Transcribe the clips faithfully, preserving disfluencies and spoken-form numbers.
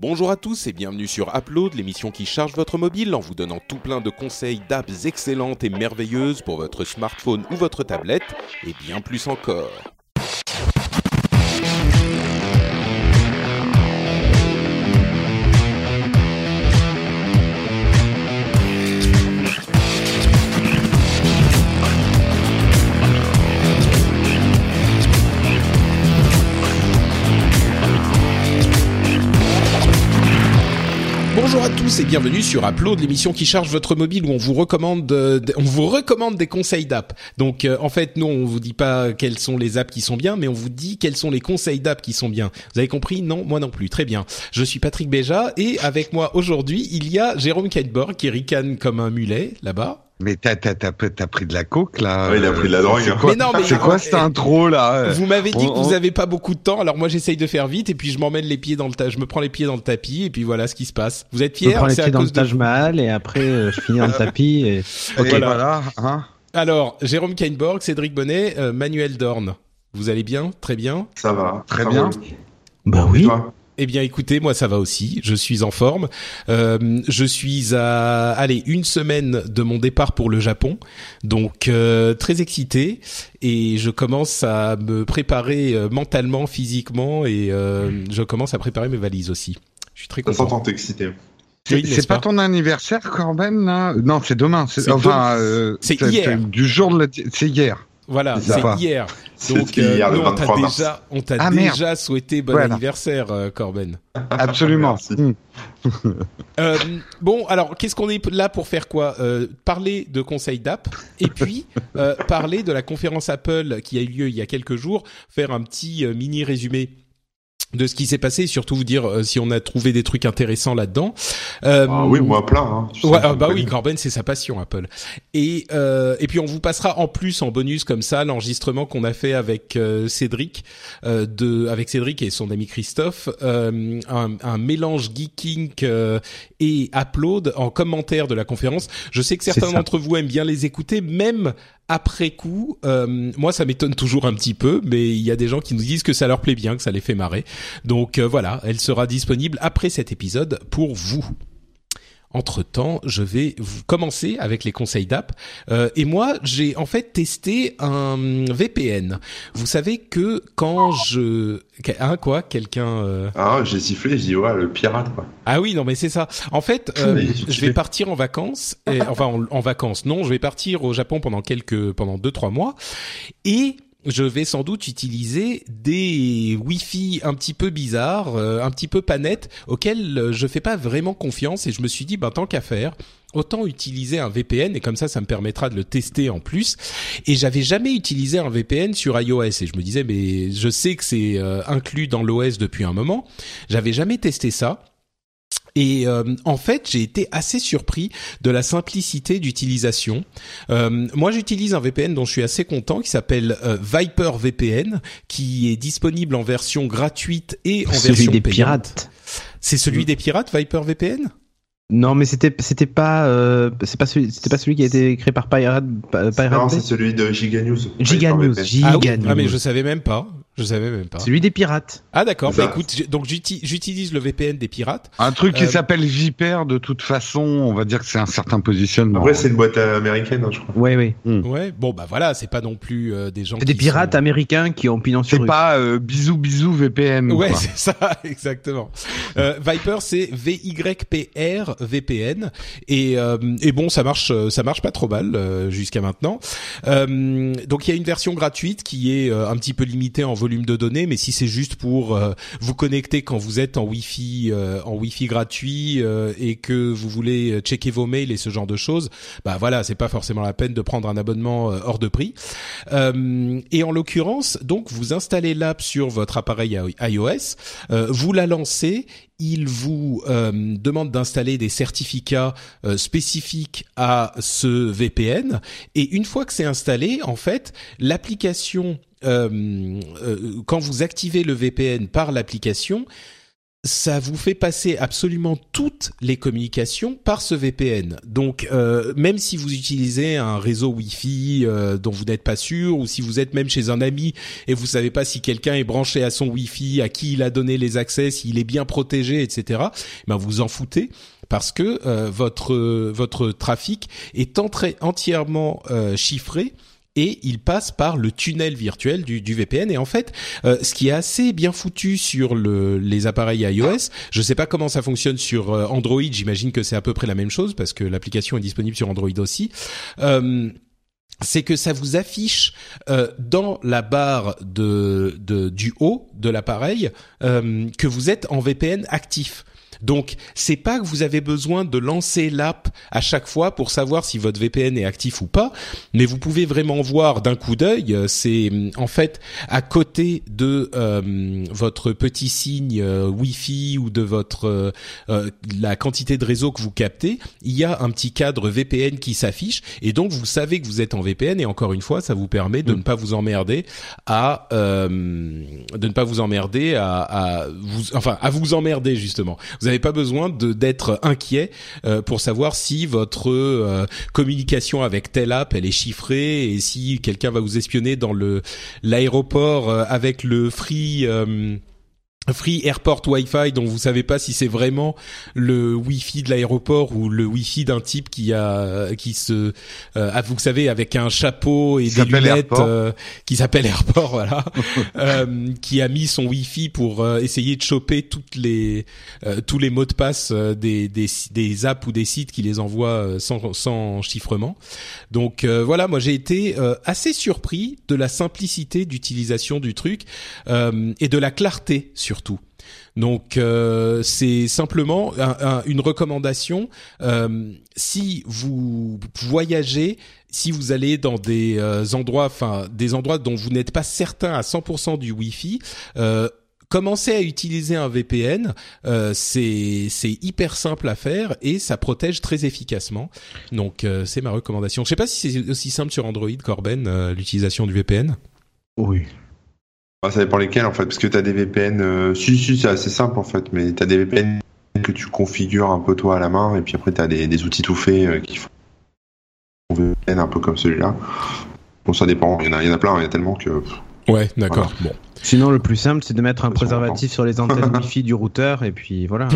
Bonjour à tous et bienvenue sur Upload, l'émission qui charge votre mobile en vous donnant tout plein de conseils d'apps excellentes et merveilleuses pour votre smartphone ou votre tablette, et bien plus encore. Bonjour à tous et bienvenue sur Upload, l'émission qui charge votre mobile où on vous recommande, euh, on vous recommande des conseils d'app. Donc euh, en fait, non, on vous dit pas quelles sont les apps qui sont bien, mais on vous dit quels sont les conseils d'app qui sont bien. Vous avez compris ? Non, moi non plus. Très bien. Je suis Patrick Béja et avec moi aujourd'hui, il y a Jérôme Kainborg qui ricane comme un mulet là-bas. Mais t'as, t'as, t'as, t'as pris de la coke, là. Ouais, il a pris de la drogue. C'est quoi, mais non, mais c'est quoi cette intro, là? Vous m'avez dit on, que vous avez pas beaucoup de temps, alors moi j'essaye de faire vite, et puis je m'emmène les pieds dans le ta- je me prends les pieds dans le tapis, et puis voilà ce qui se passe. Vous êtes fiers? Je me prends les c'est pieds dans le de... Taj Mahal, et après euh, je finis dans le tapis, et... Ok, voilà. voilà hein. Alors, Jérôme Kainborg, Cédric Bonnet, euh, Manuel Dorn. Vous allez bien? Très bien? Ça va. Très bien. Va. Bah oui. Eh bien, écoutez, moi ça va aussi. Je suis en forme. Euh, je suis à, allez, une semaine de mon départ pour le Japon, donc euh, très excité. Et je commence à me préparer euh, mentalement, physiquement, et euh, je commence à préparer mes valises aussi. Je suis très content. Ça s'entend, t'es excité. C'est, oui, c'est pas, pas ton anniversaire, Corben, là? Non, c'est demain. C'est, c'est enfin, euh, c'est, c'est hier. C'est du jour de la... C'est hier. Voilà, c'est, c'est hier. Donc, euh, hier, nous, on t'a déjà, on t'a ah, déjà souhaité bon voilà. anniversaire, euh, Corben. Absolument. euh, bon, alors, qu'est-ce qu'on est là pour faire quoi? euh, Parler de conseils d'app, et puis euh, parler de la conférence Apple qui a eu lieu il y a quelques jours, faire un petit euh, mini résumé de ce qui s'est passé et surtout vous dire euh, si on a trouvé des trucs intéressants là-dedans. Euh, ah oui, moi plein. Hein. Ouais, ah, bah oui, Corben, c'est sa passion, Apple. Et euh, et puis on vous passera en plus en bonus comme ça l'enregistrement qu'on a fait avec euh, Cédric euh, de avec Cédric et son ami Christophe, euh, un, un mélange geeking euh, et Upload en commentaire de la conférence. Je sais que certains d'entre vous aiment bien les écouter, même après coup. Euh, moi, ça m'étonne toujours un petit peu, mais il y a des gens qui nous disent que ça leur plaît bien, que ça les fait marrer. Donc euh, voilà, elle sera disponible après cet épisode pour vous. Entre-temps, je vais vous commencer avec les conseils d'app. Euh, et moi, j'ai en fait testé un V P N. Vous savez que quand je... Hein, quoi? Quelqu'un... Euh... Ah, j'ai sifflé, j'ai dit, ouais, le pirate, quoi. Ah oui, non, mais c'est ça. En fait, euh, je vais partir en vacances. Et, enfin, en, en vacances, non, je vais partir au Japon pendant quelques... pendant deux, trois mois. Et... je vais sans doute utiliser des Wi-Fi un petit peu bizarres, euh, un petit peu pas nets, auxquels je fais pas vraiment confiance et je me suis dit, ben, tant qu'à faire, autant utiliser un V P N et comme ça, ça me permettra de le tester en plus. Et j'avais jamais utilisé un V P N sur iOS et je me disais, mais je sais que c'est euh, inclus dans l'O S depuis un moment. J'avais jamais testé ça. Et euh, en fait, j'ai été assez surpris de la simplicité d'utilisation. Euh, moi, j'utilise un V P N dont je suis assez content, qui s'appelle euh, Viper V P N, qui est disponible en version gratuite et en celui version des payante. Pirates. C'est celui mmh. des pirates, Viper V P N ? Non, mais c'était c'était pas euh, c'est pas celui c'était pas celui qui a été créé par Pirate Pirate Non, c'est celui de Giga News. Giga News, Giga ah, oui News. Ah mais je savais même pas. Je savais même pas. Celui des pirates. Ah d'accord. Bah écoute, donc j'utilise le V P N des pirates. Un truc qui euh... s'appelle Viper, de toute façon, on va dire que c'est un certain positionnement. Après, c'est une boîte américaine, hein, je crois. Ouais, ouais. Mm. Ouais. Bon bah voilà, c'est pas non plus euh, des gens. C'est des pirates sont... américains qui ont pignon sur rue. C'est rue. pas euh, bisous bisous V P N. Ouais, quoi. c'est ça, exactement. euh, Viper, c'est V Y P R V P N et euh, et bon, ça marche, ça marche pas trop mal euh, jusqu'à maintenant. Euh, donc il y a une version gratuite qui est euh, un petit peu limitée en volume de données, mais si c'est juste pour euh, vous connecter quand vous êtes en Wi-Fi, euh, en Wi-Fi gratuit euh, et que vous voulez checker vos mails et ce genre de choses, bah voilà, c'est pas forcément la peine de prendre un abonnement euh, hors de prix. Euh, et en l'occurrence, donc vous installez l'app sur votre appareil iOS, euh, vous la lancez. Il vous euh, demande d'installer des certificats euh, spécifiques à ce V P N et une fois que c'est installé, en fait, l'application, euh, euh, quand vous activez le V P N par l'application, ça vous fait passer absolument toutes les communications par ce V P N. Donc, euh, même si vous utilisez un réseau Wi-Fi euh, dont vous n'êtes pas sûr, ou si vous êtes même chez un ami et vous savez pas si quelqu'un est branché à son Wi-Fi, à qui il a donné les accès, s'il est bien protégé, et cetera. Ben vous en foutez parce que euh, votre euh, votre trafic est entré, entièrement euh, chiffré. Et il passe par le tunnel virtuel du, du V P N. Et en fait, euh, ce qui est assez bien foutu sur le, les appareils iOS, je sais pas comment ça fonctionne sur euh, Android, j'imagine que c'est à peu près la même chose, parce que l'application est disponible sur Android aussi, euh, c'est que ça vous affiche euh, dans la barre de, de, du haut de l'appareil euh, que vous êtes en V P N actif. Donc, c'est pas que vous avez besoin de lancer l'app à chaque fois pour savoir si votre V P N est actif ou pas, mais vous pouvez vraiment voir d'un coup d'œil. C'est en fait à côté de euh, votre petit signe euh, Wi-Fi ou de votre euh, la quantité de réseau que vous captez, il y a un petit cadre V P N qui s'affiche et donc vous savez que vous êtes en V P N et encore une fois, ça vous permet de mmh. ne pas vous emmerder à euh, de ne pas vous emmerder à, à vous enfin à vous emmerder justement. Vous n'avez pas besoin de d'être inquiet euh, pour savoir si votre euh, communication avec telle app elle est chiffrée et si quelqu'un va vous espionner dans le l'aéroport euh, avec le free euh, Free Airport Wi-Fi dont vous savez pas si c'est vraiment le Wi-Fi de l'aéroport ou le Wi-Fi d'un type qui a qui se euh, vous savez avec un chapeau et des lunettes euh, qui s'appelle Airport voilà euh, qui a mis son Wi-Fi pour euh, essayer de choper toutes les euh, tous les mots de passe euh, des des des apps ou des sites qui les envoient euh, sans sans chiffrement. Donc euh, voilà, moi j'ai été euh, assez surpris de la simplicité d'utilisation du truc euh, et de la clarté sur Surtout. Donc euh, c'est simplement un, un, une recommandation. Euh, si vous voyagez, si vous allez dans des euh, endroits, enfin des endroits dont vous n'êtes pas certain à cent pour cent du Wi-Fi, euh, commencez à utiliser un V P N. Euh, c'est c'est hyper simple à faire et ça protège très efficacement. Donc euh, c'est ma recommandation. Je sais pas si c'est aussi simple sur Android, Corben, euh, l'utilisation du V P N. Oui. Ça dépend lesquels en fait, parce que t'as des V P N, euh, si si c'est assez simple en fait, mais t'as des V P N que tu configures un peu toi à la main, et puis après t'as des, des outils tout faits euh, qui font un V P N un peu comme celui-là. Bon, ça dépend, il y en a, il y en a plein, il y a tellement que. Ouais, d'accord. Voilà. Bon. Sinon, le plus simple, c'est de mettre un préservatif sur les antennes Wi-Fi du routeur, et puis voilà.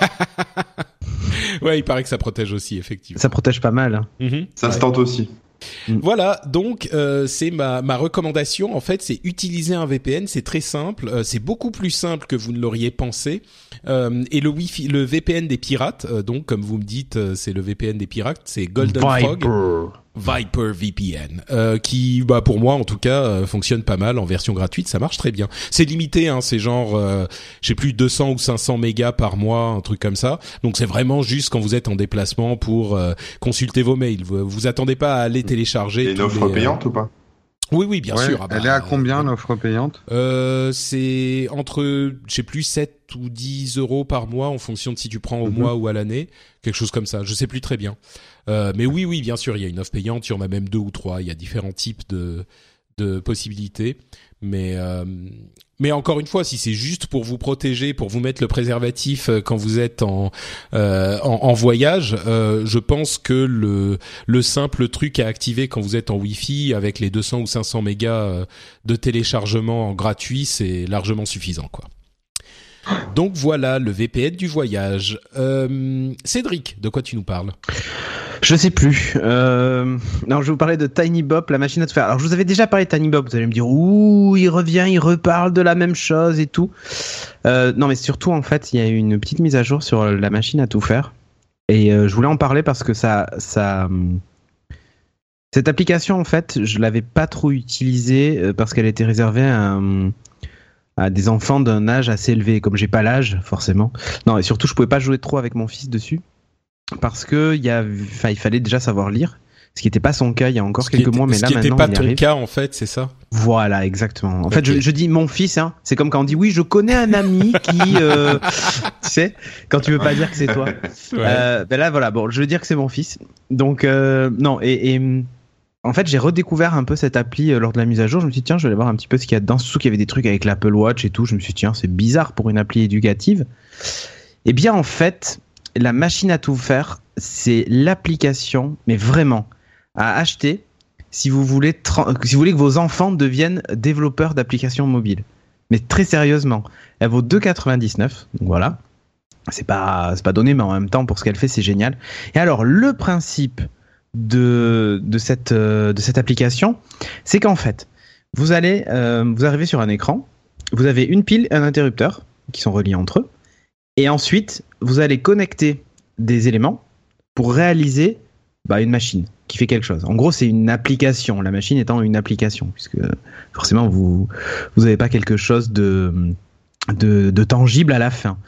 Ouais, il paraît que ça protège aussi, effectivement. Ça protège pas mal. Hein. Mm-hmm. Ça ouais. se tente aussi. Voilà, donc euh, c'est ma ma recommandation. En fait, c'est utiliser un V P N. C'est très simple. Euh, c'est beaucoup plus simple que vous ne l'auriez pensé. Euh, et le Wi-Fi, le V P N des pirates. Euh, donc, comme vous me dites, euh, c'est le V P N des pirates. C'est Golden Viper. Frog. Viper V P N, euh, qui, bah pour moi en tout cas, euh, fonctionne pas mal en version gratuite. Ça marche très bien. C'est limité, hein. C'est genre, euh, je sais plus deux cents ou cinq cents mégas par mois, un truc comme ça. Donc c'est vraiment juste quand vous êtes en déplacement pour euh, consulter vos mails. Vous, vous attendez pas à aller télécharger. Et une offre les, payante euh... ou pas? Oui, oui, bien ouais, sûr. Ah bah, elle est à combien, euh, l'offre payante? euh, C'est entre, je sais plus, sept ou dix euros par mois en fonction de si tu prends au mm-hmm. mois ou à l'année. Quelque chose comme ça. Je sais plus très bien. Euh, mais oui, oui, bien sûr, il y a une offre payante. Il y en a même deux ou trois. Il y a différents types de, de possibilités. Mais, euh, mais encore une fois, si c'est juste pour vous protéger, pour vous mettre le préservatif quand vous êtes en euh, en, en voyage, euh, je pense que le le simple truc à activer quand vous êtes en Wi-Fi avec les deux cents ou cinq cents mégas de téléchargement gratuit, c'est largement suffisant, quoi. Donc voilà, le V P N du voyage. Euh, Cédric, de quoi tu nous parles ? Je sais plus. Euh... Non, je vais vous parler de TinyBop, la machine à tout faire. Alors, je vous avais déjà parlé de TinyBop. Vous allez me dire, ouh, il revient, il reparle de la même chose et tout. Euh, non, mais surtout, en fait, il y a eu une petite mise à jour sur la machine à tout faire. Et euh, je voulais en parler parce que ça, ça, cette application, en fait, je l'avais pas trop utilisée parce qu'elle était réservée à un... à des enfants d'un âge assez élevé. Comme j'ai pas l'âge, forcément. Non, et surtout, je pouvais pas jouer trop avec mon fils dessus. Parce que il y a, enfin, il fallait déjà savoir lire, ce qui n'était pas son cas il y a encore ce quelques était, mois, mais là maintenant. Ce qui n'était pas ton arrive. cas en fait, c'est ça. Voilà, exactement. En okay. fait, je, je dis mon fils, hein. C'est comme quand on dit oui, je connais un ami qui, euh, tu sais, quand tu veux pas dire que c'est toi. Ouais. Euh, ben là, voilà. Bon, je veux dire que c'est mon fils. Donc euh, non, et, et en fait, j'ai redécouvert un peu cette appli euh, lors de la mise à jour. Je me suis dit, tiens, je vais aller voir un petit peu ce qu'il y a dedans. Surtout qu'il y avait des trucs avec l'Apple Watch et tout. Je me suis dit, tiens, c'est bizarre pour une appli éducative. Eh bien, en fait, la machine à tout faire, c'est l'application, mais vraiment, à acheter si vous voulez, tra- si vous voulez que vos enfants deviennent développeurs d'applications mobiles. Mais très sérieusement, elle vaut deux euros quatre-vingt-dix-neuf. Donc voilà. C'est pas, c'est pas donné, mais en même temps, pour ce qu'elle fait, c'est génial. Et alors, le principe de, de, cette, euh, de cette application, c'est qu'en fait, vous allez, euh, vous arrivez sur un écran, vous avez une pile et un interrupteur qui sont reliés entre eux, et ensuite, vous allez connecter des éléments pour réaliser bah, une machine qui fait quelque chose. En gros, c'est une application, la machine étant une application, puisque forcément, vous vous n'avez pas quelque chose de, de, de tangible à la fin.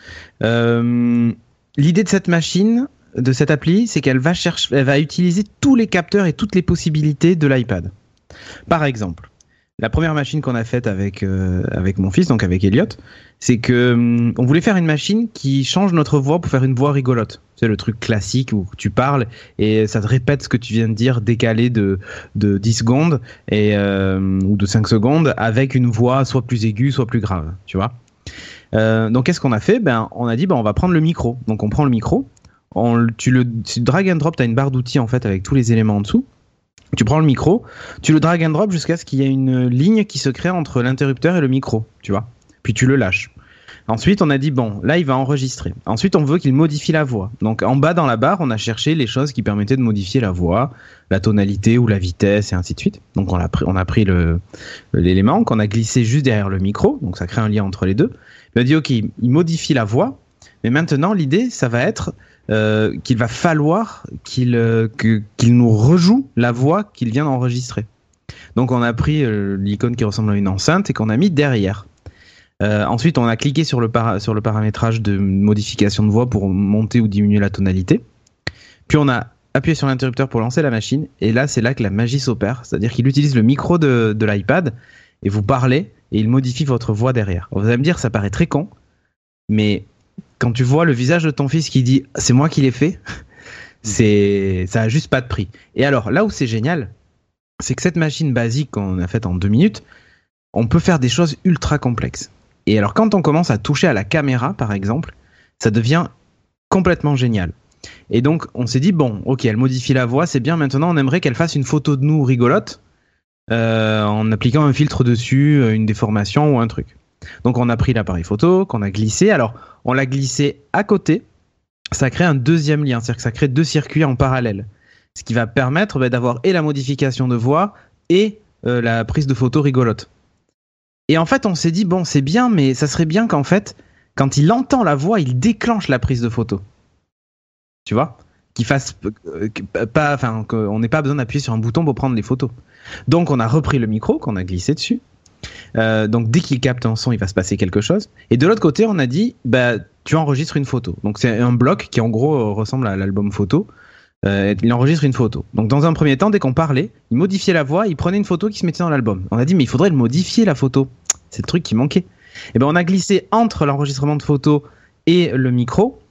Euh, l'idée de cette machine, de cette appli, c'est qu'elle va chercher, elle va utiliser tous les capteurs et toutes les possibilités de l'iPad. Par exemple, la première machine qu'on a faite avec euh, avec mon fils, donc avec Elliot, c'est que hum, on voulait faire une machine qui change notre voix pour faire une voix rigolote. C'est le truc classique où tu parles et ça te répète ce que tu viens de dire décalé de de dix secondes et euh, ou de cinq secondes avec une voix soit plus aiguë, soit plus grave, tu vois. Euh, donc qu'est-ce qu'on a fait ? Ben on a dit ben on va prendre le micro. Donc on prend le micro. On, tu le tu drag and drop, tu as une barre d'outils en fait avec tous les éléments en dessous. Tu prends le micro, tu le drag and drop jusqu'à ce qu'il y ait une ligne qui se crée entre l'interrupteur et le micro, tu vois. Puis tu le lâches. Ensuite, on a dit bon, là il va enregistrer. Ensuite, on veut qu'il modifie la voix. Donc en bas dans la barre, on a cherché les choses qui permettaient de modifier la voix, la tonalité ou la vitesse et ainsi de suite. Donc on a pris, on a pris le, l'élément qu'on a glissé juste derrière le micro, donc ça crée un lien entre les deux. Il a dit ok, il modifie la voix, mais maintenant l'idée, ça va être Euh, qu'il va falloir qu'il, euh, que, qu'il nous rejoue la voix qu'il vient d'enregistrer. Donc on a pris euh, l'icône qui ressemble à une enceinte et qu'on a mis derrière. Euh, ensuite on a cliqué sur le, para- sur le paramétrage de modification de voix pour monter ou diminuer la tonalité. Puis on a appuyé sur l'interrupteur pour lancer la machine et là c'est là que la magie s'opère. C'est-à-dire qu'il utilise le micro de, de l'iPad et vous parlez et il modifie votre voix derrière. Vous allez me dire ça paraît très con, mais quand tu vois le visage de ton fils qui dit « c'est moi qui l'ai fait », c'est, ça a juste pas de prix. Et alors, là où c'est génial, c'est que cette machine basique qu'on a faite en deux minutes, on peut faire des choses ultra complexes. Et alors, quand on commence à toucher à la caméra, par exemple, ça devient complètement génial. Et donc, on s'est dit « bon, ok, elle modifie la voix, c'est bien, maintenant on aimerait qu'elle fasse une photo de nous rigolote euh, en appliquant un filtre dessus, une déformation ou un truc. » Donc on a pris l'appareil photo, qu'on a glissé. Alors on l'a glissé à côté. Ça crée un deuxième lien, c'est-à-dire que ça crée deux circuits en parallèle. Ce qui va permettre bah, d'avoir et la modification de voix et euh, la prise de photo rigolote. Et en fait on s'est dit, bon c'est bien, mais ça serait bien qu'en fait, quand il entend la voix, il déclenche la prise de photo. Tu vois ? Qu'il fasse euh, pas, enfin qu'on n'ait pas besoin d'appuyer sur un bouton pour prendre les photos. Donc on a repris le micro qu'on a glissé dessus. Euh, donc dès qu'il capte un son, il va se passer quelque chose. Et de l'autre côté, on a dit, bah tu enregistres une photo. Donc c'est un bloc qui en gros euh, ressemble à l'album photo. Euh, il enregistre une photo. Donc dans un premier temps, dès qu'on parlait, il modifiait la voix, il prenait une photo qui se mettait dans l'album. On a dit mais il faudrait le modifier la photo. C'est le truc qui manquait. Et ben on a glissé entre l'enregistrement de photo et le micro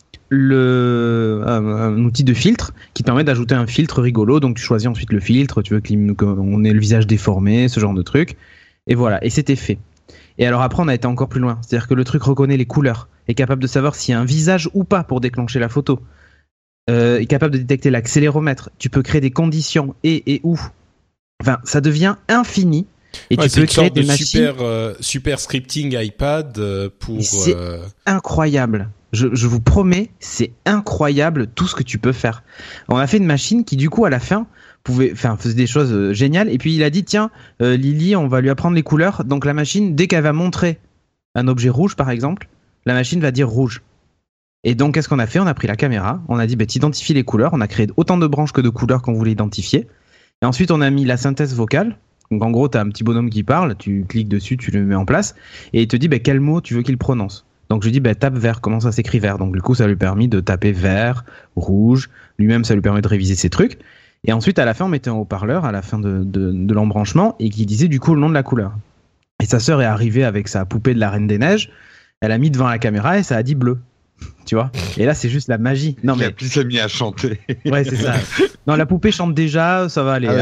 le un, un outil de filtre qui permet d'ajouter un filtre rigolo. Donc tu choisis ensuite le filtre, tu veux qu'on ait le visage déformé, ce genre de truc. Et voilà, et c'était fait. Et alors après, on a été encore plus loin. C'est-à-dire que le truc reconnaît les couleurs, est capable de savoir s'il y a un visage ou pas pour déclencher la photo, euh, est capable de détecter l'accéléromètre. Tu peux créer des conditions et et où. Enfin, ça devient infini. Et ouais, tu peux créer des de machines. Super, euh, super scripting iPad euh, pour. C'est euh... incroyable. Je, je vous promets, c'est incroyable tout ce que tu peux faire. On a fait une machine qui, du coup, à la fin, pouvait, enfin, faisait des choses euh, géniales. Et puis il a dit, tiens, euh, Lily, on va lui apprendre les couleurs. Donc la machine, dès qu'elle va montrer un objet rouge, par exemple, la machine va dire rouge. Et donc, qu'est-ce qu'on a fait ? On a pris la caméra, on a dit, bah, t'identifies les couleurs. On a créé autant de branches que de couleurs qu'on voulait identifier. Et ensuite, on a mis la synthèse vocale. Donc en gros, t'as un petit bonhomme qui parle, tu cliques dessus, tu le mets en place, et il te dit bah, quel mot tu veux qu'il prononce. Donc je lui dis bah, tape vert, comment ça s'écrit vert. Donc du coup, ça lui a permis de taper vert, rouge, lui-même ça lui permet de réviser ses trucs. Et ensuite, à la fin, on mettait un haut-parleur à la fin de, de, de l'embranchement et qui disait du coup le nom de la couleur. Et sa sœur est arrivée avec sa poupée de la Reine des Neiges, elle a mis devant la caméra et ça a dit bleu. Tu vois ? Et là, c'est juste la magie. Non, mais... La pluie s'est mis à chanter. Ouais, c'est ça. Non, la poupée chante déjà, ça va aller. Ah ouais. Hein.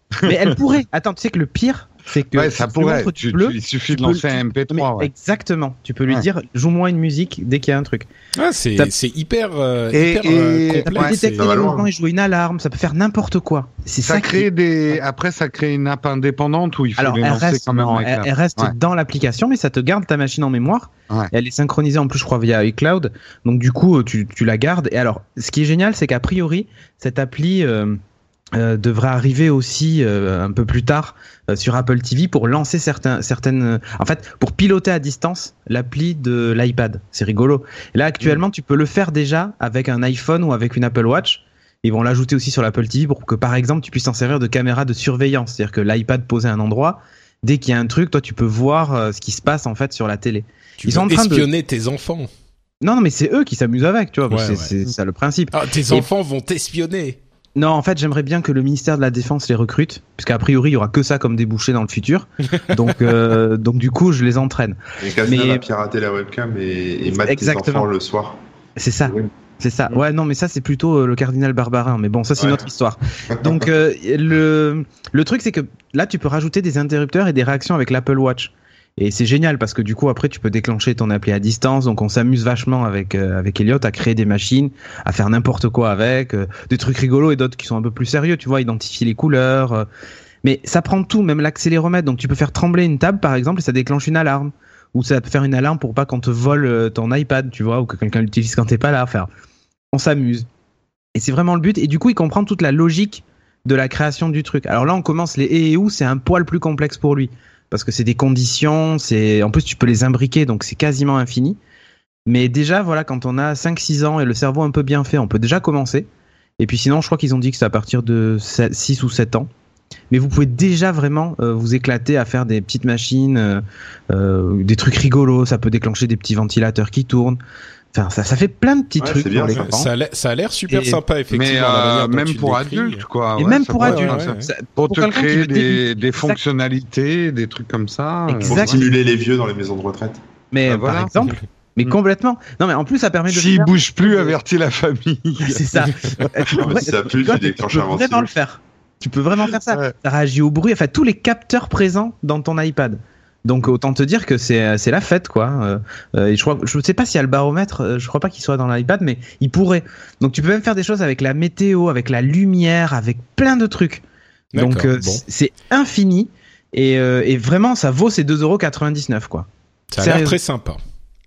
Mais elle pourrait. Attends, tu sais que le pire, c'est que ouais, ça pourrait. Tu, bleu, tu, il suffit de lancer un M P trois. Ouais. Exactement. Tu peux lui ouais. dire, joue-moi une musique dès qu'il y a un truc. Ah, c'est, ça... c'est hyper, euh, et, hyper et... euh, complet. Ça peut détecter les mouvements et jouer une alarme. Ça peut faire n'importe quoi. C'est ça, ça crée qui... des. Après, ça crée une app indépendante où il faut Alors, les elle lancer reste, quand même. non, avec elle, elle reste ouais. dans l'application, mais ça te garde ta machine en mémoire. Ouais. Et elle est synchronisée en plus, je crois, via iCloud. Donc du coup, tu, tu la gardes. Et alors, ce qui est génial, c'est qu'a priori, cette appli euh, euh, devrait arriver aussi euh, un peu plus tard euh, sur Apple T V pour lancer certains, certaines. Euh, en fait, pour piloter à distance l'appli de l'iPad. C'est rigolo. Et là, actuellement, mmh. tu peux le faire déjà avec un iPhone ou avec une Apple Watch. Ils vont l'ajouter aussi sur l'Apple T V pour que, par exemple, tu puisses t'en servir de caméra de surveillance. C'est-à-dire que l'iPad posé à un endroit, dès qu'il y a un truc, toi, tu peux voir euh, ce qui se passe en fait sur la télé. Tu Ils sont en train espionner de... tes enfants. Non, non, mais c'est eux qui s'amusent avec, tu vois. Ouais, c'est, ouais. c'est ça le principe. Ah, tes Et... enfants vont t'espionner. Non, en fait, j'aimerais bien que le ministère de la Défense les recrute, puisqu'à priori, il y aura que ça comme débouché dans le futur. Donc, euh, donc du coup, je les entraîne. Et Casna mais... va pirater la webcam et, et mater tes enfants le soir. C'est ça. Oui. C'est ça. Ouais, non, mais ça, c'est plutôt euh, le cardinal Barbarin. Mais bon, ça, c'est ouais. une autre histoire. Donc, euh, le, le truc, c'est que là, tu peux rajouter des interrupteurs et des réactions avec l'Apple Watch. Et c'est génial parce que du coup, après, tu peux déclencher ton appli à distance. Donc, on s'amuse vachement avec, euh, avec Elliot à créer des machines, à faire n'importe quoi avec, euh, des trucs rigolos et d'autres qui sont un peu plus sérieux, tu vois, identifier les couleurs. Euh. Mais ça prend tout, même l'accéléromètre. Donc, tu peux faire trembler une table, par exemple, et ça déclenche une alarme. Ou ça peut faire une alarme pour pas qu'on te vole ton iPad, tu vois, ou que quelqu'un l'utilise quand t'es pas là. Enfin, on s'amuse. Et c'est vraiment le but. Et du coup, il comprend toute la logique de la création du truc. Alors là, on commence les et et ou, c'est un poil plus complexe pour lui. Parce que c'est des conditions, c'est, en plus, tu peux les imbriquer, donc c'est quasiment infini. Mais déjà, voilà, quand on a cinq six ans et le cerveau un peu bien fait, on peut déjà commencer. Et puis sinon, je crois qu'ils ont dit que c'est à partir de six ou sept ans. Mais vous pouvez déjà vraiment euh, vous éclater à faire des petites machines, euh, euh, des trucs rigolos. Ça peut déclencher des petits ventilateurs qui tournent. Enfin, ça, ça fait plein de petits ouais, trucs bien, pour les ça. enfants. Ça a l'air, ça a l'air super et... sympa, effectivement. Mais euh, même pour adultes, quoi. Et ouais, même pour adultes. Ouais, ouais, ouais. Pour, pour te créer des, des fonctionnalités, des trucs comme ça. Pour stimuler les vieux dans les maisons de retraite. Mais bah, voilà. Par exemple... Mais complètement. Non, mais en plus, ça permet de. S'il bouge plus, avertis la famille. C'est ça. tu peux, si ça pue, tu déclenches un Tu peux vraiment le faire. Tu peux vraiment faire ça. Ouais. Ça réagit au bruit. Enfin, tous les capteurs présents dans ton iPad. Donc, autant te dire que c'est, c'est la fête, quoi. Euh, et je crois, je sais pas s'il y a le baromètre. Je crois pas qu'il soit dans l'iPad, mais il pourrait. Donc, tu peux même faire des choses avec la météo, avec la lumière, avec plein de trucs. D'accord, Donc, euh, bon. c'est infini. Et, euh, et vraiment, ça vaut ces deux euros quatre-vingt-dix-neuf, quoi. Ça a l'air très sympa.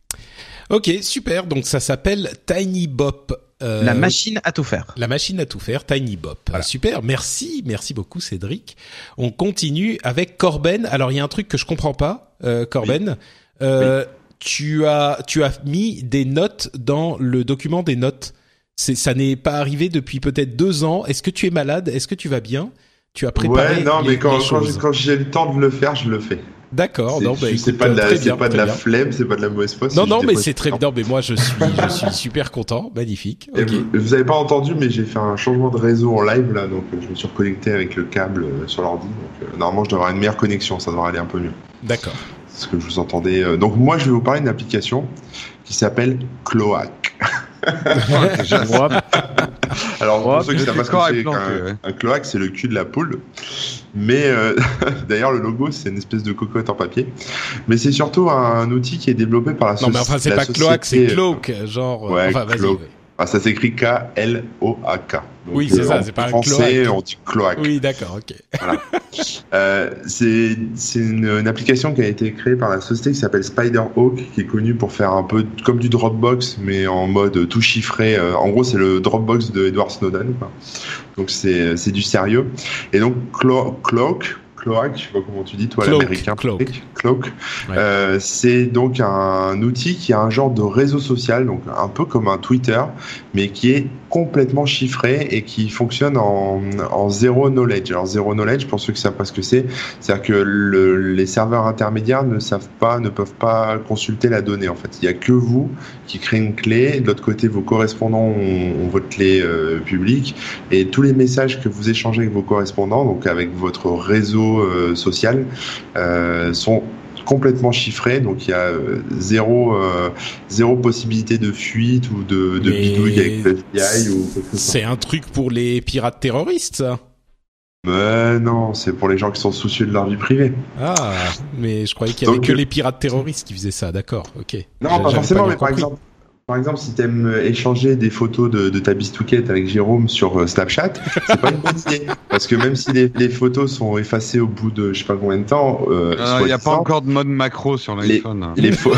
Ok, super. Donc ça s'appelle TinyBop. Euh, la machine à tout faire. La machine à tout faire, TinyBop. Voilà. Super, merci, merci beaucoup Cédric. On continue avec Corben. Alors il y a un truc que je comprends pas, euh, Corben. Oui. Euh, oui. Tu as tu as mis des notes dans le document des notes. C'est ça n'est pas arrivé depuis peut-être deux ans. Est-ce que tu es malade? Est-ce que tu vas bien? Tu as préparé Ouais, non, les, mais quand, les quand, j'ai, quand j'ai le temps de le faire, je le fais. D'accord, non, bah, c'est écoute, pas de la, très c'est bien, pas de très la bien. flemme, c'est pas de la mauvaise foi. Non, non, mais c'est très bien. Mais moi, je suis, je suis super content, magnifique. Et okay. vous, vous avez pas entendu, mais j'ai fait un changement de réseau en live là, donc je me suis reconnecté avec le câble euh, sur l'ordi. Donc euh, normalement, je devrais avoir une meilleure connexion, ça devrait aller un peu mieux. D'accord. C'est ce que je vous entendais. Euh, donc moi, je vais vous parler d'une application qui s'appelle Cloak. Alors pour ceux qui savent pas ce que c'est qu'un un cloaque, c'est le cul de la poule. Mais euh, d'ailleurs le logo c'est une espèce de cocotte en papier. Mais c'est surtout un outil qui est développé par la société. Non mais enfin c'est pas cloaque, c'est cloak, genre. Ouais, enfin vas-y. Cloak. Ah, ça s'écrit K L O A K. Donc, oui, c'est euh, ça, c'est pas français, un cloaque. On dit cloaque. Oui, d'accord, ok. Voilà. euh, c'est c'est une, une application qui a été créée par la société qui s'appelle Spiderhawk, qui est connue pour faire un peu comme du Dropbox, mais en mode tout chiffré. Euh, en gros, c'est le Dropbox de Edward Snowden, quoi. Donc c'est c'est du sérieux. Et donc Clo- Cloak. Cloak, je sais pas comment tu dis, toi, Cloak, l'américain. Cloak. Cloak. Ouais. Euh, c'est donc un outil qui a un genre de réseau social, donc un peu comme un Twitter, mais qui est complètement chiffré et qui fonctionne en, en zero knowledge. Alors zero knowledge, pour ceux qui savent pas ce que c'est, c'est-à-dire que le, les serveurs intermédiaires ne savent pas, ne peuvent pas consulter la donnée. En fait, il y a que vous qui créez une clé. De l'autre côté, vos correspondants ont, ont votre clé euh, publique et tous les messages que vous échangez avec vos correspondants, donc avec votre réseau euh, social, euh, sont complètement chiffré, donc il y a euh, zéro euh, zéro possibilité de fuite ou de, de bidouille avec le F B I ou quelque chose. C'est un truc pour les pirates terroristes, ça. Mais non, c'est pour les gens qui sont soucieux de leur vie privée. Ah, mais je croyais qu'il y avait Donc, que les pirates terroristes qui faisaient ça, d'accord, ok. Non, J'ai, pas forcément, pas mais par exemple, par exemple, si t'aimes échanger des photos de, de ta bistouquette avec Jérôme sur Snapchat, c'est pas une bonne idée. Parce que même si les, les photos sont effacées au bout de je sais pas combien de temps... Il euh, n'y a pas encore de mode macro sur l'iPhone. Les, les, fo-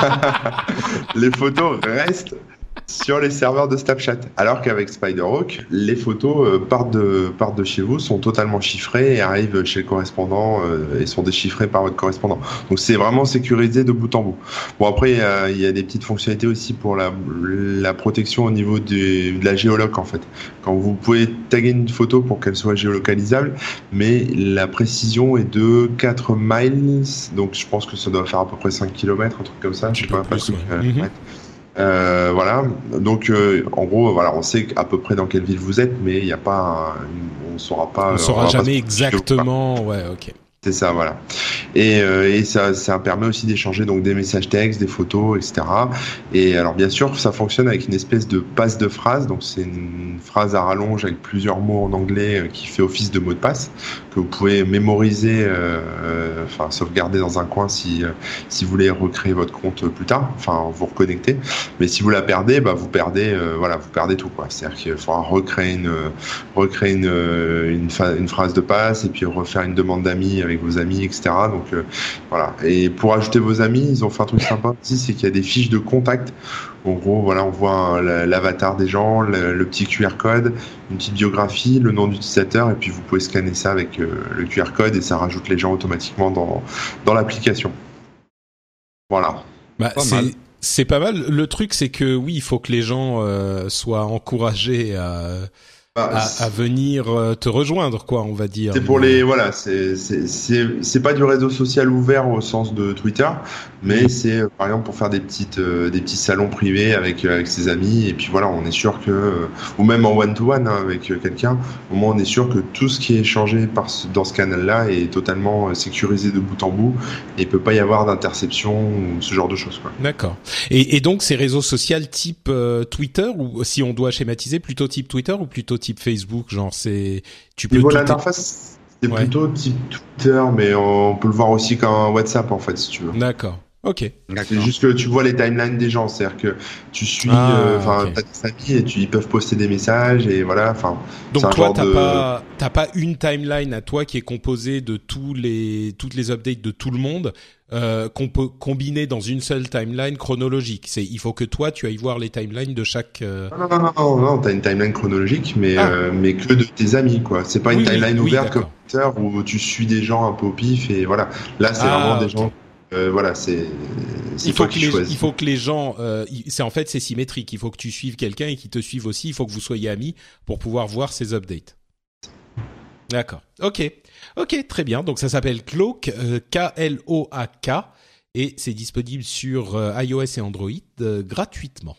les photos restent sur les serveurs de Snapchat. Alors qu'avec Spiderhawk, les photos euh, partent, de, partent de chez vous, sont totalement chiffrées et arrivent chez le correspondant euh, et sont déchiffrées par votre correspondant. Donc c'est vraiment sécurisé de bout en bout. Bon après, il y a, il y a des petites fonctionnalités aussi pour la, la protection au niveau du, de la géoloc en fait. Quand vous pouvez taguer une photo pour qu'elle soit géolocalisable, mais la précision est de quatre miles, donc je pense que ça doit faire à peu près cinq kilomètres, un truc comme ça. Je sais pas, pas plus, pas ouais. mm-hmm. Euh, voilà, donc euh, en gros, voilà, on sait à peu près dans quelle ville vous êtes, mais il n'y a pas, un, on saura pas, on saura jamais exactement, ouais, ok. C'est ça, voilà. Et, euh, et ça, ça permet aussi d'échanger donc des messages textes, des photos, et cetera. Et alors bien sûr, ça fonctionne avec une espèce de passe de phrase. Donc c'est une phrase à rallonge avec plusieurs mots en anglais euh, qui fait office de mot de passe que vous pouvez mémoriser, euh, euh, enfin sauvegarder dans un coin si euh, si vous voulez recréer votre compte plus tard, enfin vous reconnecter. Mais si vous la perdez, bah vous perdez, euh, voilà, vous perdez tout quoi. C'est-à-dire qu'il faudra recréer une recréer une une, fa- une phrase de passe et puis refaire une demande d'amis avec vos amis, et cetera. Donc euh, voilà. Et pour ajouter vos amis, ils ont fait un truc sympa aussi, c'est qu'il y a des fiches de contact. En gros, voilà, on voit un, l'avatar des gens, le, le petit Q R code, une petite biographie, le nom d'utilisateur, et puis vous pouvez scanner ça avec euh, le Q R code et ça rajoute les gens automatiquement dans dans l'application. Voilà. Bah, c'est mal. C'est pas mal. Le truc, c'est que oui, il faut que les gens euh, soient encouragés à Bah, à, à venir te rejoindre, quoi, on va dire. C'est pour les, voilà, c'est c'est c'est c'est pas du réseau social ouvert au sens de Twitter, mais c'est par exemple pour faire des petites euh, des petits salons privés avec avec ses amis et puis voilà, on est sûr que euh, ou même en one to one hein, avec quelqu'un, au moins on est sûr que tout ce qui est échangé par ce, dans ce canal-là est totalement sécurisé de bout en bout et il peut pas y avoir d'interception ou ce genre de choses, quoi. D'accord. Et et donc ces réseaux sociaux type euh, Twitter ou si on doit schématiser plutôt type Twitter ou plutôt type Facebook, genre c'est tu peux. Niveau l'interface, c'est ouais. plutôt type Twitter, mais on peut le voir aussi comme WhatsApp en fait, si tu veux. D'accord. Ok. C'est juste que tu vois les timelines des gens, c'est-à-dire que tu suis, enfin, ah, euh, okay. t'as des amis et tu, ils peuvent poster des messages et voilà, enfin. Donc toi, t'as de... pas, t'as pas une timeline à toi qui est composée de tous les, toutes les updates de tout le monde, euh, qu'on peut combiner dans une seule timeline chronologique. C'est, il faut que toi, tu ailles voir les timelines de chaque. Euh... Non, non, non, non, non, t'as une timeline chronologique, mais ah. euh, mais que de tes amis, quoi. C'est pas oui, une timeline oui, ouverte oui, comme Twitter où tu suis des gens un peu au pif et voilà. Là, c'est ah, vraiment des okay. gens. Euh, voilà, c'est, c'est il faut que les, il faut que les gens, euh, c'est en fait c'est symétrique. Il faut que tu suives quelqu'un et qu'il te suive aussi. Il faut que vous soyez amis pour pouvoir voir ces updates. D'accord. Ok. Ok. Très bien. Donc ça s'appelle Cloak, euh, K L O A K, et c'est disponible sur euh, iOS et Android euh, gratuitement.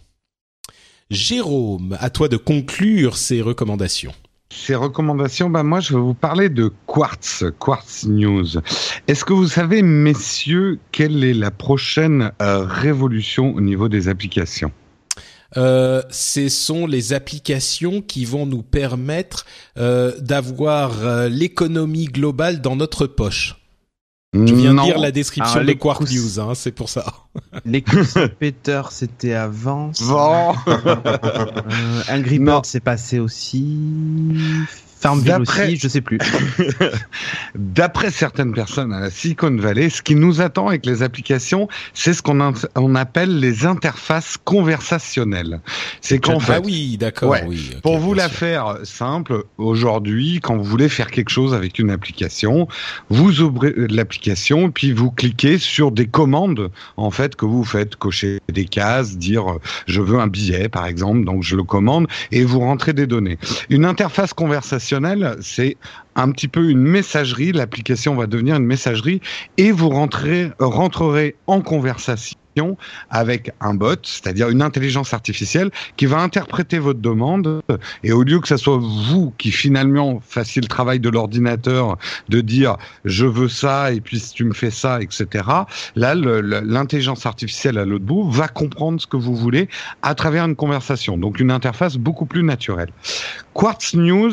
Jérôme, à toi de conclure ces recommandations. Ces recommandations, ben moi je vais vous parler de Quartz, Quartz News. Est-ce que vous savez, messieurs, quelle est la prochaine euh, révolution au niveau des applications ? Euh, ce sont les applications qui vont nous permettre euh, d'avoir euh, l'économie globale dans notre poche. Je viens non. de lire la description ah, de Quartz coups... News, hein, c'est pour ça. Les coups Peter, c'était avant. Bon. euh, Angry Birds, c'est passé aussi. Farmville D'après... aussi, je sais plus. D'après certaines personnes à la Silicon Valley, ce qui nous attend avec les applications, c'est ce qu'on on appelle les interfaces conversationnelles. C'est qu'en fait, ah oui, d'accord. Ouais, oui, okay, pour vous la sûr. faire simple, aujourd'hui, quand vous voulez faire quelque chose avec une application, vous ouvrez l'application, puis vous cliquez sur des commandes, en fait, que vous faites, cocher des cases, dire je veux un billet, par exemple, donc je le commande, et vous rentrez des données. Une interface conversationnelle, c'est un petit peu une messagerie. L'application va devenir une messagerie et vous rentrez, rentrerez en conversation avec un bot, c'est-à-dire une intelligence artificielle qui va interpréter votre demande et au lieu que ça soit vous qui finalement fassiez le travail de l'ordinateur de dire je veux ça et puis si tu me fais ça, et cetera. Là, le, le, l'intelligence artificielle à l'autre bout va comprendre ce que vous voulez à travers une conversation. Donc une interface beaucoup plus naturelle. Quartz News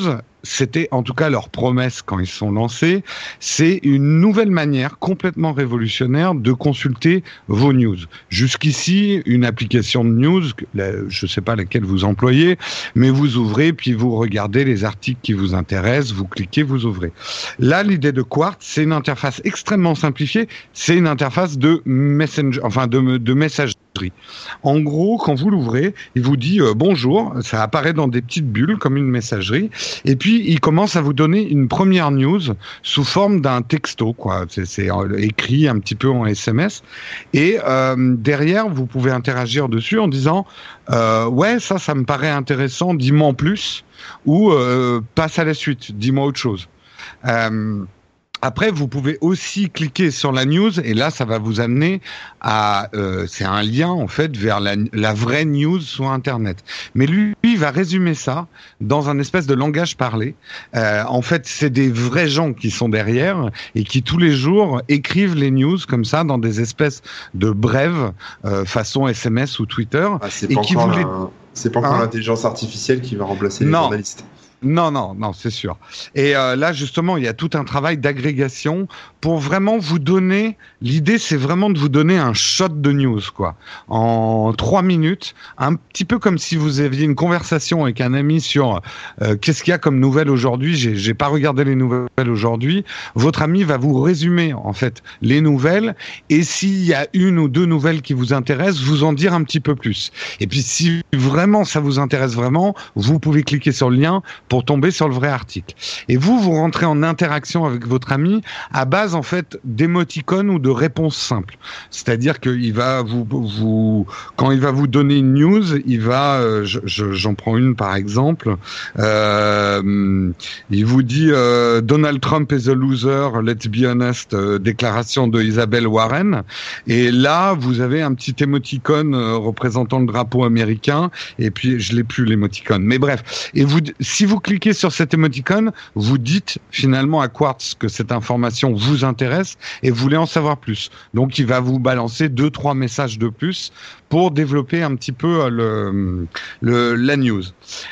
c'était en tout cas leur promesse quand ils sont lancés, c'est une nouvelle manière complètement révolutionnaire de consulter vos news. Jusqu'ici, une application de news, je ne sais pas laquelle vous employez, mais vous ouvrez, puis vous regardez les articles qui vous intéressent, vous cliquez, vous ouvrez. Là, l'idée de Quartz, c'est une interface extrêmement simplifiée, c'est une interface de messenger, enfin de, de messagerie. En gros, quand vous l'ouvrez, il vous dit euh, bonjour, ça apparaît dans des petites bulles comme une messagerie, et puis il commence à vous donner une première news sous forme d'un texto, quoi. C'est, c'est écrit un petit peu en S M S, et euh, derrière vous pouvez interagir dessus en disant euh, ouais, ça, ça me paraît intéressant, dis-moi en plus, ou euh, passe à la suite, dis-moi autre chose. Euh, Après, vous pouvez aussi cliquer sur la news et là, ça va vous amener à, euh, c'est un lien en fait vers la, la vraie news sur Internet. Mais lui, il va résumer ça dans un espèce de langage parlé. Euh, en fait, c'est des vrais gens qui sont derrière et qui tous les jours écrivent les news comme ça dans des espèces de brèves euh, façon S M S ou Twitter. Ah, c'est et pas qui encore voulaient... la... c'est pas encore hein l'intelligence artificielle qui va remplacer les non. journalistes. Non, non, non, c'est sûr. Et euh, là, justement, il y a tout un travail d'agrégation pour vraiment vous donner... L'idée, c'est vraiment de vous donner un shot de news, quoi. En trois minutes, un petit peu comme si vous aviez une conversation avec un ami sur euh, qu'est-ce qu'il y a comme nouvelles aujourd'hui. J'ai, j'ai pas regardé les nouvelles aujourd'hui. Votre ami va vous résumer, en fait, les nouvelles. Et s'il y a une ou deux nouvelles qui vous intéressent, vous en dire un petit peu plus. Et puis, si vraiment ça vous intéresse vraiment, vous pouvez cliquer sur le lien pour tomber sur le vrai article. Et vous, vous rentrez en interaction avec votre ami à base, en fait, d'émoticônes ou de réponses simples. C'est-à-dire qu'il va vous, vous, quand il va vous donner une news, il va, euh, je, je, j'en prends une par exemple, euh, il vous dit euh, Donald Trump is a loser, let's be honest, euh, déclaration de Isabelle Warren. Et là, vous avez un petit émoticône euh, représentant le drapeau américain. Et puis, je l'ai plus l'émoticône. Mais bref. Et vous, si vous cliquez sur cet émoticône, vous dites finalement à Quartz que cette information vous intéresse et vous voulez en savoir plus. Donc, il va vous balancer deux, trois messages de plus pour développer un petit peu le, le la news.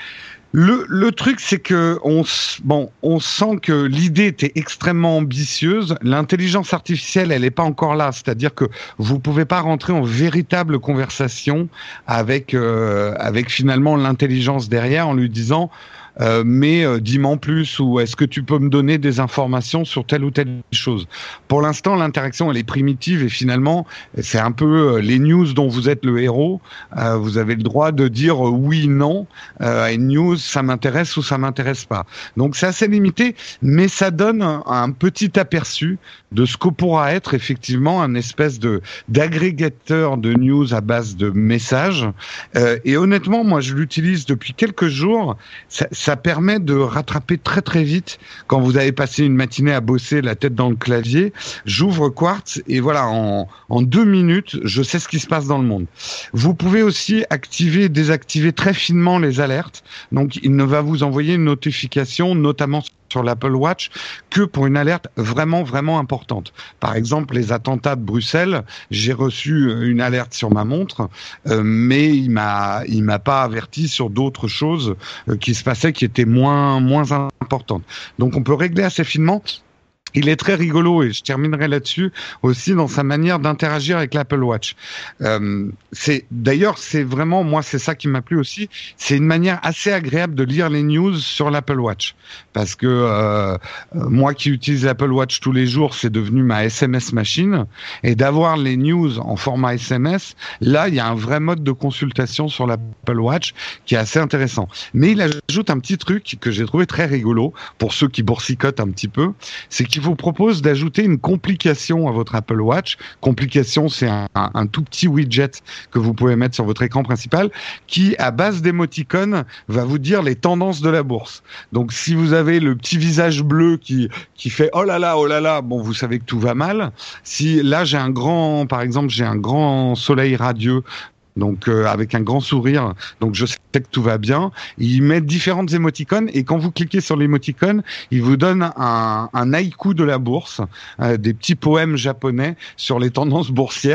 Le, le truc, c'est que on, bon, on sent que l'idée était extrêmement ambitieuse. L'intelligence artificielle, elle n'est pas encore là. C'est-à-dire que vous pouvez pas rentrer en véritable conversation avec, euh, avec finalement l'intelligence derrière en lui disant Euh, mais euh, dis-moi en plus, ou est-ce que tu peux me donner des informations sur telle ou telle chose. Pour l'instant, l'interaction, elle est primitive et finalement, c'est un peu euh, les news dont vous êtes le héros. Euh, vous avez le droit de dire euh, oui, non euh, à une news, ça m'intéresse ou ça m'intéresse pas. Donc c'est assez limité, mais ça donne un, un petit aperçu de ce que pourra être effectivement un espèce de d'agrégateur de news à base de messages. Euh, et honnêtement, moi, je l'utilise depuis quelques jours. Ça, ça permet de rattraper très très vite quand vous avez passé une matinée à bosser la tête dans le clavier. J'ouvre Quartz et voilà, en, en deux minutes, je sais ce qui se passe dans le monde. Vous pouvez aussi activer et désactiver très finement les alertes. Donc, il ne va vous envoyer une notification, notamment sur l'Apple Watch, que pour une alerte vraiment, vraiment importante. Par exemple, les attentats de Bruxelles, j'ai reçu une alerte sur ma montre, euh, mais il m'a, il m'a pas averti sur d'autres choses euh, qui se passaient qui étaient moins, moins importantes. Donc, on peut régler assez finement. Il est très rigolo et je terminerai là-dessus aussi dans sa manière d'interagir avec l'Apple Watch. Euh, c'est d'ailleurs c'est vraiment moi c'est ça qui m'a plu aussi. C'est une manière assez agréable de lire les news sur l'Apple Watch parce que euh, moi qui utilise l'Apple Watch tous les jours, c'est devenu ma S M S machine et d'avoir les news en format S M S, là il y a un vrai mode de consultation sur l'Apple Watch qui est assez intéressant. Mais il ajoute un petit truc que j'ai trouvé très rigolo pour ceux qui boursicotent un petit peu, c'est qu'il vous propose d'ajouter une complication à votre Apple Watch. Complication, c'est un, un, un tout petit widget que vous pouvez mettre sur votre écran principal qui, à base d'émoticônes, va vous dire les tendances de la bourse. Donc, si vous avez le petit visage bleu qui qui fait oh là là, oh là là, bon, vous savez que tout va mal. Si là, j'ai un grand, par exemple, j'ai un grand soleil radieux, donc euh, avec un grand sourire, donc je sais que tout va bien. Il met différentes émoticônes et quand vous cliquez sur l'émoticône, il vous donne un, un haïku de la bourse, euh, des petits poèmes japonais sur les tendances boursières.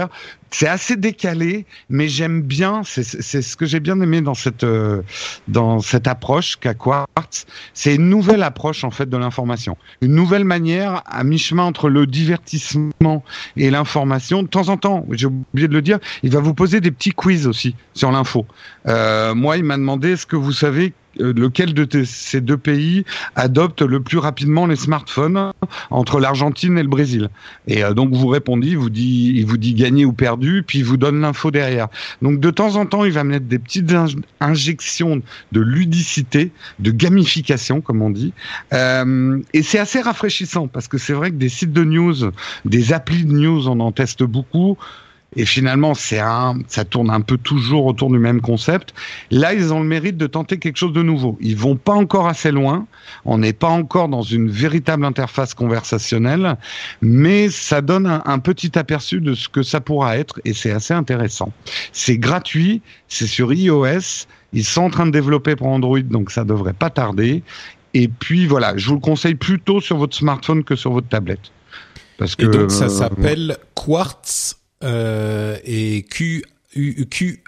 c'est assez décalé, mais j'aime bien. C'est, c'est ce que j'ai bien aimé dans cette euh, dans cette approche qu'a Quartz. C'est une nouvelle approche en fait de l'information, une nouvelle manière à mi-chemin entre le divertissement et l'information. De temps en temps, j'ai oublié de le dire, il va vous poser des petits quiz aussi sur l'info. Euh, moi, il m'a demandé est-ce que vous savez lequel de t- ces deux pays adopte le plus rapidement les smartphones entre l'Argentine et le Brésil. Et euh, donc vous répondez, il vous dit, il vous dit gagné ou perdu, puis il vous donne l'info derrière. Donc de temps en temps, il va mettre des petites in- injections de ludicité, de gamification, comme on dit. Euh, et c'est assez rafraîchissant parce que c'est vrai que des sites de news, des applis de news, on en teste beaucoup. Et finalement, c'est un, ça tourne un peu toujours autour du même concept. Là, ils ont le mérite de tenter quelque chose de nouveau. Ils vont pas encore assez loin. On n'est pas encore dans une véritable interface conversationnelle, mais ça donne un, un petit aperçu de ce que ça pourra être et c'est assez intéressant. C'est gratuit, c'est sur iOS. Ils sont en train de développer pour Android, donc ça devrait pas tarder. Et puis voilà, je vous le conseille plutôt sur votre smartphone que sur votre tablette. Parce que, et donc ça euh, s'appelle Quartz. Euh, et Q U Q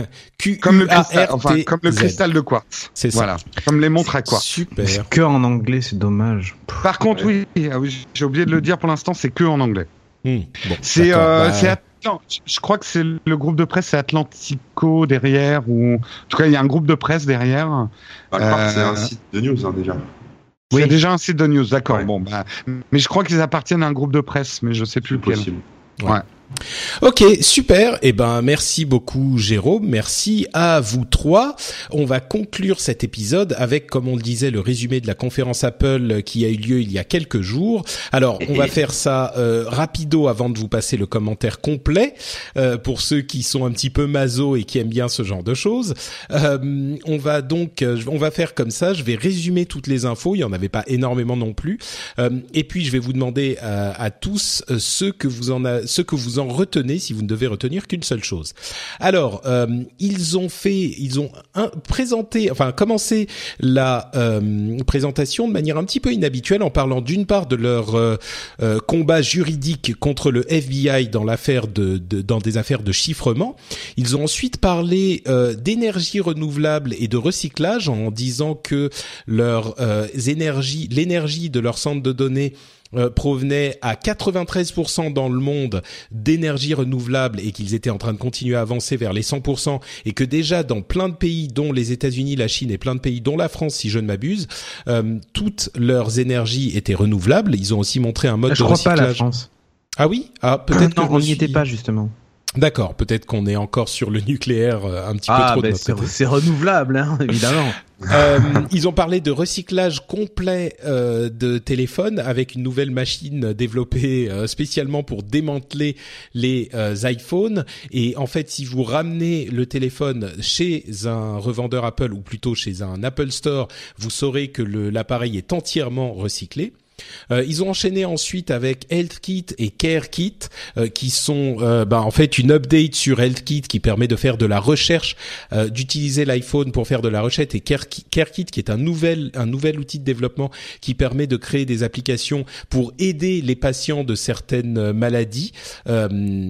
Q comme le U A R T Z. enfin comme le cristal de quartz. C'est ça. Voilà, comme les montres à quartz. Super. C'est que en anglais, c'est dommage. Par contre, oui, ah oui, j'ai oublié de le dire pour l'instant, c'est que en anglais. Mmh. Bon, c'est euh, bah... c'est Atlant- je crois que c'est le groupe de presse, c'est Atlantico derrière ou en tout cas il y a un groupe de presse derrière. Bah, euh... c'est un site de news hein, déjà. Oui, c'est déjà un site de news, d'accord. Ouais. Bon, bah, mais je crois qu'ils appartiennent à un groupe de presse, mais je sais plus c'est lequel. Possible. Ouais. ouais. Ok, super. Eh ben, merci beaucoup, Jérôme. Merci à vous trois. On va conclure cet épisode avec, comme on le disait, le résumé de la conférence Apple qui a eu lieu il y a quelques jours. Alors, on va faire ça euh, rapido avant de vous passer le commentaire complet euh, pour ceux qui sont un petit peu maso et qui aiment bien ce genre de choses. Euh, on va donc, on va faire comme ça. Je vais résumer toutes les infos. Il y en avait pas énormément non plus. Euh, et puis, je vais vous demander à, à tous euh, ce que vous en a, ce que vous en retenez si vous ne devez retenir qu'une seule chose. Alors, euh, ils ont fait, ils ont un, présenté, enfin commencé la euh, présentation de manière un petit peu inhabituelle en parlant d'une part de leur euh, euh, combat juridique contre le F B I dans l'affaire de, de dans des affaires de chiffrement. Ils ont ensuite parlé euh, d'énergie renouvelable et de recyclage en disant que leur euh, énergie, l'énergie de leur centre de données Euh, provenaient à quatre-vingt-treize pour cent dans le monde d'énergie renouvelable et qu'ils étaient en train de continuer à avancer vers les cent pour cent et que déjà dans plein de pays dont les États-Unis, la Chine et plein de pays dont la France si je ne m'abuse, euh, toutes leurs énergies étaient renouvelables. Ils ont aussi montré un mode je de crois recyclage. Pas la France. Ah oui, ah peut-être non, que on n'y n'y était pas justement. D'accord, peut-être qu'on est encore sur le nucléaire euh, un petit ah, peu trop bah de notre c'est, côté. c'est renouvelable, hein, évidemment. euh, ils ont parlé de recyclage complet euh, de téléphones avec une nouvelle machine développée euh, spécialement pour démanteler les euh, iPhones. Et en fait, si vous ramenez le téléphone chez un revendeur Apple ou plutôt chez un Apple Store, vous saurez que le, l'appareil est entièrement recyclé. Euh, ils ont enchaîné ensuite avec HealthKit et CareKit euh, qui sont euh, bah, en fait une update sur HealthKit qui permet de faire de la recherche, euh, d'utiliser l'iPhone pour faire de la recherche, et CareKit, CareKit qui est un nouvel un nouvel outil de développement qui permet de créer des applications pour aider les patients de certaines maladies. Euh,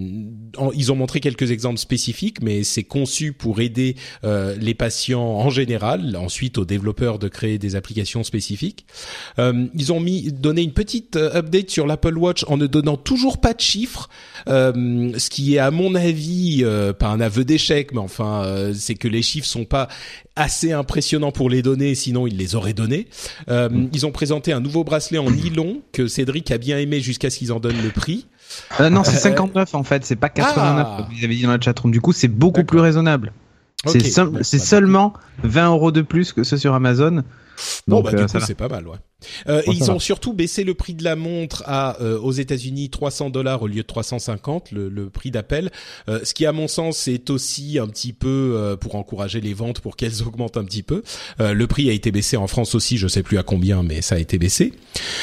en, ils ont montré quelques exemples spécifiques, mais c'est conçu pour aider euh, les patients en général, ensuite aux développeurs de créer des applications spécifiques. Euh, ils ont mis donner une petite euh, update sur l'Apple Watch en ne donnant toujours pas de chiffres, euh, ce qui est à mon avis euh, pas un aveu d'échec, mais enfin euh, c'est que les chiffres sont pas assez impressionnants pour les donner, sinon ils les auraient donnés. Euh, mmh. Ils ont présenté un nouveau bracelet en nylon que Cédric a bien aimé jusqu'à ce qu'ils en donnent le prix. Euh, non, c'est cinquante-neuf en fait, c'est pas quatre-vingt-neuf ah. comme vous avez dit dans la chatroom. Du coup, c'est beaucoup D'accord. plus raisonnable. Okay. C'est, seul, c'est seulement vingt euros de plus que ceux sur Amazon. Bon, Donc, bah, euh, du coup, c'est pas mal, ouais. Euh, bon, ils ont va. surtout baissé le prix de la montre à, euh, aux États-Unis, trois cents dollars au lieu de trois cent cinquante, le, le prix d'appel. Euh, ce qui, à mon sens, est aussi un petit peu euh, pour encourager les ventes, pour qu'elles augmentent un petit peu. Euh, le prix a été baissé en France aussi, je sais plus à combien, mais ça a été baissé.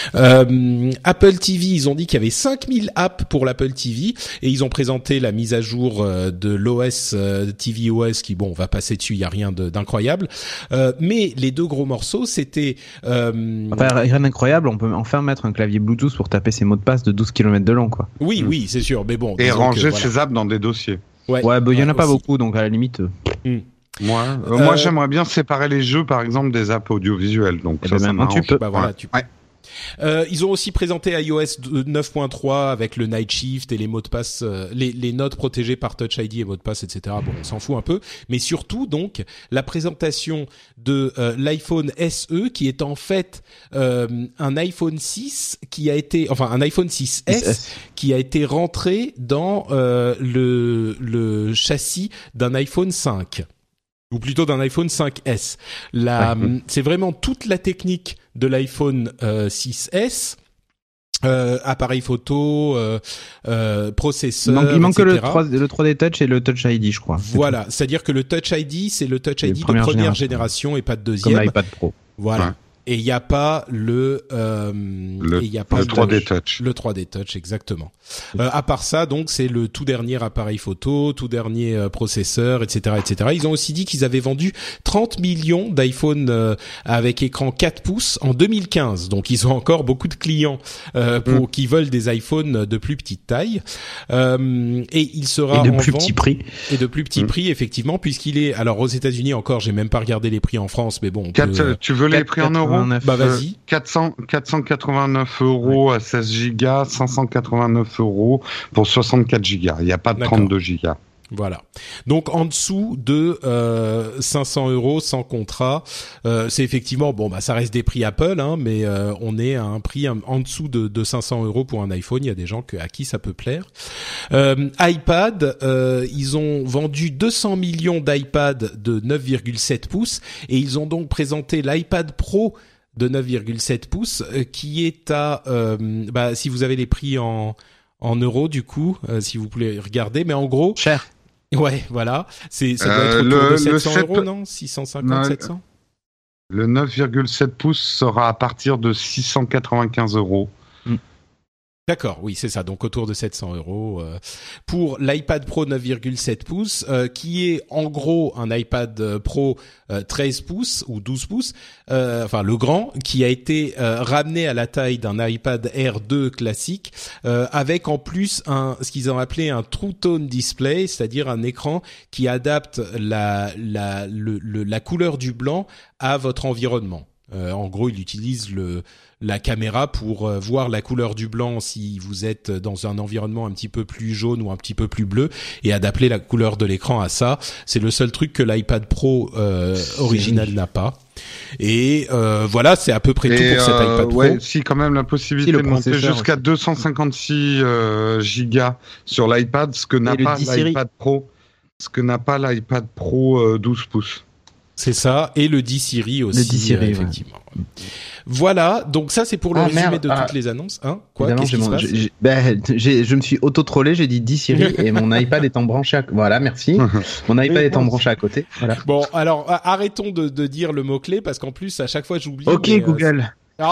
Euh, Apple T V, ils ont dit qu'il y avait cinq mille apps pour l'Apple T V et ils ont présenté la mise à jour euh, de l'O S euh, T V O S qui, bon, on va passer dessus, il y a rien de, d'incroyable. Euh, mais les deux gros morceaux, morceau, c'était... Euh... Enfin, rien d'incroyable, on peut enfin mettre un clavier Bluetooth pour taper ses mots de passe de douze kilomètres de long, quoi. Oui, mmh. oui, c'est sûr, mais bon... Et ranger que, voilà. ses apps dans des dossiers. Ouais, ouais bah, il y en a pas aussi. beaucoup, donc à la limite... Mmh. Moi, euh, euh... moi, j'aimerais bien séparer les jeux, par exemple, des apps audiovisuelles, donc ça, ben ça tu peux. Bah, voilà, tu peux. Ouais. Euh, ils ont aussi présenté iOS neuf point trois avec le Night Shift et les mots de passe, euh, les, les notes protégées par Touch I D et mots de passe, et cetera. Bon, on s'en fout un peu, mais surtout donc la présentation de euh, l'iPhone S E qui est en fait euh, un iPhone six qui a été, enfin un iPhone six S qui a été rentré dans euh, le le châssis d'un iPhone cinq. Ou plutôt d'un iPhone cinq S. La, ouais. C'est vraiment toute la technique de l'iPhone euh, six S, euh, appareil photo, euh, euh, processeur, donc, il manque et cetera. le, trois, le trois D Touch et le Touch I D, je crois. Voilà, c'est c'est-à-dire que le Touch I D, c'est le Touch I D de première génération. génération et pas de deuxième. Comme l'iPad Pro. Voilà. Ouais. Et il n'y a pas le, euh, le, y a pas le trois D Touch. Le trois D Touch, exactement. Euh, à part ça, donc, c'est le tout dernier appareil photo, tout dernier euh, processeur, et cetera, et cetera. Ils ont aussi dit qu'ils avaient vendu trente millions d'iPhone euh, avec écran quatre pouces en deux mille quinze. Donc, ils ont encore beaucoup de clients euh, pour, mmh. qui veulent des iPhones de plus petite taille. Euh, et il sera et de en plus vente, petit prix. Et de plus petit mmh. prix, effectivement, puisqu'il est. Alors, aux États-Unis encore, j'ai même pas regardé les prix en France, mais bon. quatre, peut, tu veux les prix en euros? Bah vas-y. quatre cents, quatre cent quatre-vingt-neuf euros ouais. à seize gigas, cinq cent quatre-vingt-neuf euros pour soixante-quatre gigas. Il n'y a pas de D'accord. trente-deux gigas. Voilà. Donc en dessous de euh, cinq cents euros sans contrat, euh, c'est effectivement bon bah ça reste des prix Apple, hein, mais euh, on est à un prix en dessous de, de cinq cents euros pour un iPhone. Il y a des gens que, à qui ça peut plaire. Euh, iPad, euh, ils ont vendu deux cents millions d'iPad de neuf virgule sept pouces et ils ont donc présenté l'iPad Pro de neuf virgule sept pouces euh, qui est à euh, bah si vous avez les prix en en euros du coup euh, si vous pouvez regarder, mais en gros cher. Ouais, voilà, c'est ça doit être euh, autour le, de sept cents sept... euros, non six cent cinquante, sept cents. Le neuf virgule sept pouces sera à partir de six cent quatre-vingt-quinze euros. Mm. D'accord, oui, c'est ça, donc autour de sept cents euros euh, pour l'iPad Pro neuf virgule sept pouces, euh, qui est en gros un iPad Pro euh, treize pouces ou douze pouces, euh, enfin le grand, qui a été euh, ramené à la taille d'un iPad Air deux classique, euh, avec en plus un ce qu'ils ont appelé un True Tone Display, c'est-à-dire un écran qui adapte la la le, le, la couleur du blanc à votre environnement. Euh, en gros, il utilise le la caméra pour euh, voir la couleur du blanc si vous êtes dans un environnement un petit peu plus jaune ou un petit peu plus bleu et adapter la couleur de l'écran à ça. C'est le seul truc que l'iPad Pro euh, original n'a pas. Et euh, voilà, c'est à peu près et tout pour euh, cet iPad Pro. Ouais, si quand même la possibilité si, de monter jusqu'à aussi. deux cent cinquante-six euh, gigas sur l'iPad, ce que n'a pas l'iPad Pro, ce que n'a pas l'iPad Pro euh, douze pouces. C'est ça, et le dix Siri aussi, le dix Siri, euh, effectivement. Ouais. Voilà, donc ça c'est pour le ah, résumé merde. de ah. toutes les annonces. Hein Quoi Qu'est-ce qui se passe j'ai, ben, j'ai, je me suis auto-trollé, j'ai dit dix Siri et mon iPad est en branché à... Voilà, merci. Mon iPad est en branché à côté. Voilà. Bon, alors arrêtons de, de dire le mot-clé parce qu'en plus à chaque fois j'oublie. Ok mais, Euh, Google.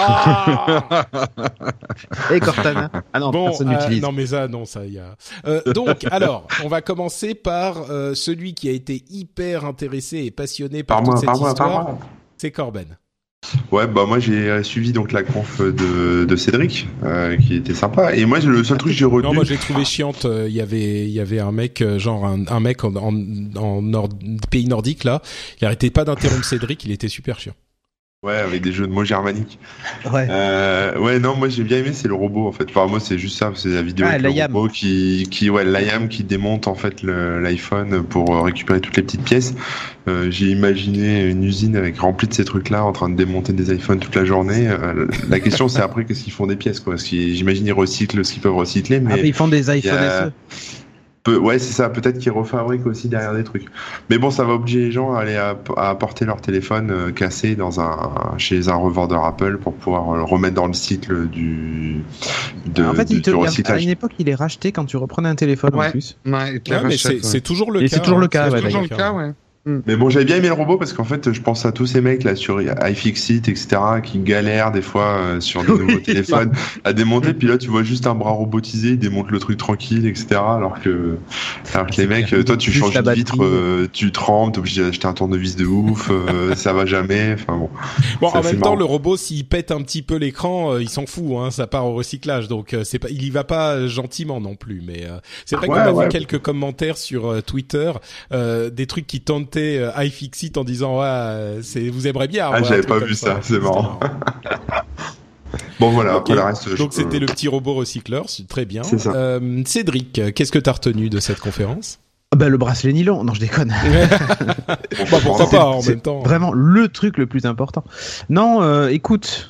Ah et Cortana. Ah non, bon, personne n'utilise. Euh, non mais ça, non ça, il y a. Euh, donc, alors, on va commencer par euh, celui qui a été hyper intéressé et passionné par, par toute moi, cette par histoire. Moi, c'est Corben. Ouais, bah moi j'ai suivi donc la conf de, de Cédric, euh, qui était sympa. Et moi le seul truc que j'ai retenu. Non, moi j'ai trouvé chiante. Il euh, y avait, il y avait un mec, genre un, un mec en, en, en nord, pays nordique là. Il arrêtait pas d'interrompre Cédric. Il était super chiant. Ouais, avec des jeux de mots germaniques. Ouais. Euh, ouais, non, moi j'ai bien aimé, c'est le robot en fait. Enfin, moi c'est juste ça, c'est la vidéo ah, avec le Layam. robot qui, qui, ouais, Layam qui démonte en fait le, l'iPhone pour récupérer toutes les petites pièces. Euh, j'ai imaginé une usine avec remplie de ces trucs-là, en train de démonter des iPhones toute la journée. Euh, la question c'est après qu'est-ce qu'ils font des pièces, quoi. Parce qu'ils, j'imagine ils recyclent ce qu'ils peuvent recycler, mais. Après ils font des iPhone a... S E. Ouais, c'est ça. Peut-être qu'ils refabriquent aussi derrière des trucs. Mais bon, ça va obliger les gens à aller à, à apporter leur téléphone euh, cassé dans un chez un revendeur Apple pour pouvoir le remettre dans le cycle du de, en fait, de, il te, du recyclage. À une époque, il est racheté quand tu reprenais un téléphone ouais. en plus. Ouais, ouais, mais c'est, ouais. c'est toujours le Et cas. c'est toujours le cas. C'est ouais, toujours le cas, ouais. Mais bon, j'avais bien aimé le robot parce qu'en fait, je pense à tous ces mecs là sur iFixit, et cetera, qui galèrent des fois euh, sur des nouveaux téléphones à démonter. Puis là, tu vois juste un bras robotisé, il démonte le truc tranquille, et cetera. Alors que, alors que les mecs, toi, tu changes de vitre, euh, tu trembles, t'es obligé d'acheter un tournevis de ouf, euh, ça va jamais. Enfin bon. Bon, en même temps, le robot, s'il pète un petit peu l'écran, euh, il s'en fout, hein, ça part au recyclage. Donc, euh, c'est pas, il y va pas gentiment non plus. Mais euh, c'est vrai ouais, qu'on a ouais. vu quelques commentaires sur euh, Twitter, euh, des trucs qui tentaient euh, iFixit en disant ouais, c'est vous aimerez bien. Ah, j'avais pas vu ça, ça. c'est marrant. Bon voilà, okay. après le reste. Donc je... c'était le petit robot recycleur, c'est très bien. C'est ça. Euh, Cédric, qu'est-ce que t'as retenu de cette conférence? Bah le bracelet nylon, non je déconne. Bah pourquoi pas en même temps. Vraiment le truc le plus important. Non, euh, écoute,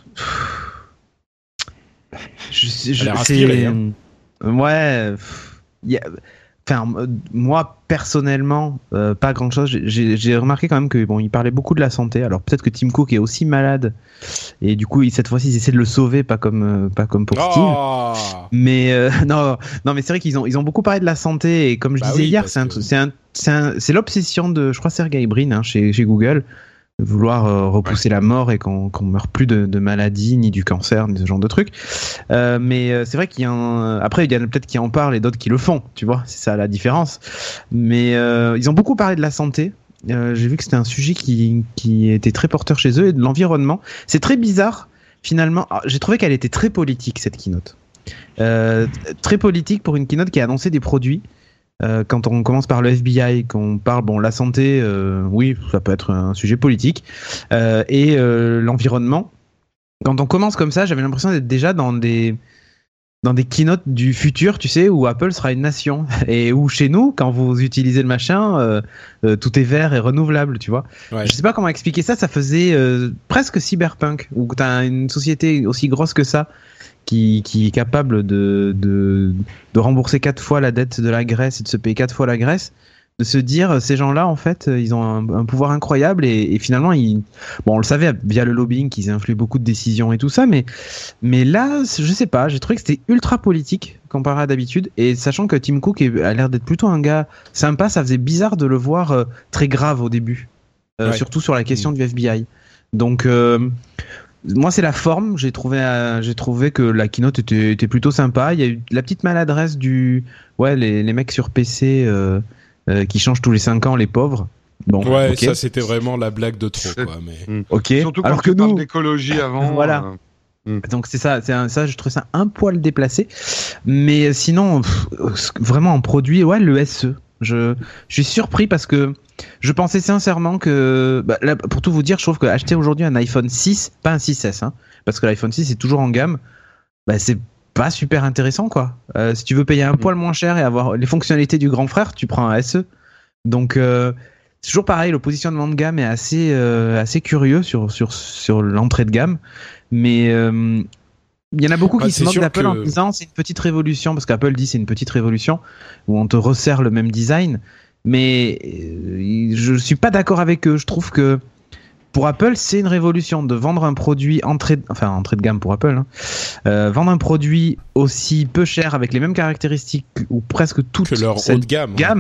je, je, c'est hein. ouais, y a... Enfin, moi personnellement, euh, pas grand chose. J'ai, j'ai remarqué quand même que bon, il parlait beaucoup de la santé. Alors peut-être que Tim Cook est aussi malade et du coup, cette fois-ci, ils essaient de le sauver, pas comme euh, pas comme pour oh Steve. Mais euh, non, non, mais c'est vrai qu'ils ont ils ont beaucoup parlé de la santé et comme je bah disais oui, hier, c'est un, que... c'est un c'est un c'est l'obsession de, je crois, Sergey Brin hein, chez chez Google. Vouloir euh, repousser ouais. la mort et qu'on qu'on meurt plus de, de maladies ni du cancer ni ce genre de trucs. Euh, mais euh, c'est vrai qu'il y a un... après il y en a peut-être qui en parlent et d'autres qui le font, tu vois, c'est ça la différence. Mais euh, ils ont beaucoup parlé de la santé. Euh, j'ai vu que c'était un sujet qui qui était très porteur chez eux et de l'environnement. C'est très bizarre finalement. Alors, j'ai trouvé qu'elle était très politique cette keynote. Euh, très politique pour une keynote qui a annoncé des produits. Euh, quand on commence par le F B I, qu'on parle, bon, la santé, euh, oui, ça peut être un sujet politique, euh, et euh, l'environnement. Quand on commence comme ça, j'avais l'impression d'être déjà dans des dans des keynotes du futur, tu sais, où Apple sera une nation, et où chez nous, quand vous utilisez le machin, euh, euh, tout est vert et renouvelable, tu vois. Ouais. Je sais pas comment expliquer ça. Ça faisait euh, presque cyberpunk, où t'as une société aussi grosse que ça. Qui, qui est capable de, de, de rembourser quatre fois la dette de la Grèce et de se payer quatre fois la Grèce, de se dire, ces gens-là, en fait, ils ont un, un pouvoir incroyable et, et finalement, ils, bon, on le savait via le lobbying qu'ils influaient beaucoup de décisions et tout ça, mais, mais là, je sais pas, j'ai trouvé que c'était ultra politique comparé à d'habitude et sachant que Tim Cook est, a l'air d'être plutôt un gars sympa, ça faisait bizarre de le voir euh, très grave au début, euh, ouais. surtout sur la question mmh. du F B I. Donc, euh, moi, c'est la forme. J'ai trouvé, euh, j'ai trouvé que la keynote était, était plutôt sympa. Il y a eu la petite maladresse du, ouais, les, les mecs sur P C euh, euh, qui changent tous les cinq ans, les pauvres. Bon, ouais, okay. ça c'était vraiment la blague de trop, quoi. Mais mmh. ok. Surtout quand alors que nous, d'écologie avant. Voilà. Euh... Donc c'est ça, c'est un, ça, je trouve ça un poil déplacé. Mais sinon, pff, vraiment en produit, ouais, le S E. Je, je suis surpris parce que je pensais sincèrement que, bah, là, pour tout vous dire, je trouve que acheter aujourd'hui un iPhone six, pas un six S, hein, parce que l'iPhone six est toujours en gamme, bah, c'est pas super intéressant, quoi. Euh, si tu veux payer un mmh. poil moins cher et avoir les fonctionnalités du grand frère, tu prends un S E. Donc, euh, c'est toujours pareil, le positionnement de gamme est assez, euh, assez curieux sur, sur, sur l'entrée de gamme, mais, euh, il y en a beaucoup qui ah, se moquent d'Apple que... en disant c'est une petite révolution, parce qu'Apple dit c'est une petite révolution où on te resserre le même design, mais euh, je suis pas d'accord avec eux. Je trouve que pour Apple c'est une révolution de vendre un produit entrée, enfin entrée de gamme pour Apple, hein, euh, vendre un produit aussi peu cher avec les mêmes caractéristiques ou presque toutes que leur haut de gamme. gamme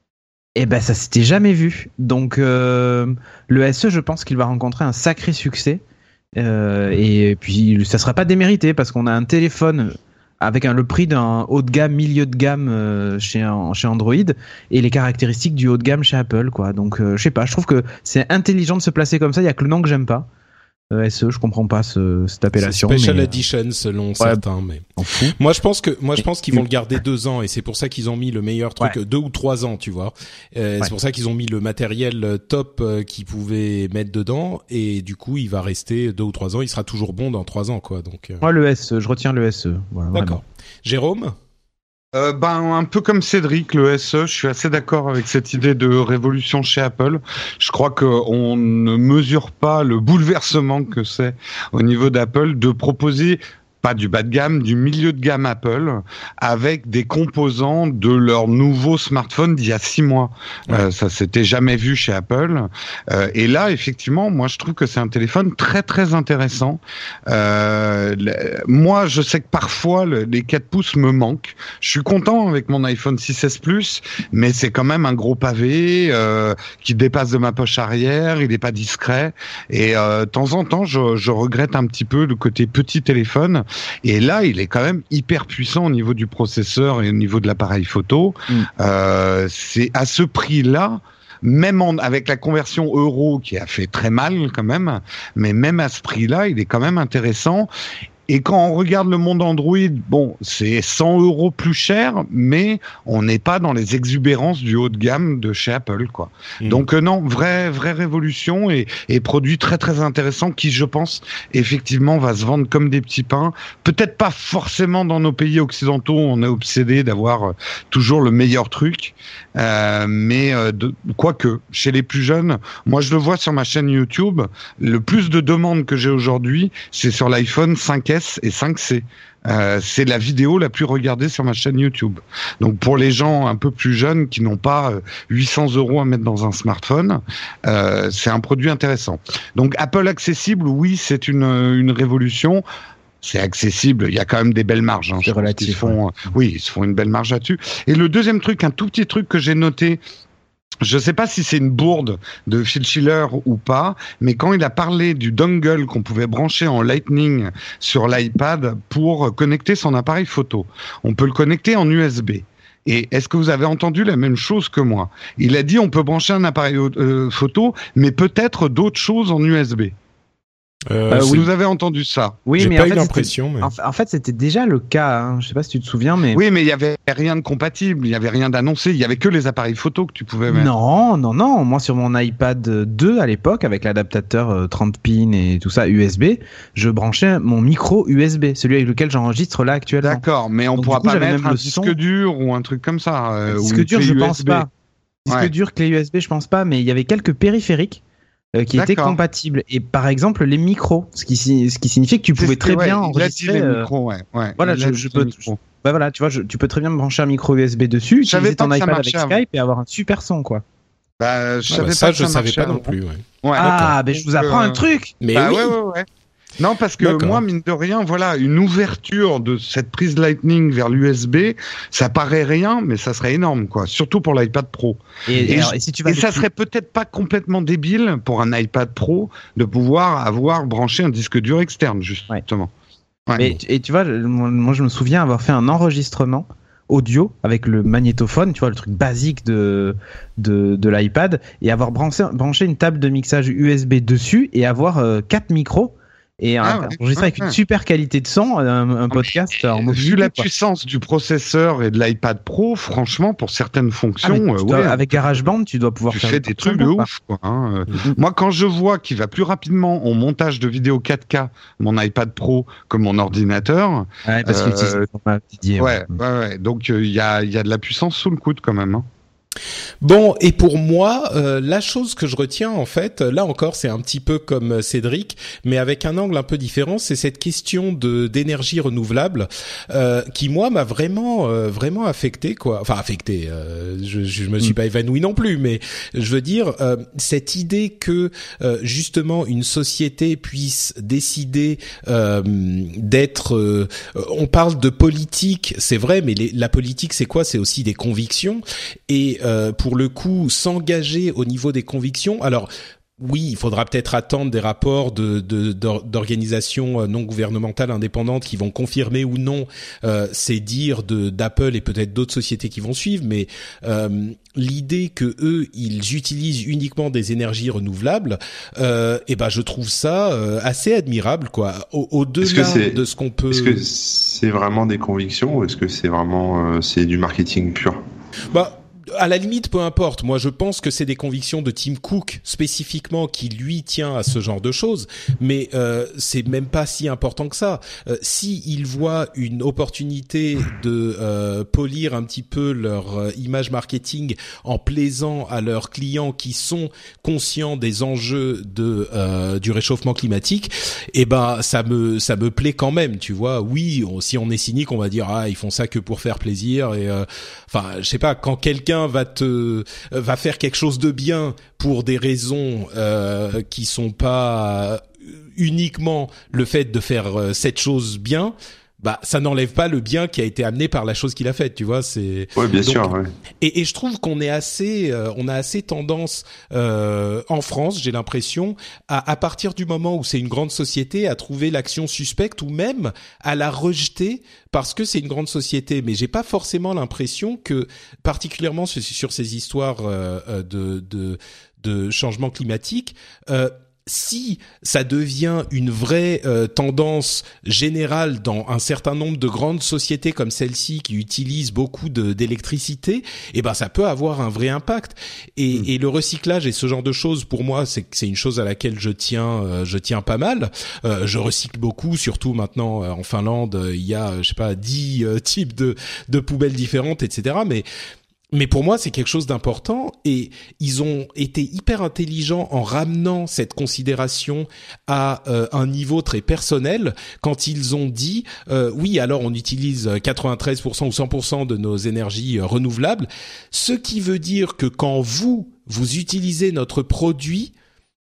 et ben ça s'était jamais vu. Donc euh, le S E, je pense qu'il va rencontrer un sacré succès. Euh, et puis ça sera pas démérité parce qu'on a un téléphone avec un, le prix d'un haut de gamme, milieu de gamme euh, chez, un, chez Android et les caractéristiques du haut de gamme chez Apple, quoi. Donc euh, je sais pas, je trouve que c'est intelligent de se placer comme ça. Il y a que le nom que j'aime pas. Euh, S E, je comprends pas ce, cette appellation. C'est Special mais, Edition selon ouais, certains, mais moi je pense que moi je pense qu'ils vont le garder deux ans et c'est pour ça qu'ils ont mis le meilleur truc ouais. deux ou trois ans, tu vois. Euh, ouais. C'est pour ça qu'ils ont mis le matériel top euh, qu'ils pouvaient mettre dedans et du coup il va rester deux ou trois ans. Il sera toujours bon dans trois ans, quoi. Donc. Euh... Moi le S E, je retiens le S E. Voilà, d'accord. Vraiment. Jérôme. Euh, ben un peu comme Cédric, le S E, je suis assez d'accord avec cette idée de révolution chez Apple. Je crois qu'on ne mesure pas le bouleversement que c'est au niveau d'Apple de proposer pas du bas de gamme, du milieu de gamme Apple, avec des composants de leur nouveau smartphone d'il y a six mois. Ouais. Euh, ça s'était jamais vu chez Apple. Euh, et là, effectivement, moi, je trouve que c'est un téléphone très très intéressant. Euh, moi, je sais que parfois le, les quatre pouces me manquent. Je suis content avec mon iPhone six S Plus, mais c'est quand même un gros pavé euh, qui dépasse de ma poche arrière. Il n'est pas discret. Et euh, de temps en temps, je, je regrette un petit peu le côté petit téléphone. Et là, il est quand même hyper puissant au niveau du processeur et au niveau de l'appareil photo. Mm. Euh, c'est à ce prix-là, même en, avec la conversion euro qui a fait très mal quand même, mais même à ce prix-là, il est quand même intéressant. Et quand on regarde le monde Android, bon, c'est cent euros plus cher, mais on n'est pas dans les exubérances du haut de gamme de chez Apple, quoi. Mmh. Donc euh, non, vraie vraie révolution et, et produit très très intéressant qui, je pense, effectivement, va se vendre comme des petits pains. Peut-être pas forcément dans nos pays occidentaux, on est obsédé d'avoir euh, toujours le meilleur truc, euh, mais euh, de, quoique chez les plus jeunes, moi je le vois sur ma chaîne YouTube, le plus de demandes que j'ai aujourd'hui, c'est sur l'iPhone cinq S et cinq C. Euh, c'est la vidéo la plus regardée sur ma chaîne YouTube. Donc pour les gens un peu plus jeunes qui n'ont pas euh, huit cents euros à mettre dans un smartphone, euh, c'est un produit intéressant. Donc Apple accessible, oui, c'est une, une révolution. C'est accessible, il y a quand même des belles marges. Hein. C'est relatif. Ils font, ouais. Oui, ils se font une belle marge là-dessus. Et le deuxième truc, un tout petit truc que j'ai noté, je sais pas si c'est une bourde de Phil Schiller ou pas, mais quand il a parlé du dongle qu'on pouvait brancher en Lightning sur l'iPad pour connecter son appareil photo, on peut le connecter en U S B. Et est-ce que vous avez entendu la même chose que moi? Il a dit on peut brancher un appareil euh, photo, mais peut-être d'autres choses en U S B. Euh, si oui. Vous avez entendu ça? Oui, J'ai mais pas en eu fait, l'impression. Mais... En, en fait, c'était déjà le cas. Hein. Je sais pas si tu te souviens, mais oui, mais il y avait rien de compatible. Il y avait rien d'annoncé. Il y avait que les appareils photo que tu pouvais mettre. Non, non, non. Moi, sur mon iPad deux à l'époque, avec l'adaptateur trente pins et tout ça U S B, je branchais mon micro U S B, celui avec lequel j'enregistre là actuellement. D'accord, mais on Donc, pourra coup, pas mettre un disque son... dur ou un truc comme ça. Euh, disque dur, je U S B. Pense pas. Disque ouais. dur, clé U S B, je pense pas. Mais il y avait quelques périphériques. Euh, qui étaient compatibles, et par exemple les micros, ce qui ce qui signifie que tu pouvais très ouais, bien enregistrer. Les micros, ouais, ouais. Voilà, je, je peux. Je, bah voilà, tu vois, je, tu peux très bien me brancher un micro U S B dessus, utiliser ton iPad avec avant. Skype et avoir un super son, quoi. Bah, je ah savais bah, pas ça, que je ça savais pas non plus. Ouais. Ouais, ah, ben bah, je vous apprends euh... un truc. Mais bah, oui. Ouais, ouais, ouais. Non, parce que d'accord. Moi, mine de rien, voilà, une ouverture de cette prise Lightning vers l'U S B, ça paraît rien, mais ça serait énorme, quoi. Surtout pour l'iPad Pro. Et, et, alors, et, si tu vas et ça serait peut-être pas complètement débile pour un iPad Pro de pouvoir avoir branché un disque dur externe, justement. Ouais. Ouais. Et, et tu vois, moi, je me souviens avoir fait un enregistrement audio avec le magnétophone, tu vois, le truc basique de de, de l'iPad, et avoir branché, branché une table de mixage U S B dessus et avoir euh, quatre micros. Et ah, ouais, enregistrer ouais, avec ouais. une super qualité de son, un, un podcast mais, en mobilité. Vu la quoi. puissance du processeur et de l'iPad Pro, franchement, pour certaines fonctions, ah, euh, dois, ouais, avec GarageBand, tu dois pouvoir tu faire fais des trucs de ouf. Quoi, hein. mm-hmm. Moi, quand je vois qu'il va plus rapidement en montage de vidéo quatre K mon iPad Pro que mon ordinateur, ouais, parce euh, que Didier, ouais, ouais, ouais, donc il euh, y a il y a de la puissance sous le coude quand même. Hein. Bon, et pour moi, euh, la chose que je retiens en fait, là encore, c'est un petit peu comme Cédric, mais avec un angle un peu différent, c'est cette question de d'énergie renouvelable euh, qui moi m'a vraiment euh, vraiment affecté quoi. Enfin affecté. Euh, je je me suis pas évanoui non plus, mais je veux dire euh, cette idée que euh, justement une société puisse décider euh, d'être. Euh, on parle de politique, c'est vrai, mais les, la politique c'est quoi? C'est aussi des convictions et Euh, pour le coup, s'engager au niveau des convictions. Alors, oui, il faudra peut-être attendre des rapports de, de, d'organisations non gouvernementales indépendantes qui vont confirmer ou non euh, ces dires de, d'Apple et peut-être d'autres sociétés qui vont suivre. Mais euh, l'idée que eux, ils utilisent uniquement des énergies renouvelables, euh, et ben, je trouve ça euh, assez admirable, quoi. Au, au-delà de ce qu'on peut. Est-ce que c'est vraiment des convictions ou est-ce que c'est vraiment euh, c'est du marketing pur? Bah. à la limite, peu importe. Moi, je pense que c'est des convictions de Tim Cook spécifiquement qui lui tient à ce genre de choses. Mais euh, c'est même pas si important que ça. Euh, si il voit une opportunité de euh, polir un petit peu leur euh, image marketing en plaisant à leurs clients qui sont conscients des enjeux de euh, du réchauffement climatique, eh ben ça me ça me plaît quand même. Tu vois, oui, on, si on est cynique, on va dire ah ils font ça que pour faire plaisir et euh, enfin je sais pas, quand quelqu'un va te va faire quelque chose de bien pour des raisons euh, qui sont pas uniquement le fait de faire euh, cette chose bien, bah ça n'enlève pas le bien qui a été amené par la chose qu'il a faite, tu vois. C'est ouais, bien donc, sûr. Ouais. Et, et je trouve qu'on est assez, euh, on a assez tendance euh, en France, j'ai l'impression, à, à partir du moment où c'est une grande société, à trouver l'action suspecte ou même à la rejeter parce que c'est une grande société. Mais j'ai pas forcément l'impression que, particulièrement sur, sur ces histoires euh, de, de de changement climatique. Euh, Si ça devient une vraie euh, tendance générale dans un certain nombre de grandes sociétés comme celle-ci qui utilisent beaucoup de, d'électricité, eh ben ça peut avoir un vrai impact. Et, mmh. et le recyclage et ce genre de choses, pour moi, c'est c'est une chose à laquelle je tiens, euh, je tiens pas mal. Euh, je recycle beaucoup, surtout maintenant euh, en Finlande, euh, il y a, je sais pas, dix euh, types de de poubelles différentes, et cetera. Mais Mais pour moi, c'est quelque chose d'important et ils ont été hyper intelligents en ramenant cette considération à euh, un niveau très personnel quand ils ont dit euh, oui, alors on utilise quatre-vingt-treize pour cent ou cent pour cent de nos énergies euh, renouvelables, ce qui veut dire que quand vous, vous utilisez notre produit,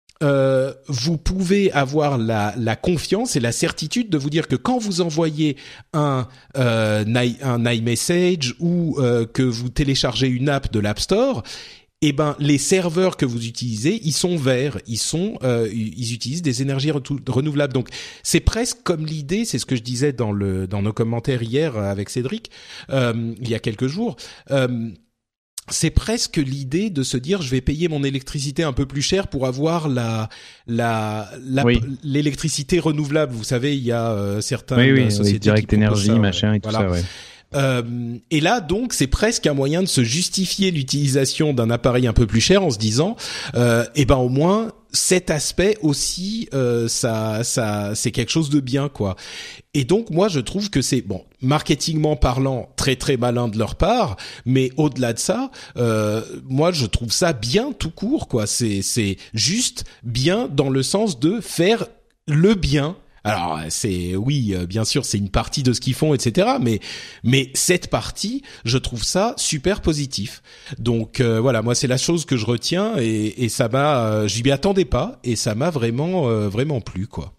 Euh, vous pouvez avoir la, la confiance et la certitude de vous dire que quand vous envoyez un euh, un iMessage ou euh, que vous téléchargez une app de l'App Store, eh ben les serveurs que vous utilisez, ils sont verts, ils sont euh, ils utilisent des énergies renouvelables. Donc c'est presque comme l'idée, c'est ce que je disais dans le dans nos commentaires hier avec Cédric euh, il y a quelques jours. Euh, c'est presque l'idée de se dire je vais payer mon électricité un peu plus cher pour avoir la la, la oui. l'électricité renouvelable. Vous savez, il y a euh, certaines oui, oui, sociétés oui, Direct qui Énergie, ça, machin et tout voilà. ça. Ouais. Euh, et là, donc, c'est presque un moyen de se justifier l'utilisation d'un appareil un peu plus cher en se disant, euh, eh ben au moins cet aspect aussi, euh, ça, ça, c'est quelque chose de bien, quoi. Et donc, moi, je trouve que c'est bon, marketingment parlant, très très malin de leur part, mais au-delà de ça, euh, moi, je trouve ça bien tout court, quoi. C'est, c'est juste bien dans le sens de faire le bien. Alors c'est oui, bien sûr, c'est une partie de ce qu'ils font, et cetera. Mais mais cette partie, je trouve ça super positif. Donc euh, voilà, moi c'est la chose que je retiens et, et ça m'a, euh, j'y m'y attendais pas et ça m'a vraiment euh, vraiment plu, quoi.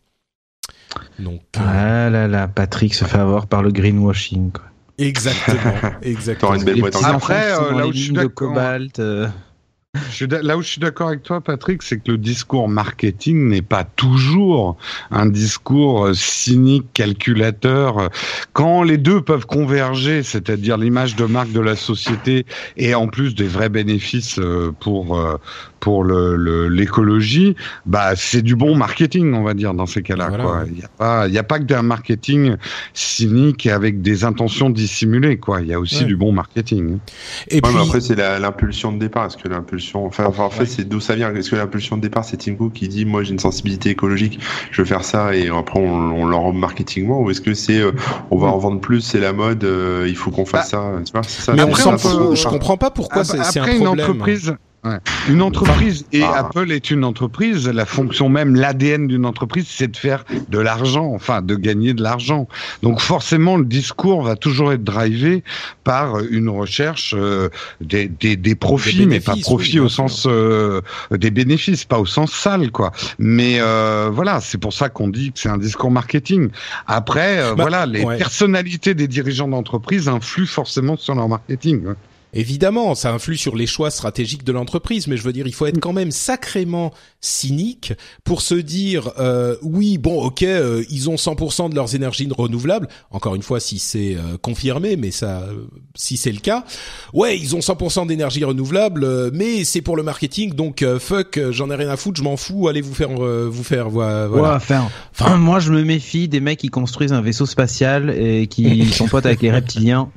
Donc euh... ah là là, Patrick se fait avoir par le greenwashing, quoi. Exactement, exactement. Une belle boîte en Après, euh, là où je suis d'accord. Cobalt, euh... Je suis là où je suis d'accord avec toi, Patrick, c'est que le discours marketing n'est pas toujours un discours cynique, calculateur. Quand les deux peuvent converger, c'est-à-dire l'image de marque de la société et en plus des vrais bénéfices pour pour le, le l'écologie, bah c'est du bon marketing, on va dire, dans ces cas-là. Voilà, quoi. ouais. Il y a pas il y a pas que d'un marketing cynique avec des intentions dissimulées, quoi. Il y a aussi ouais. du bon marketing. Et ouais, puis mais après c'est la, l'impulsion de départ. Est-ce que l'impulsion Enfin, enfin, en fait, ouais. c'est d'où ça vient. Est-ce que l'impulsion de départ, c'est Tim Cook qui dit, moi, j'ai une sensibilité écologique, je veux faire ça, et après, on, on l'enrobe marketingement, ou est-ce que c'est, euh, on va en vendre plus, c'est la mode, euh, il faut qu'on fasse bah, ça, tu vois, c'est ça. Mais on s'en fout. Je comprends pas pourquoi après, c'est, c'est un après, problème. Une entreprise. Ouais. Une entreprise, et ah. Apple est une entreprise, la fonction même, l'A D N d'une entreprise, c'est de faire de l'argent, enfin de gagner de l'argent. Donc forcément, le discours va toujours être drivé par une recherche euh, des, des, des profits, des mais pas profits oui, au sens euh, des bénéfices, pas au sens sale, quoi. Mais euh, voilà, c'est pour ça qu'on dit que c'est un discours marketing. Après, euh, bah, voilà, les ouais. personnalités des dirigeants d'entreprise influent forcément sur leur marketing. Ouais. Évidemment, ça influe sur les choix stratégiques de l'entreprise, mais je veux dire, il faut être quand même sacrément cynique pour se dire euh, oui, bon, ok, euh, ils ont cent pour cent de leurs énergies renouvelables. Encore une fois, si c'est euh, confirmé, mais ça, euh, si c'est le cas, ouais, ils ont cent pour cent d'énergie renouvelable, euh, mais c'est pour le marketing, donc euh, fuck, j'en ai rien à foutre, je m'en fous, allez vous faire, euh, vous faire, voilà. Ouais, enfin, enfin, moi, je me méfie des mecs qui construisent un vaisseau spatial et qui sont potes avec les reptiliens.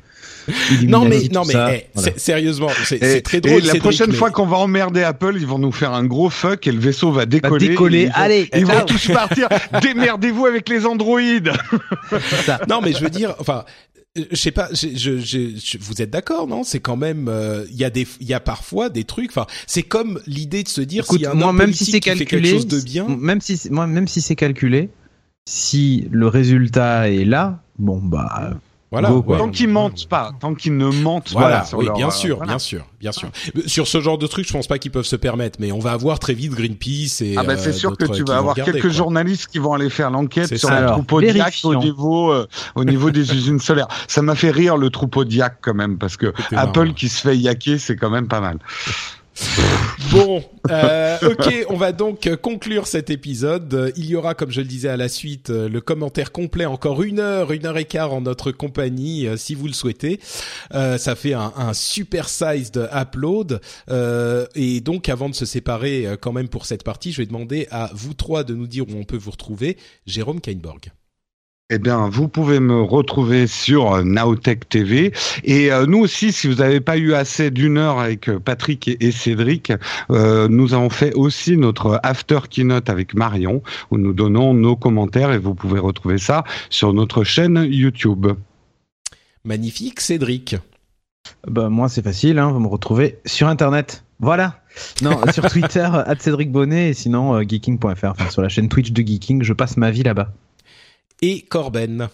Non mais non mais hey, voilà. c'est, sérieusement, c'est, et, c'est très drôle. Et la Cédric, prochaine mais... fois qu'on va emmerder Apple, ils vont nous faire un gros fuck et le vaisseau va décoller. Va décoller. Ils vont, Allez, ils vont tous partir. Démerdez-vous avec les androïdes. Non mais je veux dire, enfin. Je sais pas, je, je, je, vous êtes d'accord, non? C'est quand même, il euh, y a des, il y a parfois des trucs. Enfin, c'est comme l'idée de se dire Écoute, s'il y a un moi, homme même politique si c'est qui calculé, fait quelque chose de bien, même si, moi, même si c'est calculé, si le résultat est là, bon bah. Voilà. Go, Ouais. Tant qu'ils mentent pas, tant qu'ils ne mentent voilà, pas. Sur oui, leur, bien euh, sûr, voilà. bien sûr, bien sûr. Sur ce genre de trucs, je pense pas qu'ils peuvent se permettre, mais on va avoir très vite Greenpeace et. Ah ben c'est euh, sûr que tu vas avoir regarder, quelques quoi. journalistes qui vont aller faire l'enquête C'est sur ça. le Alors, troupeau Diac vérifions. au niveau euh, au niveau des usines solaires. Ça m'a fait rire le troupeau Diac quand même parce que C'était Apple marrant. qui se fait yaquer, c'est quand même pas mal. Bon, euh, ok, on va donc conclure cet épisode. Il y aura, comme je le disais à la suite, le commentaire complet, encore une heure, une heure et quart en notre compagnie, si vous le souhaitez. Euh, ça fait un, un super sized upload. Euh, et donc, avant de se séparer, quand même pour cette partie, je vais demander à vous trois de nous dire où on peut vous retrouver. Jérôme Kainborg. Eh bien, vous pouvez me retrouver sur Nowtech T V. Et euh, nous aussi, si vous n'avez pas eu assez d'une heure avec Patrick et, et Cédric, euh, nous avons fait aussi notre After Keynote avec Marion, où nous donnons nos commentaires et vous pouvez retrouver ça sur notre chaîne YouTube. Magnifique, Cédric. Bah moi c'est facile, hein, vous me retrouvez sur internet. Voilà. Non, sur Twitter arobase Cédric Bonnet et sinon euh, geeking point f r, enfin sur la chaîne Twitch de Geeking, je passe ma vie là-bas. Et Corben.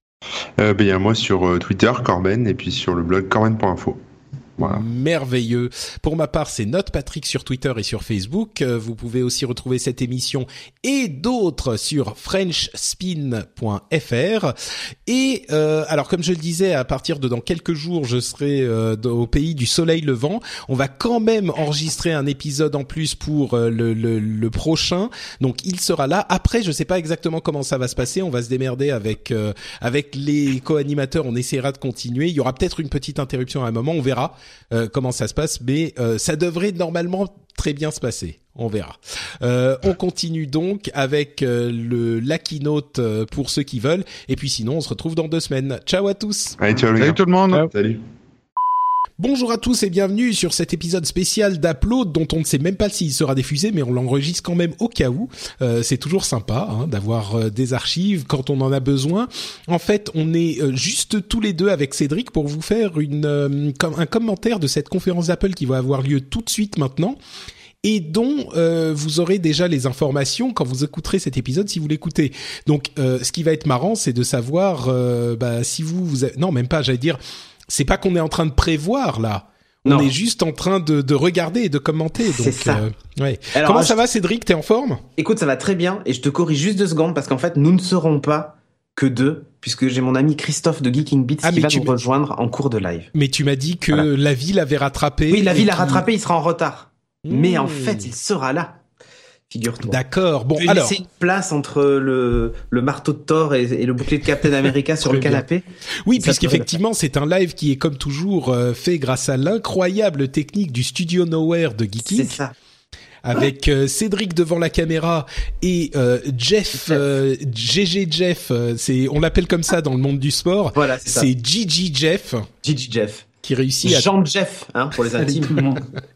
Euh, ben, il y a moi sur euh, Twitter, Corben, et puis sur le blog corben point info. Voilà. Merveilleux. Pour ma part, c'est Note Patrick sur Twitter et sur Facebook. Euh, vous pouvez aussi retrouver cette émission et d'autres sur french spin point f r. Et euh, alors, comme je le disais, à partir de dans quelques jours, je serai euh, au pays du soleil levant. On va quand même enregistrer un épisode en plus pour euh, le, le, le prochain. Donc, il sera là. Après, je sais pas exactement comment ça va se passer. On va se démerder avec euh, avec les co-animateurs. On essaiera de continuer. Il y aura peut-être une petite interruption à un moment. On verra. Euh, comment ça se passe, mais euh, ça devrait normalement très bien se passer. On verra. Euh, on continue donc avec euh, le la keynote euh, pour ceux qui veulent, et puis sinon on se retrouve dans deux semaines. Ciao à tous. Allez, ciao les gars. Salut tout le monde. Ciao. Salut. Bonjour à tous et bienvenue sur cet épisode spécial d'Upload dont on ne sait même pas s'il sera diffusé, mais on l'enregistre quand même au cas où. Euh, c'est toujours sympa hein, d'avoir euh, des archives quand on en a besoin. En fait, on est euh, juste tous les deux avec Cédric pour vous faire une euh, com- un commentaire de cette conférence d'Apple qui va avoir lieu tout de suite maintenant, et dont euh, vous aurez déjà les informations quand vous écouterez cet épisode, si vous l'écoutez. Donc, euh, ce qui va être marrant, c'est de savoir euh, bah, si vous... vous avez... Non, même pas, j'allais dire... C'est pas qu'on est en train de prévoir là, on non. est juste en train de, de regarder et de commenter. Donc, c'est ça. Euh, ouais. Alors, Comment je... ça va, Cédric? T'es en forme? Écoute, ça va très bien et je te corrige juste deux secondes parce qu'en fait, nous ne serons pas que deux puisque j'ai mon ami Christophe de Geeking Beats ah, qui va nous m... rejoindre en cours de live. Mais tu m'as dit que voilà. la ville avait rattrapé. Oui, la ville qui... a rattrapé, il sera en retard. Mmh. Mais en Mmh. fait, il sera là. Figure-toi. D'accord. Bon, je vais alors. laisser une place entre le, le marteau de Thor et, et le bouclier de Captain America sur le canapé. Oui, puisqu'effectivement, c'est un live qui est comme toujours euh, fait grâce à l'incroyable technique du Studio Nowhere de Geeking. C'est ça. Avec euh, Cédric devant la caméra et euh, Jeff, euh, G G Jeff, euh, c'est, on l'appelle comme ça dans le monde du sport. Voilà, c'est ça. C'est Gigi Jeff. Gigi Jeff. Qui réussit à... Jean Jeff, hein, pour les intimes.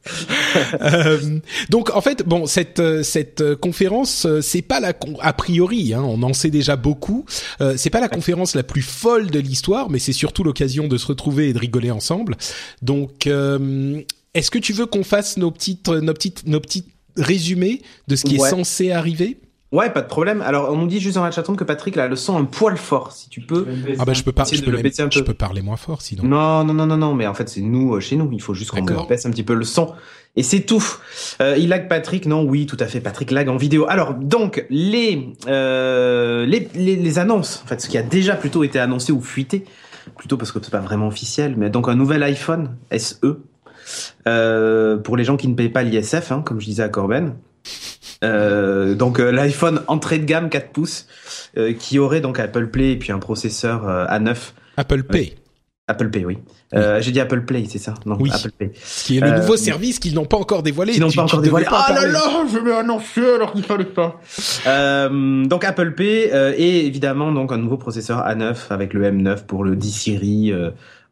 euh, donc en fait, bon, cette cette conférence, c'est pas la con- a priori, hein, on en sait déjà beaucoup. Euh, c'est pas la conférence la plus folle de l'histoire, mais c'est surtout l'occasion de se retrouver et de rigoler ensemble. Donc, euh, est-ce que tu veux qu'on fasse nos petites nos petites nos petits résumés de ce qui ouais. est censé arriver? Ouais, pas de problème. Alors, on nous dit juste dans la chatroom que Patrick a le son un poil fort. Si tu peux. Ah bah je peux pas, je peux, le même, baisser un peu. je peux parler moins fort sinon. Non, non, non, non, non. Mais en fait, c'est nous, euh, chez nous. Il faut juste qu'on me baisse un petit peu le son. Et c'est tout. Euh, il lag Patrick. Non, oui, tout à fait. Patrick lag en vidéo. Alors, donc, les, euh, les, les, les annonces. En fait, ce qui a déjà plutôt été annoncé ou fuité. Plutôt parce que c'est pas vraiment officiel. Mais donc, un nouvel iPhone S E. Euh, pour les gens qui ne payent pas l'I S F, hein, comme je disais à Corben. Euh, donc euh, l'iPhone entrée de gamme quatre pouces euh, qui aurait donc Apple Play et puis un processeur euh, A neuf. Apple Pay. Euh, Apple Pay, oui. Euh, j'ai dit Apple Play, c'est ça? Non, oui. Apple Pay. Ce qui est le euh, nouveau service qu'ils n'ont pas encore dévoilé. Ils n'ont tu, pas encore dévoilé. Ah là là là, je vais annoncer alors qu'il fallait pas. euh, donc Apple Pay euh, et évidemment donc un nouveau processeur A neuf avec le M neuf pour le D-Series. Euh,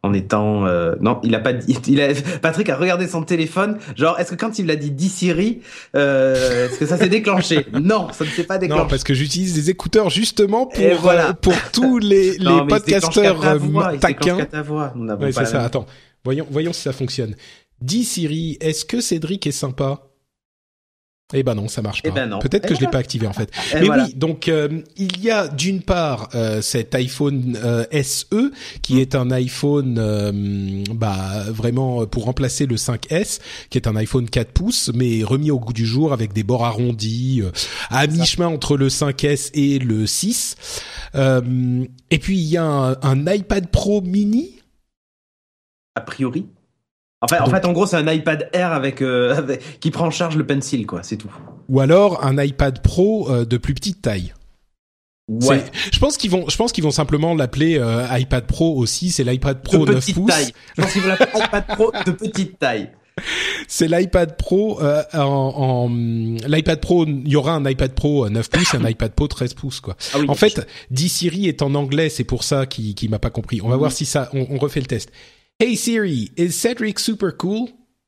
en étant euh, non, il a pas dit, il a Patrick a regardé son téléphone, genre est-ce que quand il l'a dit dis Siri, euh, est-ce que ça s'est déclenché? Non, ça ne s'est pas déclenché. Non, parce que j'utilise des écouteurs justement pour Et voilà. euh, pour tous les non, les podcasteurs taquins. Ouais, c'est ça. Attends, voyons voyons si ça fonctionne. Dis Siri, est-ce que Cédric est sympa? Eh ben non, ça marche pas. Eh ben non. Peut-être Et que voilà. je l'ai pas activé en fait. Et Mais voilà. oui, donc euh, il y a d'une part euh, cet iPhone euh, S E qui est un iPhone euh, bah vraiment pour remplacer le cinq S qui est un iPhone quatre pouces mais remis au goût du jour avec des bords arrondis euh, à mi-chemin entre le cinq S et le six. Euh, et puis il y a un, un iPad Pro mini. A priori. Enfin, en Donc, fait, en gros, c'est un iPad Air avec, euh, avec qui prend en charge le pencil, quoi. C'est tout. Ou alors un iPad Pro euh, de plus petite taille. Ouais. C'est, je pense qu'ils vont, je pense qu'ils vont simplement l'appeler euh, iPad Pro aussi. C'est l'iPad Pro de neuf petite pouces. taille. Je pense qu'ils vont l'appeler iPad Pro de petite taille. C'est l'iPad Pro euh, en, en l'iPad Pro. Il y aura un iPad Pro neuf pouces et un iPad Pro treize pouces quoi. Ah oui, en fait, Dis Siri est en anglais, c'est pour ça qu'il, qu'il m'a pas compris. On va mm-hmm. voir si ça. On, on refait le test. Hey Siri, is Cedric super cool?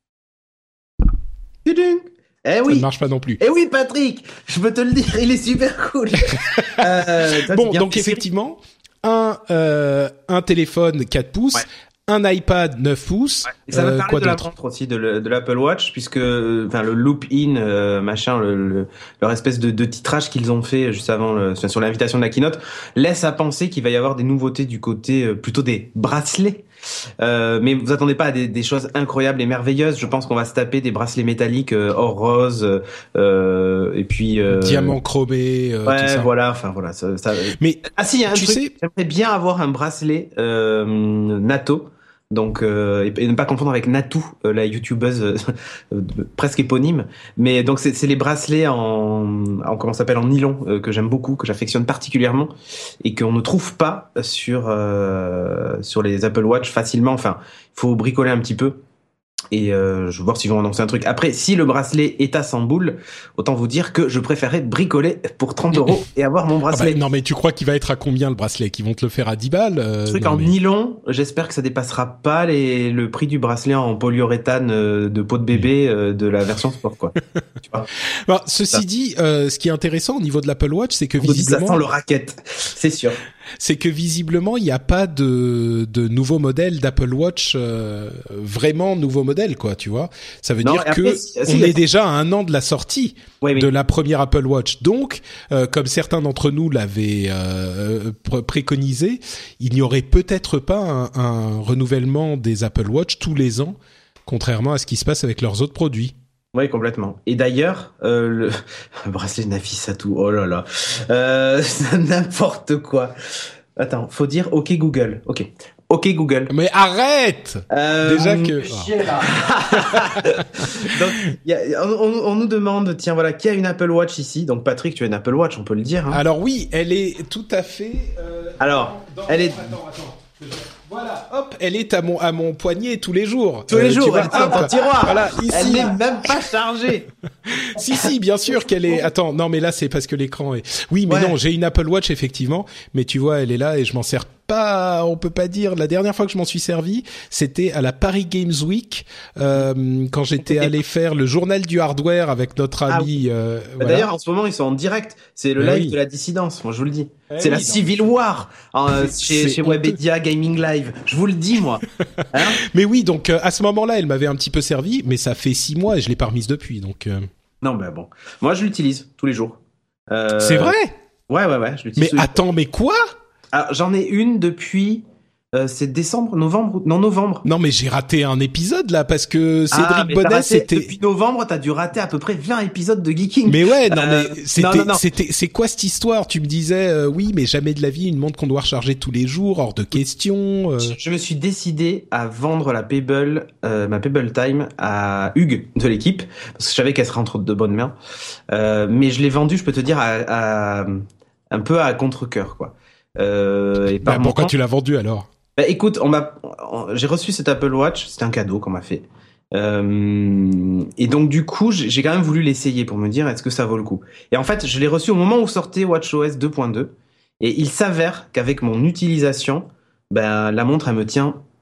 Tudung. Eh oui. Ça ne marche pas non plus. Eh oui, Patrick, je peux te le dire, il est super cool. euh, toi, bon, donc effectivement, un euh, un téléphone quatre pouces. Ouais. Un iPad neuf pouces. Ouais. Et ça va euh, parler quoi de d'autre? la montre aussi, de, le, de l'Apple Watch, puisque enfin le loop in euh, machin, le, le, leur espèce de, de titrage qu'ils ont fait juste avant le, sur l'invitation de la keynote laisse à penser qu'il va y avoir des nouveautés du côté euh, plutôt des bracelets. Euh, mais vous attendez pas à des, des choses incroyables et merveilleuses. Je pense qu'on va se taper des bracelets métalliques euh, or rose euh, et puis euh, diamant chromé. Euh, ouais, tout ça. voilà. Enfin voilà. Ça, ça... Mais ah si, il y a un tu truc. sais, j'aimerais bien avoir un bracelet euh, NATO. Donc euh, et, et ne pas confondre avec Natou, euh, la youtubeuse euh, presque éponyme. Mais donc c'est, c'est les bracelets en, en comment ça s'appelle en nylon euh, que j'aime beaucoup, que j'affectionne particulièrement et qu'on ne trouve pas sur euh, sur les Apple Watch facilement. Enfin, il faut bricoler un petit peu. Et euh, je vais voir s'ils vont annoncer un truc. Après, si le bracelet est à cent boules, autant vous dire que je préférais bricoler pour trente euros et avoir mon bracelet. Ah bah, non, mais tu crois qu'il va être à combien le bracelet? Qu'ils vont te le faire à dix balles euh, Ce truc non, en mais... nylon, j'espère que ça dépassera pas les, le prix du bracelet en polyuréthane euh, de peau de bébé euh, de la version sport, quoi. Tu vois. Bon, ceci ça. dit, euh, ce qui est intéressant au niveau de l'Apple Watch, c'est que on visiblement... dit ça sent le racket, c'est sûr. C'est que visiblement, il n'y a pas de, de nouveau modèle d'Apple Watch, euh, vraiment nouveau modèle, quoi, tu vois. Ça veut non, dire que après, si, on si, est si. déjà à un an de la sortie oui, oui. de la première Apple Watch. Donc, euh, comme certains d'entre nous l'avaient euh, préconisé, il n'y aurait peut-être pas un, un renouvellement des Apple Watch tous les ans, contrairement à ce qui se passe avec leurs autres produits. Oui, complètement. Et d'ailleurs, euh, le bracelet Nafissatou, oh là là, euh, n'importe quoi. Attends, faut dire OK Google. OK. OK Google. Mais arrête euh, Déjà que... Chier, là. Donc, y a, on, on nous demande, tiens, voilà, qui a une Apple Watch ici? Donc, Patrick, tu as une Apple Watch, on peut le dire. Hein. Alors oui, elle est tout à fait... Euh, Alors, dans, dans, elle est... Attends, attends. Voilà, hop, elle est à mon à mon poignet tous les jours. Tous les euh, jours, vois, elle est dans ton tiroir. Voilà, ici. Elle n'est même pas chargée. si si, bien sûr qu'elle est. Attends, non mais là c'est parce que l'écran est. Oui, mais ouais. non, j'ai une Apple Watch effectivement, mais tu vois, elle est là et je m'en sers pas. On peut pas dire. La dernière fois que je m'en suis servi, c'était à la Paris Games Week euh, quand j'étais allé faire le journal du hardware avec notre ami. Ah, oui. euh, bah, voilà. D'ailleurs, en ce moment, ils sont en direct. C'est le bah, live oui. de la dissidence. Moi, je vous le dis. Eh c'est oui, la Civil War hein, chez, chez Webedia Gaming Live. Je vous le dis, moi. Hein mais oui, donc euh, à ce moment-là, elle m'avait un petit peu servi, mais ça fait six mois et je l'ai pas remise depuis. Donc. Euh... Non, ben bah, bon. Moi, je l'utilise tous les jours. Euh... C'est vrai? Ouais, ouais, ouais. Je l'utilise. Mais attends, mais quoi? Alors, j'en ai une depuis. Euh, c'est décembre, novembre, non novembre. Non mais j'ai raté un épisode là parce que Cédric ah, Bonnet c'était depuis novembre, t'as dû rater à peu près vingt épisodes de Geeking. Mais ouais, non euh, mais c'était non, non, non. c'était c'est quoi cette histoire? Tu me disais euh, oui, mais jamais de la vie une montre qu'on doit recharger tous les jours, hors de question. Euh... Je, je me suis décidé à vendre la Pebble, euh, ma Pebble Time à Hugues de l'équipe parce que je savais qu'elle serait entre de bonnes mains. Euh, mais je l'ai vendue, je peux te dire à, à un peu à contre-cœur quoi. Euh, et par bah, pourquoi temps, tu l'as vendue alors? Bah écoute, on m'a, on, j'ai reçu cette Apple Watch, c'était un cadeau qu'on m'a fait. Euh, et donc du coup, j'ai, j'ai quand même voulu l'essayer pour me dire est-ce que ça vaut le coup. Et en fait, je l'ai reçu au moment où sortait WatchOS deux point deux. Et il s'avère qu'avec mon utilisation, ben la montre elle me tient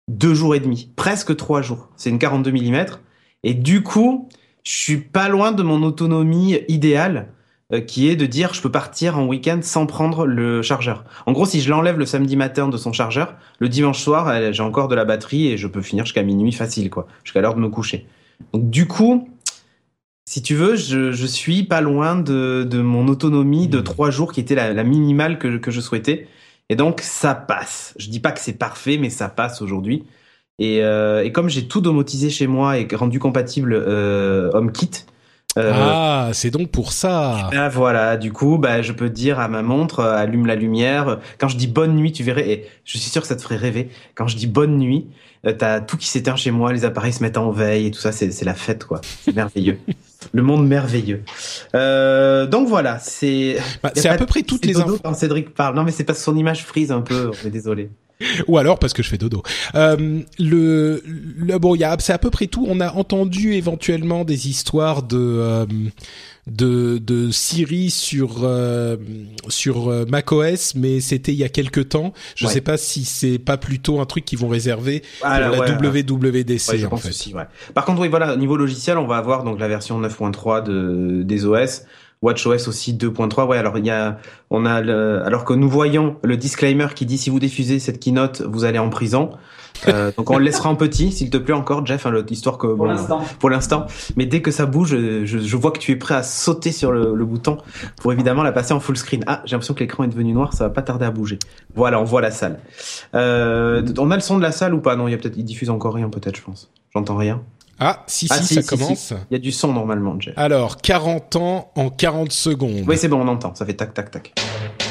deux jours et demi, presque trois jours. C'est une quarante-deux millimètres. Et du coup, je suis pas loin de mon autonomie idéale, euh, qui est de dire je peux partir en week-end sans prendre le chargeur. En gros, si je l'enlève le samedi matin de son chargeur, le dimanche soir, elle, j'ai encore de la batterie et je peux finir jusqu'à minuit facile, quoi, jusqu'à l'heure de me coucher. Donc du coup, si tu veux, je, je suis pas loin de, de mon autonomie de trois jours qui était la, la minimale que, que je souhaitais. Et donc, ça passe. Je dis pas que c'est parfait, mais ça passe aujourd'hui. Et, euh, et comme j'ai tout domotisé chez moi et rendu compatible euh, HomeKit. Euh, ah, c'est donc pour ça. Ah, voilà, du coup, bah, je peux dire à ma montre, euh, allume la lumière. Quand je dis bonne nuit, tu verrais, et je suis sûr que ça te ferait rêver. Quand je dis bonne nuit, euh, t'as tout qui s'éteint chez moi, les appareils se mettent en veille et tout ça, c'est, c'est la fête, quoi. C'est merveilleux. Le monde merveilleux. Euh, donc voilà, c'est. Bah, c'est à peu près toutes les infos. Quand Cédric parle, non mais c'est parce que son image frise un peu. On est désolé. Ou alors parce que je fais dodo. Euh, le, le bon, il y a, c'est à peu près tout. On a entendu éventuellement des histoires de euh, de de Siri sur euh, sur euh, macOS, mais c'était il y a quelque temps. Je ouais. sais pas si c'est pas plutôt un truc qu'ils vont réserver ah, pour là, la ouais, W W D C ouais, je en pense fait. Aussi, ouais. Par contre, oui, voilà, au niveau logiciel, on va avoir donc la version neuf point trois de des O S. WatchOS aussi deux point trois. Ouais, alors il y a, on a le, alors que nous voyons le disclaimer qui dit si vous diffusez cette keynote, vous allez en prison. Euh, donc on le laissera en petit, s'il te plaît encore, Jeff, hein, l'histoire que pour bon, l'instant. Pour l'instant. Mais dès que ça bouge, je, je vois que tu es prêt à sauter sur le, le bouton pour évidemment la passer en full screen. Ah, j'ai l'impression que l'écran est devenu noir, ça va pas tarder à bouger. Voilà, on voit la salle. Euh, on a le son de la salle ou pas? Non, il y a peut-être, il diffuse encore rien, peut-être, je pense. J'entends rien. Ah, si, ah, si, si, ça si, commence. Si. Il y a du son normalement, Jeff. Alors, quarante ans en quarante secondes. Oui, c'est bon, on entend. Ça fait tac, tac, tac.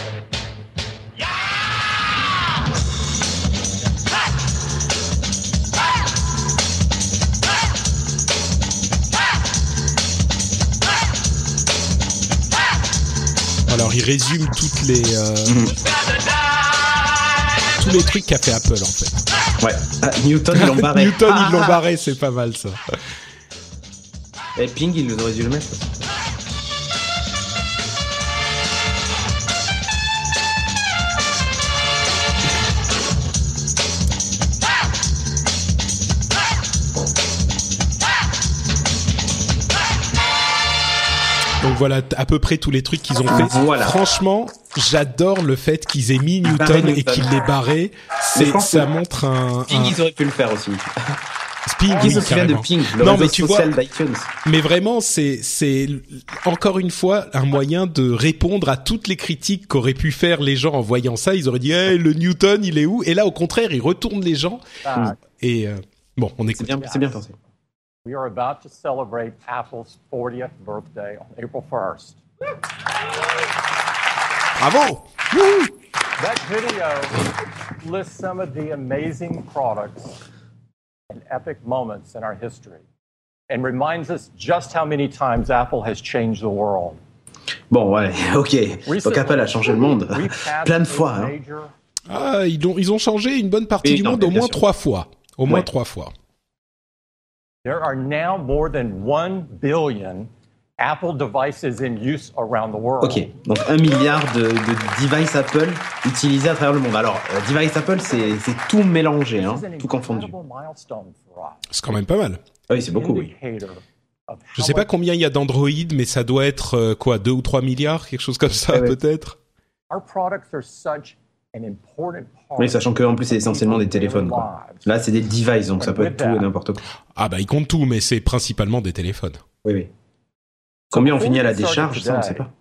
Alors, il résume toutes les... Euh... Mm-hmm. tous les trucs qu'a fait Apple, en fait. Ouais. Ah, Newton, ils l'ont barré. Newton, ah, ils l'ont barré, c'est pas mal, ça. Et Ping, ils auraient dû le mettre. Donc voilà à peu près tous les trucs qu'ils ont fait. Voilà. Franchement, j'adore le fait qu'ils aient mis Newton et qu'ils l'aient barré. C'est, ça montre un... Ping, un... ils auraient pu le faire aussi. Ping, Qui oui, se souvient de Ping, le non, réseau mais tu social vois, d'iTunes. Mais vraiment, c'est, c'est encore une fois un moyen de répondre à toutes les critiques qu'auraient pu faire les gens en voyant ça. Ils auraient dit, hey, le Newton, il est où? Et là, au contraire, ils retournent les gens. Ah. Et euh, bon, on écoute. C'est bien, c'est bien pensé. We are about to celebrate Apple's fortieth birthday on April first. Bravo! That video lists some of the amazing products and epic moments in our history and reminds us just how many times Apple has changed the world. Bon, ouais, ok. Donc Apple a changé le monde plein de fois. Hein. Ah, ils ont, ils ont changé une bonne partie Et du non, monde au moins sûr. trois fois. Au ouais. moins trois fois. There are now more than one billion Apple devices in use around the world. Ok, donc un milliard de, de devices Apple utilisés à travers le monde. Alors, euh, device Apple, c'est, c'est tout mélangé, hein, tout confondu. C'est quand même pas mal. Ah oui, c'est beaucoup, oui. Je sais pas combien il y a d'Android, mais ça doit être euh, quoi, deux ou trois milliards, quelque chose comme ça, ouais, peut-être. Our products are such an important part. Oui, sachant que en plus c'est essentiellement des téléphones, quoi. Là, c'est des devices, donc ça peut être tout et n'importe quoi. Ah bah, ils comptent tout, mais c'est principalement des téléphones. Oui, oui. Combien on finit à la décharge, ça, on ne sait pas.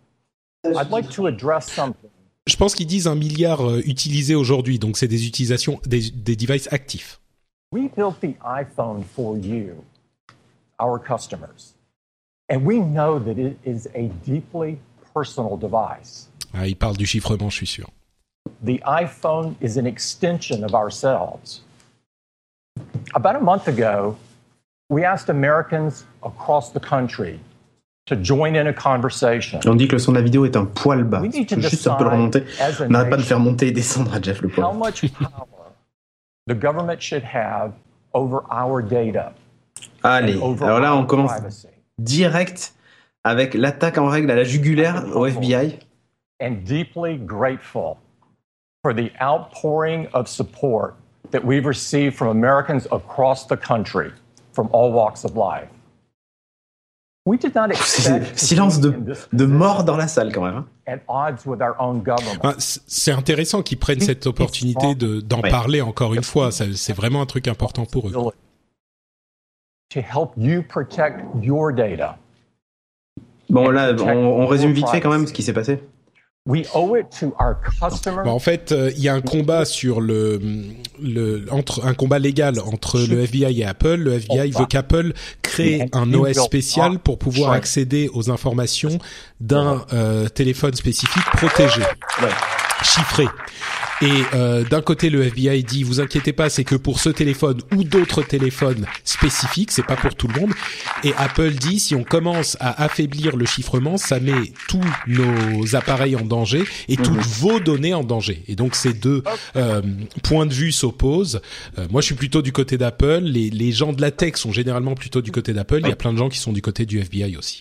Je pense qu'ils disent un milliard euh, utilisés aujourd'hui, donc c'est des utilisations, des, des devices actifs. We built the iPhone for you, our customers, and we know that it is a deeply personal device. Ah, il parle du chiffrement, je suis sûr. The iPhone is an extension of ourselves. About a month ago, we asked Americans across the country to join in a conversation. On dit que le son de la vidéo est un poil bas. Je peux juste un peu le remonter. On n'arrête pas de faire monter et descendre à Jeff le poil. How much power the government should have over our data. Allez, alors là on commence direct avec l'attaque en règle à la jugulaire au F B I. And deeply grateful for the outpouring of support that we've received from Americans across the country, from all walks of life. We did not expect silence de, de mort dans la salle quand même. At odds with our own government. C'est intéressant qu'ils prennent cette opportunité de, d'en ouais. parler encore une fois. Ça, c'est vraiment un truc important pour eux. To help you protect your data. Bon là, on, on résume vite fait quand même ce qui s'est passé. We owe it to our customers. Bah en fait, il euh, y a un combat sur le, le entre un combat légal entre le F B I et Apple. Le F B I veut qu'Apple crée un O S spécial pour pouvoir accéder aux informations d'un euh, téléphone spécifique protégé, ouais. chiffré. Et euh, d'un côté, le F B I dit, vous inquiétez pas, c'est que pour ce téléphone ou d'autres téléphones spécifiques, c'est pas pour tout le monde. Et Apple dit, si on commence à affaiblir le chiffrement, ça met tous nos appareils en danger et toutes mmh. vos données en danger. Et donc ces deux euh, points de vue s'opposent. Euh, moi, je suis plutôt du côté d'Apple. Les, les gens de la tech sont généralement plutôt du côté d'Apple. Il y a plein de gens qui sont du côté du F B I aussi.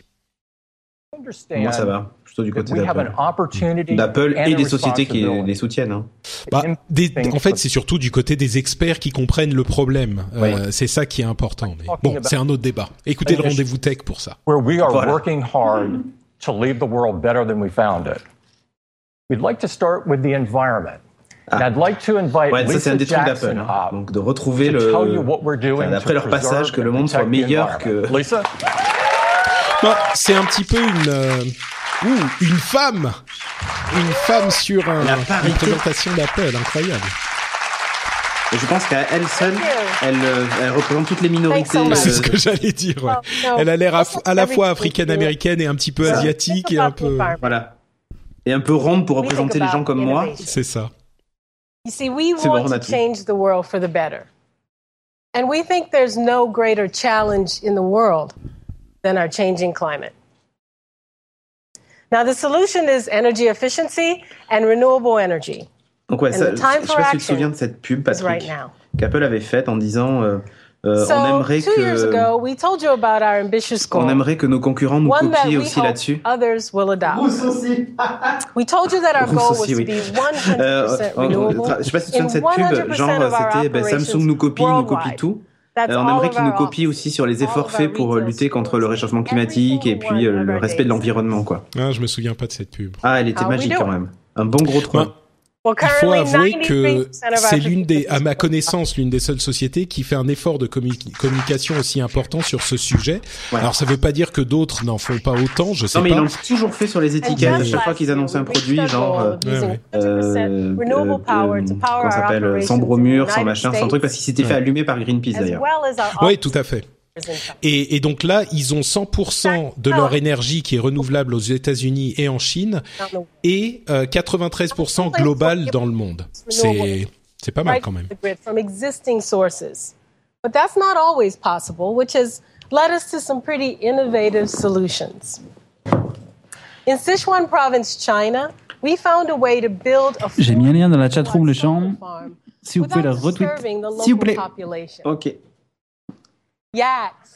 Moi, ça va. Plutôt du côté d'Apple. D'Apple et des sociétés qui les soutiennent. Hein. Bah, des, en fait, c'est surtout du côté des experts qui comprennent le problème. Oui. Euh, c'est ça qui est important. Mais bon, c'est un autre débat. Écoutez le rendez-vous tech pour ça. Where we are voilà. working hard to leave the world better than we found it. We'd like to start with the environment. Ah. And I'd like to invite ouais, ça, Lisa c'est un des trucs d'Apple. Hein. Donc de retrouver le, enfin, d'après leur passage, que le monde soit meilleur que. Lisa. Non, c'est un petit peu une euh, ouh, une femme, une femme sur un, une présentation d'Apple, incroyable. Et je pense qu'à elle seule, elle, elle représente toutes les minorités. Euh... C'est ce que j'allais dire. Ouais. Elle a l'air à, à la fois africaine-américaine et un petit peu asiatique et un peu. Voilà. Et un peu ronde pour représenter les gens comme moi. C'est ça. You see, we want to change the world for the better, and we think there's no greater challenge in the world than our changing climate. Now, the solution is energy efficiency and renewable energy. Donc ouais, ça, je sais pas si tu te souviens de cette pub, Patrick, right qu'Apple avait faite en disant euh, euh, so, on aimerait que ago, we told you about our ambitious goal, on aimerait que nos concurrents nous copient aussi là-dessus. Others will adopt. Vous aussi. We told you that our goal was to be one hundred percent renewable. Je sais pas si tu te souviens de cette pub, genre c'était ben, Samsung nous copie, nous copie tout. Euh, on aimerait qu'ils nous copient aussi sur les efforts faits pour lutter contre le réchauffement climatique et puis euh, le respect de l'environnement, quoi. Ah, je me souviens pas de cette pub. Ah, elle était magique quand même. Un bon gros tronc. Il faut avouer que c'est l'une des, à ma connaissance, l'une des seules sociétés qui fait un effort de communi- communication aussi important sur ce sujet. Ouais. Alors, ça veut pas dire que d'autres n'en font pas autant, je sais non, pas. Non, mais ils l'ont toujours fait sur les étiquettes à chaque fois qu'ils annoncent un produit, genre, euh, ouais, ouais. euh, euh, euh, comment ça s'appelle, sans bromure, sans machin, sans truc, parce qu'il s'était ouais. fait allumer par Greenpeace d'ailleurs. Oui, tout à fait. Et, et donc là, ils ont cent pour cent de leur énergie qui est renouvelable aux États-Unis et en Chine, et euh, quatre-vingt-treize pour cent global dans le monde. C'est c'est pas mal quand même. From existing sources, but that's not always possible, which has led us to some pretty innovative solutions. In Sichuan Province, China, we found a way to build a. J'ai mis un lien dans la chatroom, les gens. Si vous pouvez le retweet, s'il vous plaît. Ok. Yaks.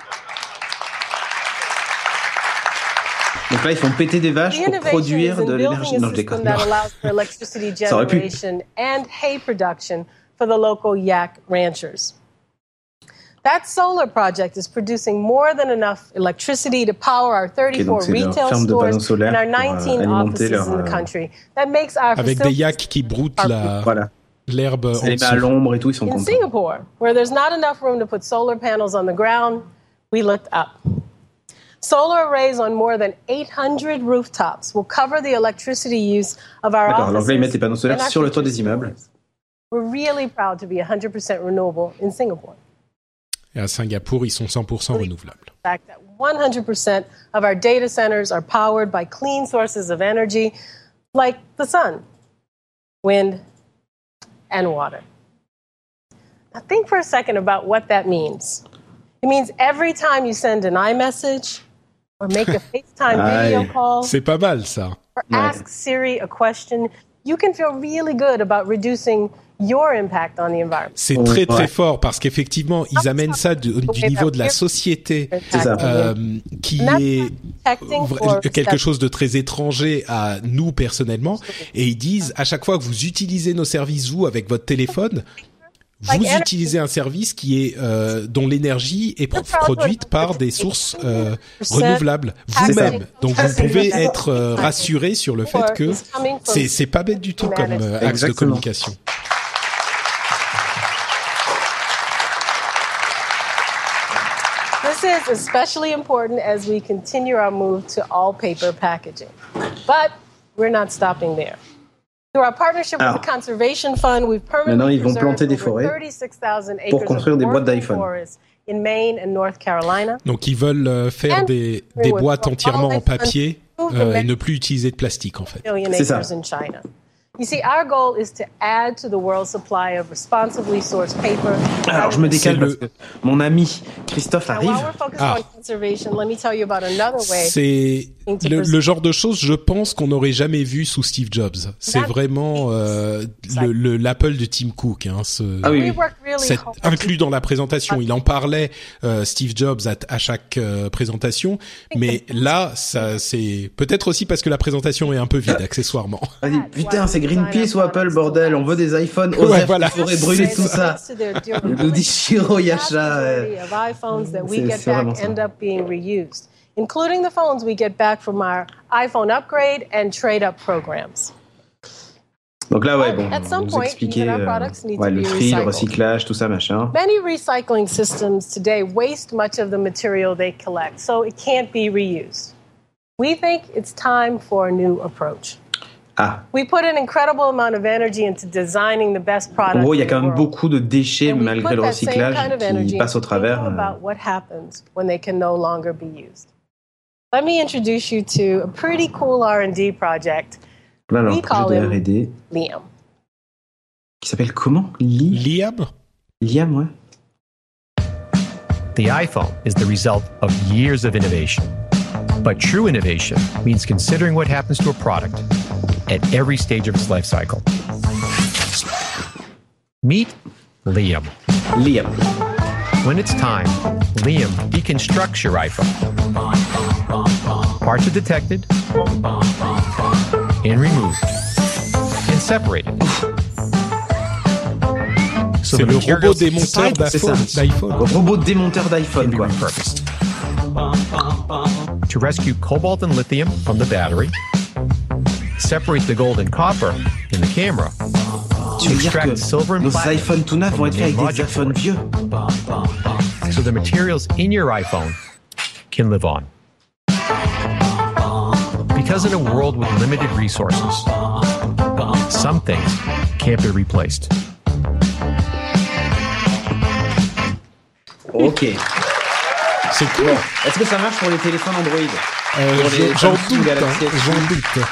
Donc là, ils font péter des vaches pour produire de l'énergie. Non, je déconne. Ça aurait pu. And hay production for the local yak ranchers. That solar project is producing more than enough electricity to power our thirty-four okay, retail stores and our nineteen offices leur, in the country. That makes our avec des yaks qui broutent la. Voilà. L'herbe ça les met à l'ombre et tout, ils sont In contents. Singapore, where there's not enough room to put solar panels on the ground, we looked up. Solar arrays on more than eight hundred rooftops will cover the electricity use of our D'accord, offices. donc là, ils mettent des panneaux solaires sur le toit des immeubles. We're really proud to be one hundred percent renewable in Singapore. Et à Singapour, ils sont cent pour cent renouvelables. The fact that one hundred percent of our data centers are powered by clean sources of energy like the sun, wind, and water. Now think for a second about what that means. It means every time you send an iMessage or make a FaceTime video call, c'est pas mal ça. Or ask Siri a question, you can feel really good about reducing your impact on the environment. C'est très très ouais. fort parce qu'effectivement ils amènent ça du, du niveau de la société euh, qui est quelque chose de très étranger à nous personnellement, et ils disent à chaque fois que vous utilisez nos services vous avec votre téléphone, vous utilisez un service qui est euh, dont l'énergie est pro- produite par des sources euh, renouvelables vous-même. Donc vous pouvez être euh, rassuré sur le fait que c'est c'est pas bête du tout comme euh, axe Exactement. de communication. This is especially important as we continue our move to all paper packaging. But we're not stopping there. Through our partnership Alors, with the Conservation Fund, we've permanently ils vont planter des forêts pour construire des boîtes d'iPhone. In Maine and North Carolina. Donc ils veulent euh, faire des, des boîtes entièrement en papier euh, et ne plus utiliser de plastique en fait. C'est ça. You see, our goal is to add to the world's supply of responsibly sourced paper. Alors je me décale parce que mon ami Christophe arrive. Ah. C'est le, le genre de choses, je pense, qu'on n'aurait jamais vu sous Steve Jobs. C'est vraiment euh, le, le, l'Apple de Tim Cook. Hein, ce, ah oui, oui. C'est inclus dans la présentation. Il en parlait, euh, Steve Jobs, à, à chaque euh, présentation. Mais là, ça, c'est peut-être aussi parce que la présentation est un peu vide, accessoirement. Ah, putain, c'est Greenpeace ou Apple, bordel. On veut des iPhones. Osef, ouais, voilà. Il faudrait brûler tout ça. Il nous dit Shiro Yasha. C'est, c'est vraiment ça. Including the phones we get back from our iPhone upgrade and trade-up programs. Donc là, ouais, bon, on vous expliquait euh, ouais, le tri, le recyclage, tout ça, machin. Many recycling systems today waste much of the material they collect, so it can't be reused. We think it's time for a new approach. Ah. We put an incredible amount of energy into designing the best product. En gros, il y a quand même beaucoup de déchets malgré le recyclage qui passent au travers. About what happens when they can no longer be used. Let me introduce you to a pretty cool R and D project. Alors, we call him R and D. Liam. Qui s'appelle comment? Li- Liam? Liam, ouais. The iPhone is the result of years of innovation. But true innovation means considering what happens to a product at every stage of its life cycle. Meet Liam. Liam. When it's time, Liam deconstructs your iPhone. Parts are detected and removed and separated. So c'est le robot démonteur d'iPhone. d'iPhone. Le robot démonteur d'iPhone, quoi. To rescue cobalt and lithium from the battery, separate the gold and copper in the camera, tu veux dire que nos iPhones tout neufs vont être faits avec des iPhones vieux. So the materials in your iPhone can live on. Because in a world with limited resources, some things can't be replaced. Ok. C'est cool. Bon. Est-ce que ça marche pour les téléphones Android? euh, pour les J'en doute. Hein, j'en doute.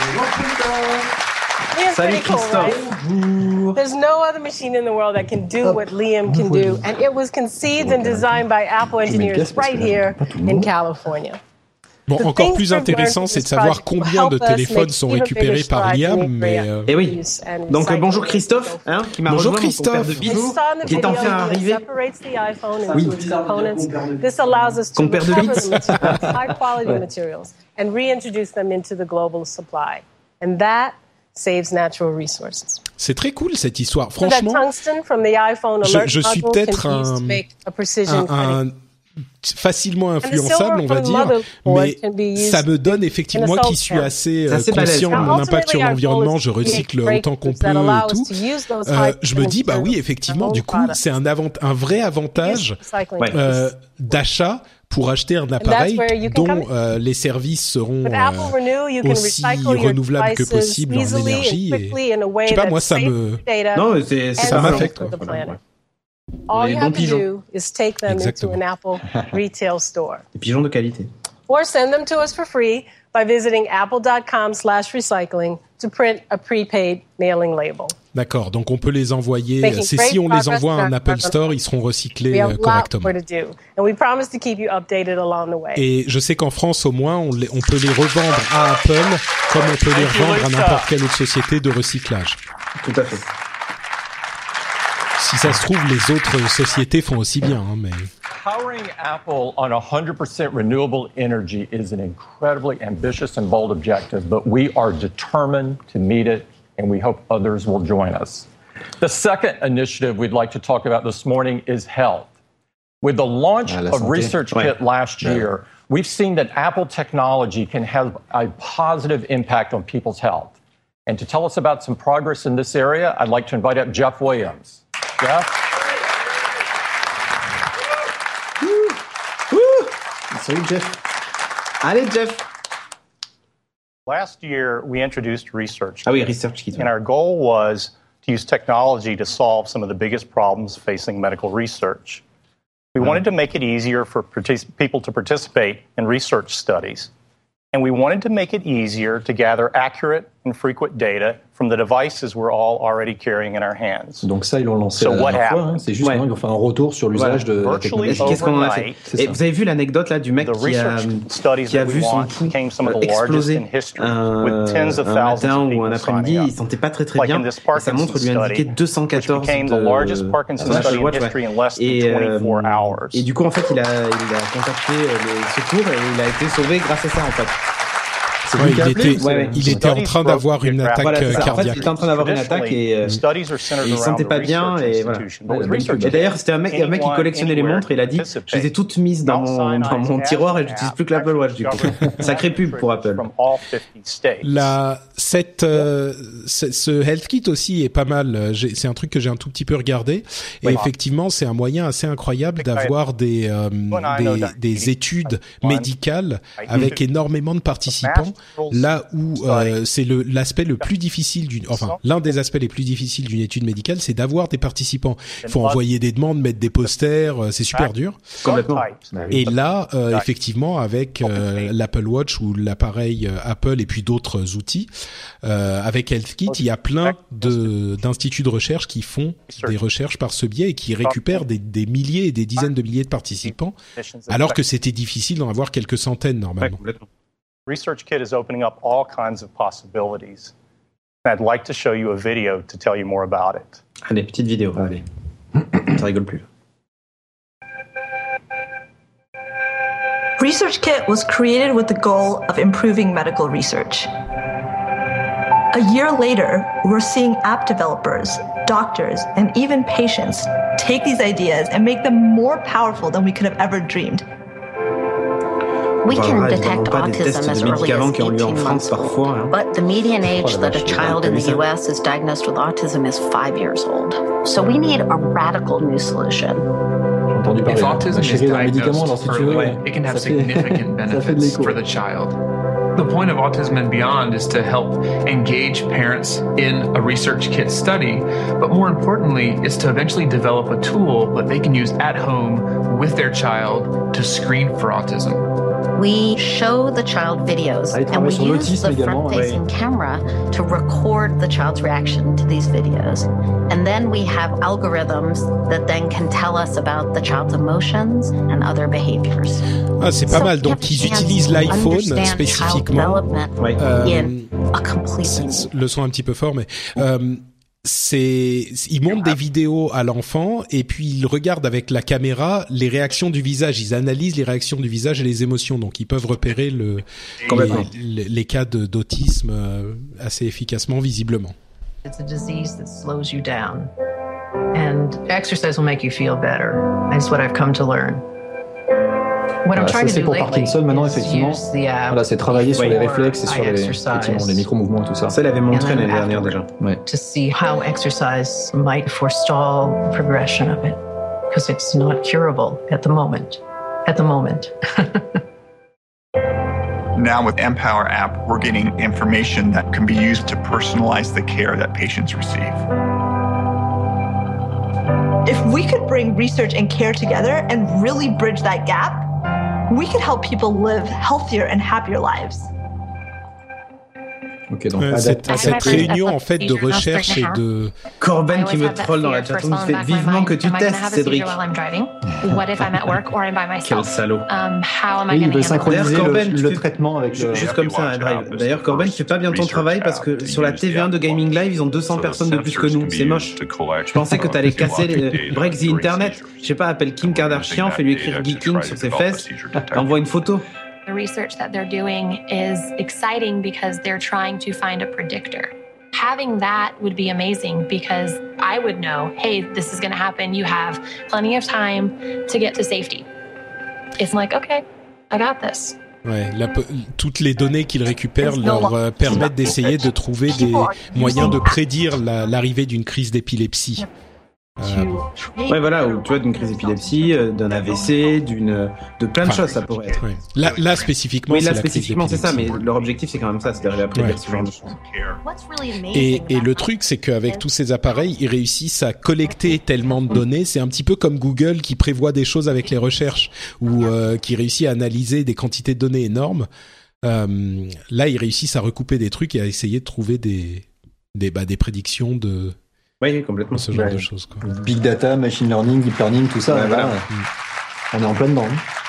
Salut Christophe. Bonjour. There's no other machine in the world that can do what Liam can do, and it was conceived and designed by Apple engineers right here in California. Bon, encore plus intéressant, c'est de savoir combien de téléphones sont récupérés par Liam, mais... Euh... Eh oui. Donc, euh, bonjour Christophe, hein, qui m'a bonjour rejoint, Christophe. Mon père de bisous, qui est enfin arrivé. Oui. This allows us to compère de recover the high quality materials and reintroduce them into the global supply. And that saves natural resources. C'est très cool cette histoire. Franchement, je, je suis peut-être un, un, un facilement influençable, on va dire, mais ça me donne effectivement, moi qui suis assez euh, conscient de mon impact sur l'environnement, je recycle autant qu'on peut et tout, euh, je me dis, bah oui, effectivement, du coup, c'est un, avant- un vrai avantage euh, d'achat pour acheter un appareil dont euh, les services seront euh, aussi renouvelables que possible en énergie. Et, je sais pas, moi, ça me... Non, mais c'est, c'est ça m'affecte. All you have to do is take them into an Apple retail store. Des pigeons de qualité. Or send them to us for free by visiting apple.com slash recycling to print a prepaid mailing label. D'accord, donc on peut les envoyer, c'est si on les envoie à un Apple Store, ils seront recyclés euh, correctement. Et je sais qu'en France au moins, on, les, on peut les revendre à Apple comme on peut les revendre à n'importe quelle autre société de recyclage. Tout à fait. Si ça se trouve, les autres sociétés font aussi bien, hein, mais... Powering Apple on one hundred percent renewable energy is an incredibly ambitious and bold objective, but we are determined to meet it, and we hope others will join us. The second initiative we'd like to talk about this morning is health. With the launch ah, of ResearchKit ouais. last year, we've seen that Apple technology can have a positive impact on people's health. And to tell us about some progress in this area, I'd like to invite up Jeff Williams. Jeff? Woo! Woo! Salut Jeff. Allez Jeff. Last year, we introduced ResearchKit. Ah oui, ResearchKit. And our goal was to use technology to solve some of the biggest problems facing medical research. We wanted to make it easier for partic- people to participate in research studies. And we wanted to make it easier to gather accurate and frequent data from the devices we're all already carrying in our hands. Donc ça, ils l'ont lancé So la what dernière fois. Hein. happens? C'est juste Ouais. qu'ils ont fait un retour sur l'usage Voilà. de la technologie. Qu'est-ce qu'on en a fait? Et vous avez vu l'anecdote là du mec The qui a, research studies qui a that vu we son want pouls became some of the largest exploser in history, un, with tens of un thousands matin of ou un people après-midi, signing il up. sentait pas très très Like bien. in this Et sa montre Parkinson's lui indiquait study, deux cent quatorze which became de, the largest Parkinson's de study in Watch, ouais. history in less than et, euh, twenty-four hours. et du coup en fait il a, il a contacté les secours et il a été sauvé grâce à ça en fait. Ouais, il était, ouais, ouais. il était en train d'avoir une attaque voilà, cardiaque. En fait, il était en train d'avoir une attaque et, euh, et il sentait pas bien et voilà. Et d'ailleurs, c'était un mec, un mec qui collectionnait les montres et il a dit, je les ai toutes mises dans mon, dans mon tiroir et j'utilise plus que l'Apple Watch du coup. Sacré pub pour Apple. La, cette, euh, ce, ce Health Kit aussi est pas mal. J'ai, c'est un truc que j'ai un tout petit peu regardé et oui. Effectivement, c'est un moyen assez incroyable d'avoir des, euh, des, des études médicales avec énormément de participants. Là où euh, c'est le l'aspect le plus difficile d'une, enfin l'un des aspects les plus difficiles d'une étude médicale, c'est d'avoir des participants. Il faut envoyer des demandes, mettre des posters, euh, c'est super dur. Complètement. Et là, euh, effectivement, avec euh, l'Apple Watch ou l'appareil euh, Apple et puis d'autres outils, euh, avec HealthKit, il y a plein de d'instituts de recherche qui font des recherches par ce biais et qui récupèrent des, des milliers et des dizaines de milliers de participants, alors que c'était difficile d'en avoir quelques centaines normalement. ResearchKit is opening up all kinds of possibilities. And I'd like to show you a video to tell you more about it. Allez, petite vidéo. Allez. Ça rigole plus. ResearchKit was created with the goal of improving medical research. A year later, we're seeing app developers, doctors, and even patients take these ideas and make them more powerful than we could have ever dreamed. We can detect autism as early as eighteen months old, but the median age that a child in the U S is diagnosed with autism is five years old. So we need a radical new solution. If autism is diagnosed early, it can have significant benefits for the child. The point of Autism and Beyond is to help engage parents in a ResearchKit study, but more importantly, is to eventually develop a tool that they can use at home with their child to screen for autism. We show the child videos and we use the front-facing camera to record the child's reaction to these videos. And then we have algorithms that then can tell us about the child's emotions and other behaviors. Ah, c'est pas so mal. Donc, ils utilisent l'iPhone spécifiquement. Ouais. Euh, le son un petit peu fort, mais... Euh, c'est ils montrent des vidéos à l'enfant et puis ils regardent avec la caméra les réactions du visage, ils analysent les réactions du visage et les émotions, donc ils peuvent repérer le les, les cas de, d'autisme assez efficacement visiblement. It's a disease that slows you down and exercise will make you feel better. That's what I've come to learn. What I'm voilà, ça, c'est pour Parkinson maintenant effectivement. Voilà, c'est travailler sur les réflexes et sur les, effectivement, les micro-mouvements et tout ça. Ça, elle avait montré l'année dernière déjà. Ouais. To see how exercise might forestall the progression of it, because it's not curable at the moment. At the moment. Now with Empower app, we're getting information that can be used to personalize the care that patients receive. If we could bring research and care together and really bridge that gap, we could help people live healthier and happier lives. Okay, donc euh, cette, cette réunion en fait de recherche et de Corben qui me troll dans la chatroom, il fait vivement que tu testes, Cédric. Quel salaud. Oui, il veut synchroniser Corben, le, le traitement avec le... Juste comme ça, Drive. D'ailleurs, Corben, tu fais pas bien ton travail parce que sur la T V un de Gaming Live, ils ont deux cents personnes de plus que nous. C'est moche. Je pensais que t'allais casser les... Break the Internet. Je sais pas, appelle Kim Kardashian, fais-lui écrire Geeking sur ses fesses, envoie une photo. The research that they're doing is exciting because they're trying to find a predictor. having that would be amazing because I would know, hey, this is going to happen. You have plenty of time to get to safety. It's like, okay, I got this. Ouais, la, toutes les données qu'ils récupèrent leur euh, permettent d'essayer de trouver des moyens de prédire la, l'arrivée d'une crise d'épilepsie. Euh... Ouais, voilà, ou tu vois, d'une crise d'épilepsie, euh, d'un A V C, d'une, de plein de enfin, choses, ça pourrait être. Ouais. Là, là spécifiquement, oui, c'est là la spécifiquement, crise c'est ça, mais leur objectif, c'est quand même ça, c'est d'arriver à prédire ouais. ce genre de choses. Et, et le truc, c'est qu'avec tous ces appareils, ils réussissent à collecter tellement de données. C'est un petit peu comme Google qui prévoit des choses avec les recherches ou euh, qui réussit à analyser des quantités de données énormes. Euh, là, ils réussissent à recouper des trucs et à essayer de trouver des, des, bah, des prédictions de. Oui, complètement. Ce genre ouais. de choses, quoi. Big data, machine learning, deep learning, tout ça. Ouais, voilà. Là, on est en plein dedans.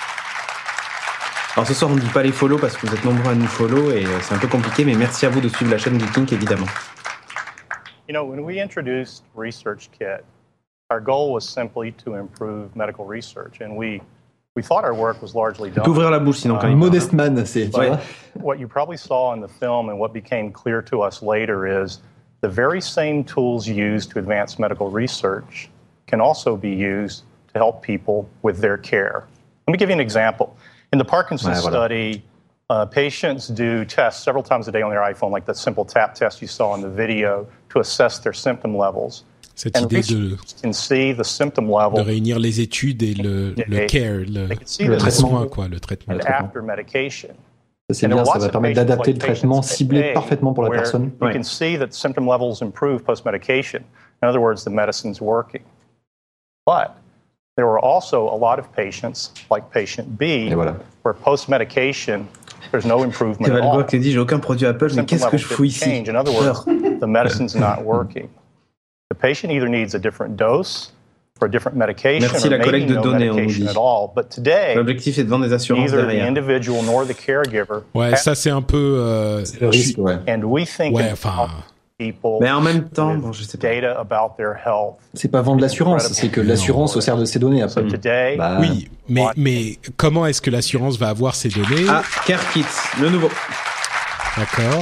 Alors ce soir, on ne dit pas les follow parce que vous êtes nombreux à nous follow et c'est un peu compliqué, mais merci à vous de suivre la chaîne Geeklink, évidemment. You know, when we introduced ResearchKit, our goal was simply to improve medical research, and we we thought our work was largely done. Ouvrir la bouche, sinon quand uh, Modest man, c'est. Tu vois? What you probably saw in the film and what became clear to us later is the very same tools used to advance medical research can also be used to help people with their care. Let me give you an example. In the Parkinson's ouais, voilà. study, uh, patients do tests several times a day on their iPhone, like the simple tap test you saw in the video, to assess their symptom levels. Cette and idée de, can see the symptom level de réunir les études et le, le care, le, le traitement, quoi, le traitement. And after medication. Ça, c'est bien, ça va permettre d'adapter le traitement ciblé parfaitement pour la personne. You can see that symptom levels improve post-medication. In other words, the medicine's working. But there were also a lot of patients, like patient B, voilà. where post-medication, there's no improvement at all. Tu dit, j'ai aucun produit Apple, mais qu'est-ce que je fous ici? In other words, the medicine's not working. The patient either needs a different dose for a different medication Merci or la maybe collecte de no données, medication at all. But today, l'objectif est de vendre des assurances neither derrière. the individual nor the caregiver. Ouais, ça c'est un peu. Euh, c'est le risque, ouais. And we think ouais, enfin. Mais en même temps, bon, je sais pas. C'est pas vendre l'assurance, c'est que l'assurance se sert de ces données après. Bah... Oui, mais mais comment est-ce que l'assurance va avoir ces données? Ah, CareKit, le nouveau. D'accord.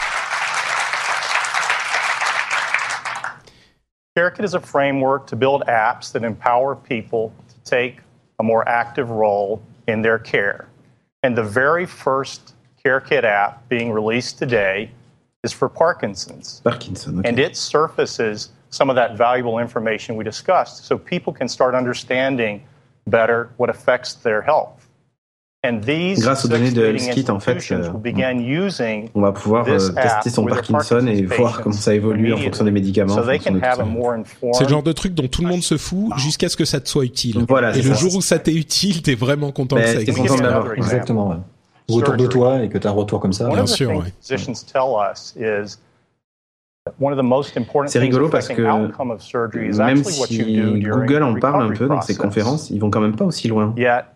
CareKit is a framework to build apps that empower people to take a more active role in their care. And the very first CareKit app being released today is for Parkinson's. Parkinson, okay. And it surfaces some of that valuable information we discussed so people can start understanding better what affects their health. And these Grâce aux données de HealthKit, en fait, euh, on va pouvoir euh, tester son Parkinson et voir comment ça évolue en fonction des médicaments. So en fonction de c'est le genre de truc dont tout le monde se fout jusqu'à ce que ça te soit utile. Voilà, et le ça. jour où ça t'est utile, t'es vraiment content ben, que ça existe. T'es content de l'avoir. Exactement. Ouais. Autour de toi et que tu as un retour comme ça. Bien sûr, ouais. C'est rigolo parce que même si Google en parle un peu dans ses conférences, ils vont quand même pas aussi loin.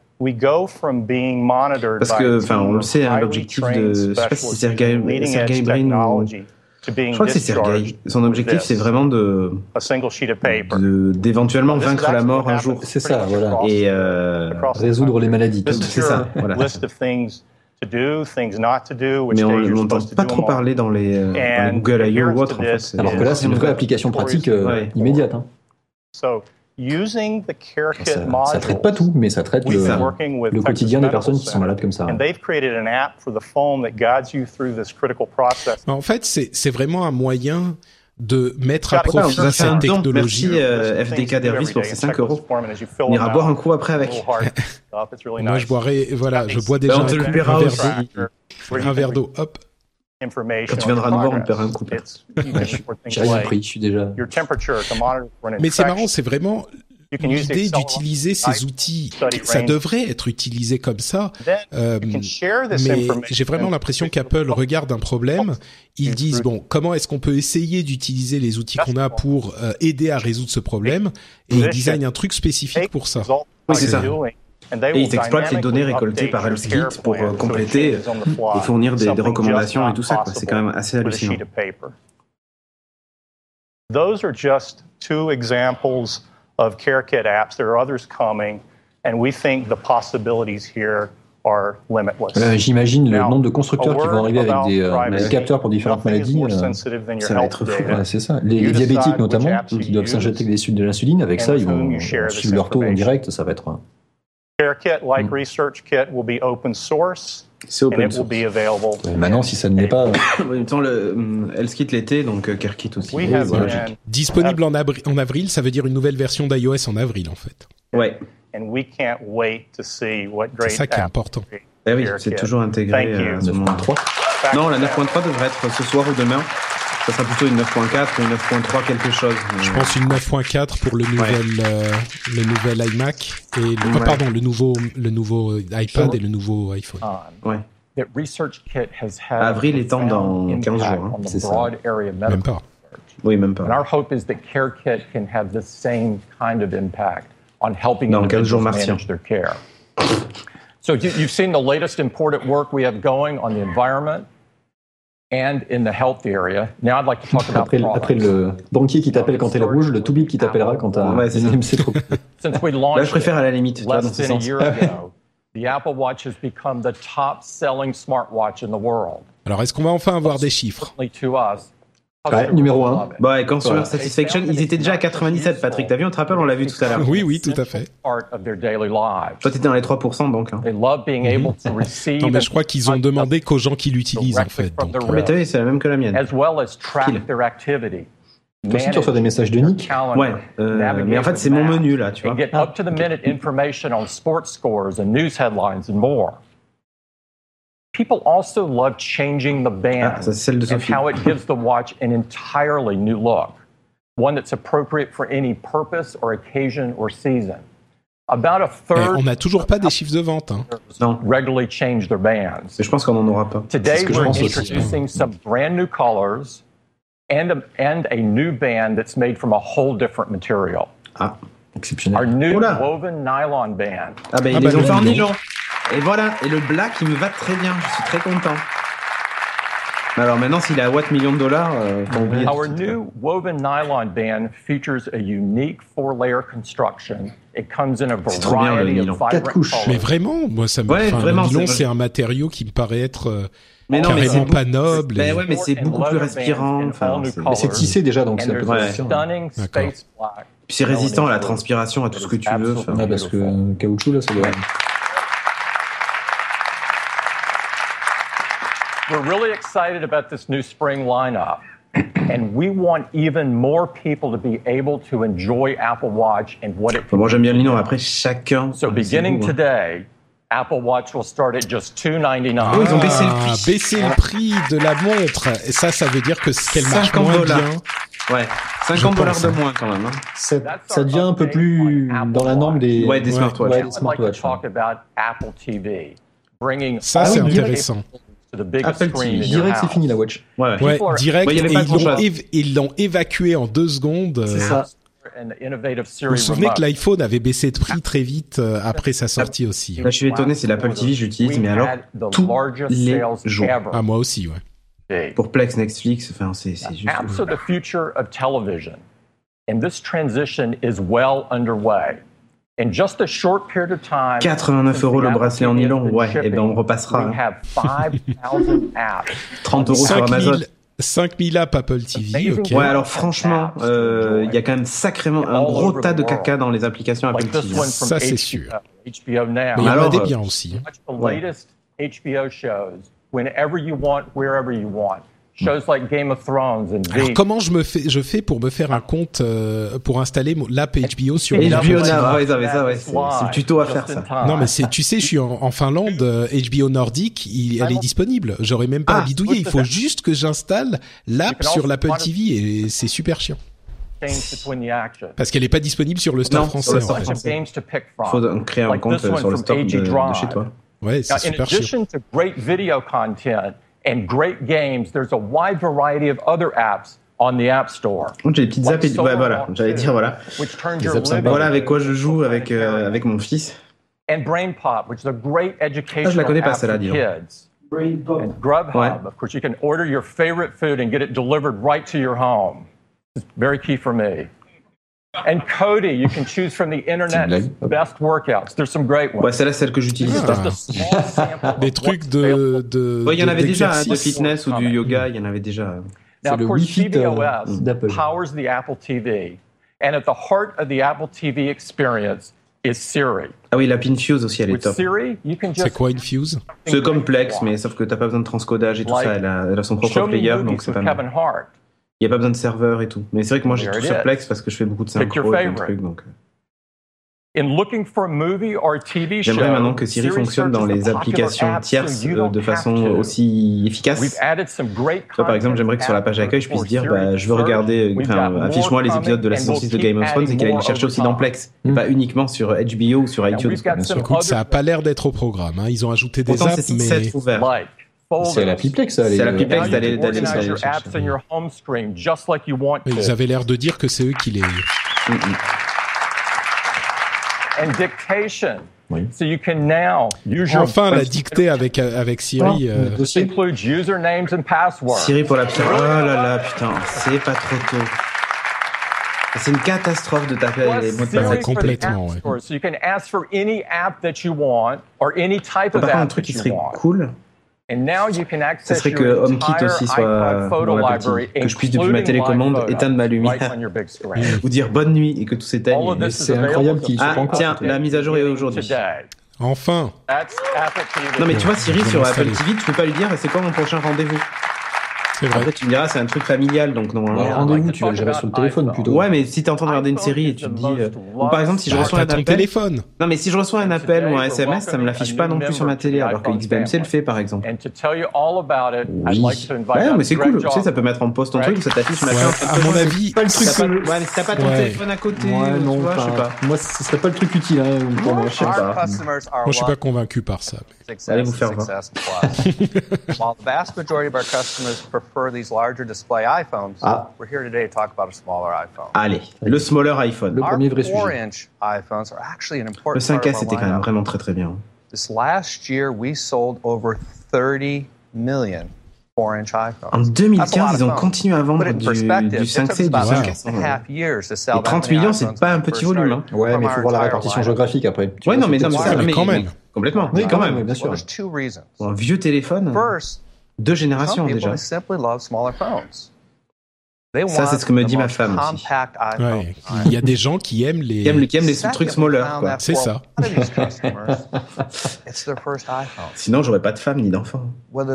Parce que, enfin, on le sait, hein, l'objectif de, je sais pas si c'est Sergey, Sergey Brin ou, je crois que c'est Sergey. Son objectif, c'est vraiment de, de, d'éventuellement vaincre la mort un jour. C'est ça, voilà. Et euh, résoudre les maladies. C'est ça, voilà. Mais on n'entend pas trop parler dans les, euh, dans les Google I O ou autres, en fait. Alors que là, c'est une vraie application pratique euh, ouais. immédiate. Hein. Using the CareKit ça, ça traite pas tout, mais ça traite le, le quotidien des personnes qui sont malades comme ça. En fait, c'est, c'est vraiment un moyen de mettre à profit ouais, cette technologie. Merci euh, F D K Dervis pour ces cinq euros. On ira boire un coup après avec. Moi, je boirai, voilà, je bois déjà ben, un, coup, un, verre d'eau, un verre d'eau, hop. Quand tu viendras nous voir, on te paiera un coup. J'ai rien pris, je suis déjà. Mais c'est marrant, c'est vraiment l'idée d'utiliser ces outils. Ça devrait être utilisé comme ça. Euh, mais j'ai vraiment l'impression qu'Apple regarde un problème. Ils disent, bon, comment est-ce qu'on peut essayer d'utiliser les outils qu'on a pour euh, aider à résoudre ce problème? Et ils designent un truc spécifique pour ça. Oui, c'est ça. Et ils exploitent les données récoltées par HealthKit pour euh, compléter et fournir des, des recommandations et tout ça, quoi. C'est quand même assez hallucinant. Those are just two examples of CareKit apps. There are others coming, and we think the possibilities here are limitless. Euh, J'imagine le Now, nombre de constructeurs qui vont arriver avec des, euh, privacy, des capteurs pour différentes nothing is maladies. more Euh, sensitive than your ça va health être fou. data. Ouais, c'est ça. Les, You les diabétiques decide which notamment, apps you qui doivent use s'injecter des suites de l'insuline, avec and ça, with ils whom vont you share this suivre leur taux en information. direct. Ça va être. un- CareKit, like ResearchKit, will be open source. C'est open and it source. will be available. Ouais, maintenant, si ça ne l'est pas. En même temps, le hum, Healthkit l'était, donc euh, CareKit aussi. We Oui, have voilà. been- Disponible en, abri- en avril, ça veut dire une nouvelle version d'iOS en avril en fait. Ouais. And we can't wait to see what great C'est ça qui est apps important. Eh oui, CareKit. c'est toujours intégré Thank you. à ce moment. Non, la neuf point trois devrait être ce soir ou demain. Ça sera plutôt une neuf point quatre ou une neuf point trois quelque chose. Je pense une neuf point quatre pour le nouvel euh, le nouvel iMac et le, oh, Ouais. pardon le nouveau le nouveau iPad et le nouveau iPhone. Ouais. That ResearchKit has had Avril étant dans profound quinze impact jours, hein, on the c'est ça. broad area of medical Même pas. Oui, même And pas. our hope is that CareKit can have the same kind of impact on helping Dans quinze jours individuals martiens. manage their care. So you- you've seen the latest important work we have going on the environment and in the health area. Now I'd like to talk about Après, le- products. après le banquier qui t'appelle quand t'es le rouge, le toubib qui t'appellera quand t'as Ouais, c'est une ça. M C trop. Since we Là, launched je préfère à la limite, tu vois, dans less ce than a sens. year ago, the Apple Watch has become the top-selling smartwatch in the world. Alors est-ce qu'on va enfin avoir des chiffres? Certainly to us, Ouais, numéro un. Bah, et Consumer Voilà. Satisfaction, ils étaient déjà à quatre-vingt-dix-sept, Patrick. T'as vu, on te rappelle, on l'a vu tout à l'heure. Oui, oui, tout à fait. part of their daily lives. Toi, t'étais dans les trois pour cent, donc. Hein. They love being able to receive Non mais je crois qu'ils ont demandé qu'aux gens qui l'utilisent en fait. Donc, Mais t'as vu, c'est la même que la mienne. as well as track Pile. their activity. Toi aussi, tu reçois des messages de Nick. Ouais, euh, mais en fait, c'est mon menu, là, tu vois. And get up-to-the-minute information on sports scores and news headlines and more. People also love changing the band Ah, ça, c'est celle de and Sophie. how it gives the watch an entirely new look, one that's appropriate for any purpose or occasion or season. About a eh, third on n'a toujours pas des chiffres de vente. Hein. Non. regularly change their bands. Mais je pense qu'on n'en aura pas. C'est Today, ce que je we're pense aussi. introducing some brand new colors and a, and a new band that's made from a whole different material. Ah, exceptionnel. Our new Oula. woven nylon band. Ah, bah, ils Ah, les bah, ont le fait en nylon. nylon. Et voilà, et le black, il me va très bien. Je suis très content. Mais alors maintenant, s'il est à Watt millions de dollars, euh, faut oublier. Our new woven nylon band features a unique four-layer construction. It comes in a trop bien, le variety nylon. of vibrant Quatre couches. colors. Mais vraiment, moi ça me. Ouais, enfin, vraiment, le nylon, c'est- c'est un matériau qui me paraît être euh, Mais non, mais carrément c'est pas beaucoup- noble. Mais et- ouais, mais c'est beaucoup plus respirant. Enfin, c'est- Mais c'est tissé déjà, donc And c'est un peu there's a résistant. stunning D'accord. space black. Puis c'est résistant à la transpiration, à tout ce que tu veux. Enfin, Ah, parce que euh, caoutchouc, là, ça doit. We're really excited about this new spring lineup, and we want even more people to be able to enjoy Apple Watch and what it Enfin, moi, j'aime bien le nylon. Après, chacun. So ouais, c'est beginning goût, hein. today, Apple Watch will start at just two ninety-nine. Oh, ils ont baissé le Ah, prix. baisser le prix de la montre. Et ça, ça veut dire que qu'elle marche cinquante moins dollars. bien. Ouais, cinquante Je dollars pense, de hein. moins quand même. Hein. Ça, ça devient un peu plus dans la norme des, Ouais, des smartwatches. ouais, des I'd like to smartwatches. talk about Apple T V, bringing Ça, all c'est the intéressant. capabilities to the biggest Apple screen T V. in Je your dirais que c'est house. fini la watch. Ouais. Ouais, People are- direct. Ouais, il y et avait pas ils l'ont, grand-chose. év- ils l'ont évacué en deux secondes. euh, C'est ça. And the innovative Vous Siri vous souvenez remote. que l'iPhone avait baissé de prix très vite euh, après sa sortie aussi. Là, je suis étonné, c'est l'Apple T V, j'utilise, mais alors, tous les jours. Ah, moi aussi, ouais. Pour Plex, Netflix, enfin, c'est c'est juste. Apps are the future of television, and this transition is well underway. In just a short period of time, quatre-vingt-neuf euros le bracelet en nylon, ouais, et ben on repassera. we hein. have five thousand apps. trente euros sur Amazon. cinq mille apps Apple T V, ok. Ouais, alors franchement, euh, il y a quand même sacrément un gros tas de caca dans les applications Apple Like T this V. one from Ça, c'est H B O, sûr. H B O Now. Mais il y en a Alors, des euh, biens aussi. Watch the Ouais. latest H B O shows whenever you want, wherever you want. Shows like Game of Thrones and Alors Veep. comment je me fais, je fais pour me faire un compte euh, pour installer mon- l'app H B O sur mon H B O Apple T V? Now, ah ouais, ça, mais ça, ouais, c'est c'est le tuto à faire ça. Non mais c'est, tu sais, je suis en, en Finlande, euh, H B O Nordique, il, elle est disponible. J'aurais même pas Ah, à bidouiller. Il faut juste que j'installe l'app sur l'Apple T V et c'est super chiant. Change between the action. Parce qu'elle est pas disponible sur le store Non, français. sur le en store fait. français. Games to pick from. Faut créer un Like compte this one sur le from store A G de, de Drive. chez toi. Ouais, Now, c'est in super chiant. addition to great video content and great games, there's a wide variety of other apps on the App Store. Donc, j'ai des petites apps, et- ouais, voilà, j'allais dire, voilà. Which turns Les your apps sympas. living Voilà avec quoi je joue avec, euh, avec mon fils. and BrainPop, which is a great Ah, je la educational connais pas, app celle-là, for dis donc. kids. And Grubhub, Ouais. of course, you can order your favorite food and get it delivered right to your home. It's very key for me. And Cody, you can choose from the internet's best workouts. There's some great ones. Ouais, c'est là celle que j'utilise pas. Des trucs de, de. Ouais, il y en avait déjà hein, de fitness ou du yoga, il y en avait déjà. Now, of course, C B O S powers the Apple T V, and at the heart of the Apple T V experience is Siri. Ah oui, l'app Infuse aussi, elle est top. Siri, you can just... C'est quoi Infuse? C'est comme Plex, mais sauf que t'as pas besoin de transcodage et tout like, ça. Elle a, elle a son propre player, donc c'est pas mal. Il y a pas besoin de serveur et tout. Mais c'est vrai que moi j'ai tout sur Plex parce que je fais beaucoup de synchro et de trucs, donc. In looking for a movie or a T V show, j'aimerais maintenant que Siri fonctionne dans les applications tierces euh, de façon aussi efficace. Tu vois, par exemple, j'aimerais que sur la page d'accueil, je puisse dire, bah, je veux regarder, enfin, affiche-moi les épisodes de la saison six de Game of Thrones et qu'elle aille les chercher aussi dans Plex, mm. et pas uniquement sur H B O ou sur iTunes. Bien sûr. Écoute, ça a pas l'air d'être au programme. Hein. Ils ont ajouté des Pourtant, apps, mais c'est l'appli Plex, ça. C'est l'appli Plex d'aller d'aller les chercher. Ils avaient l'air de dire que c'est eux qui les. And dictation. Oui. So you can now use your enfin la dictée avec avec Siri. Euh... includes usernames and passwords. Siri pour la oh là là putain, c'est pas trop tôt. C'est une catastrophe de taper les mots de passe. Complètement. Ouais. So you can ask for any app that you want or any type of app. Un truc qui serait cool. And now you can access ça serait que HomeKit aussi soit dans la partie, que je puisse depuis ma télécommande éteindre ma lumière ou dire bonne nuit et que tout s'éteigne. C'est incroyable qu'il ah, encore. Tiens, la mise à jour est aujourd'hui. Enfin. Non mais tu vois Siri sur Apple T V, tu peux pas lui dire c'est quoi mon prochain rendez-vous. C'est vrai. Après, tu me diras, c'est un truc familial, donc normalement. Alors, rendez-vous, tu vas le gérer sur le téléphone plutôt. Ouais, mais si t'es en train de regarder une série et tu te dis, euh, ou par exemple, si je bah, reçois un ton appel. téléphone. Non, mais si je reçois un appel ou un S M S, ça me l'affiche pas non plus sur ma télé, alors que X B M C le fait, par exemple. Oui. Ouais, mais c'est cool. Tu sais, ça peut mettre en pause ton truc, ça t'affiche ouais, à mon avis. Pas le truc. Pas... Ouais, mais si t'as pas ton ouais. téléphone à côté. Ouais, non, vois, je sais pas. Moi, ce serait pas le truc utile, hein, pour moi, je sais pas. Moi, je suis pas convaincu par ça. Allez vous faire voir. While the vast majority of our customers prefer these larger display iPhones, ah. we're here today to talk about a smaller iPhone. Allez, le smaller iPhone. Le premier vrai sujet. four inch iPhones are actually an important le cinq S part of our c'était quand même vraiment très très bien. This last year, we sold over thirty million four inch iPhones. En deux mille quinze, ils ont continué à vendre du, du cinq C et du cinq S. Et trente millions, c'est pas un petit volume. Hein. Ouais, mais il faut voir la répartition géographique après. Tu ouais, non, mais, non, mais, ça, mais quand même. Complètement. Oui, quand même, bien sûr. Bon, un vieux téléphone, deux générations déjà. Ça, c'est ce que me dit ma femme aussi. Ouais. Il y a des gens qui aiment les... Qui aiment, qui aiment les trucs smaller, quoi. C'est ça. Sinon, j'aurais pas de femme ni d'enfant. Ah,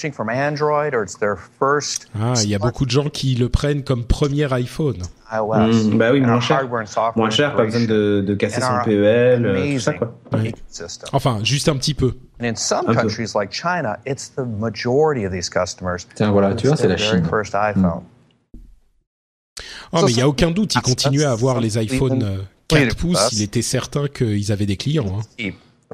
il y a beaucoup de gens qui le prennent comme premier iPhone. Mmh, bah oui, moins cher. Moins cher, pas besoin de, de casser son P E L, euh, tout ça, quoi. Ouais. Enfin, juste un petit peu. And in some countries like China, it's the majority of these customers. Tiens, voilà, tu vois, c'est la Chine. First iPhone. Oh, mais il n'y a aucun doute, ils continuaient à avoir les iPhone quatre pouces, il était certain qu'ils avaient des clients. Hein.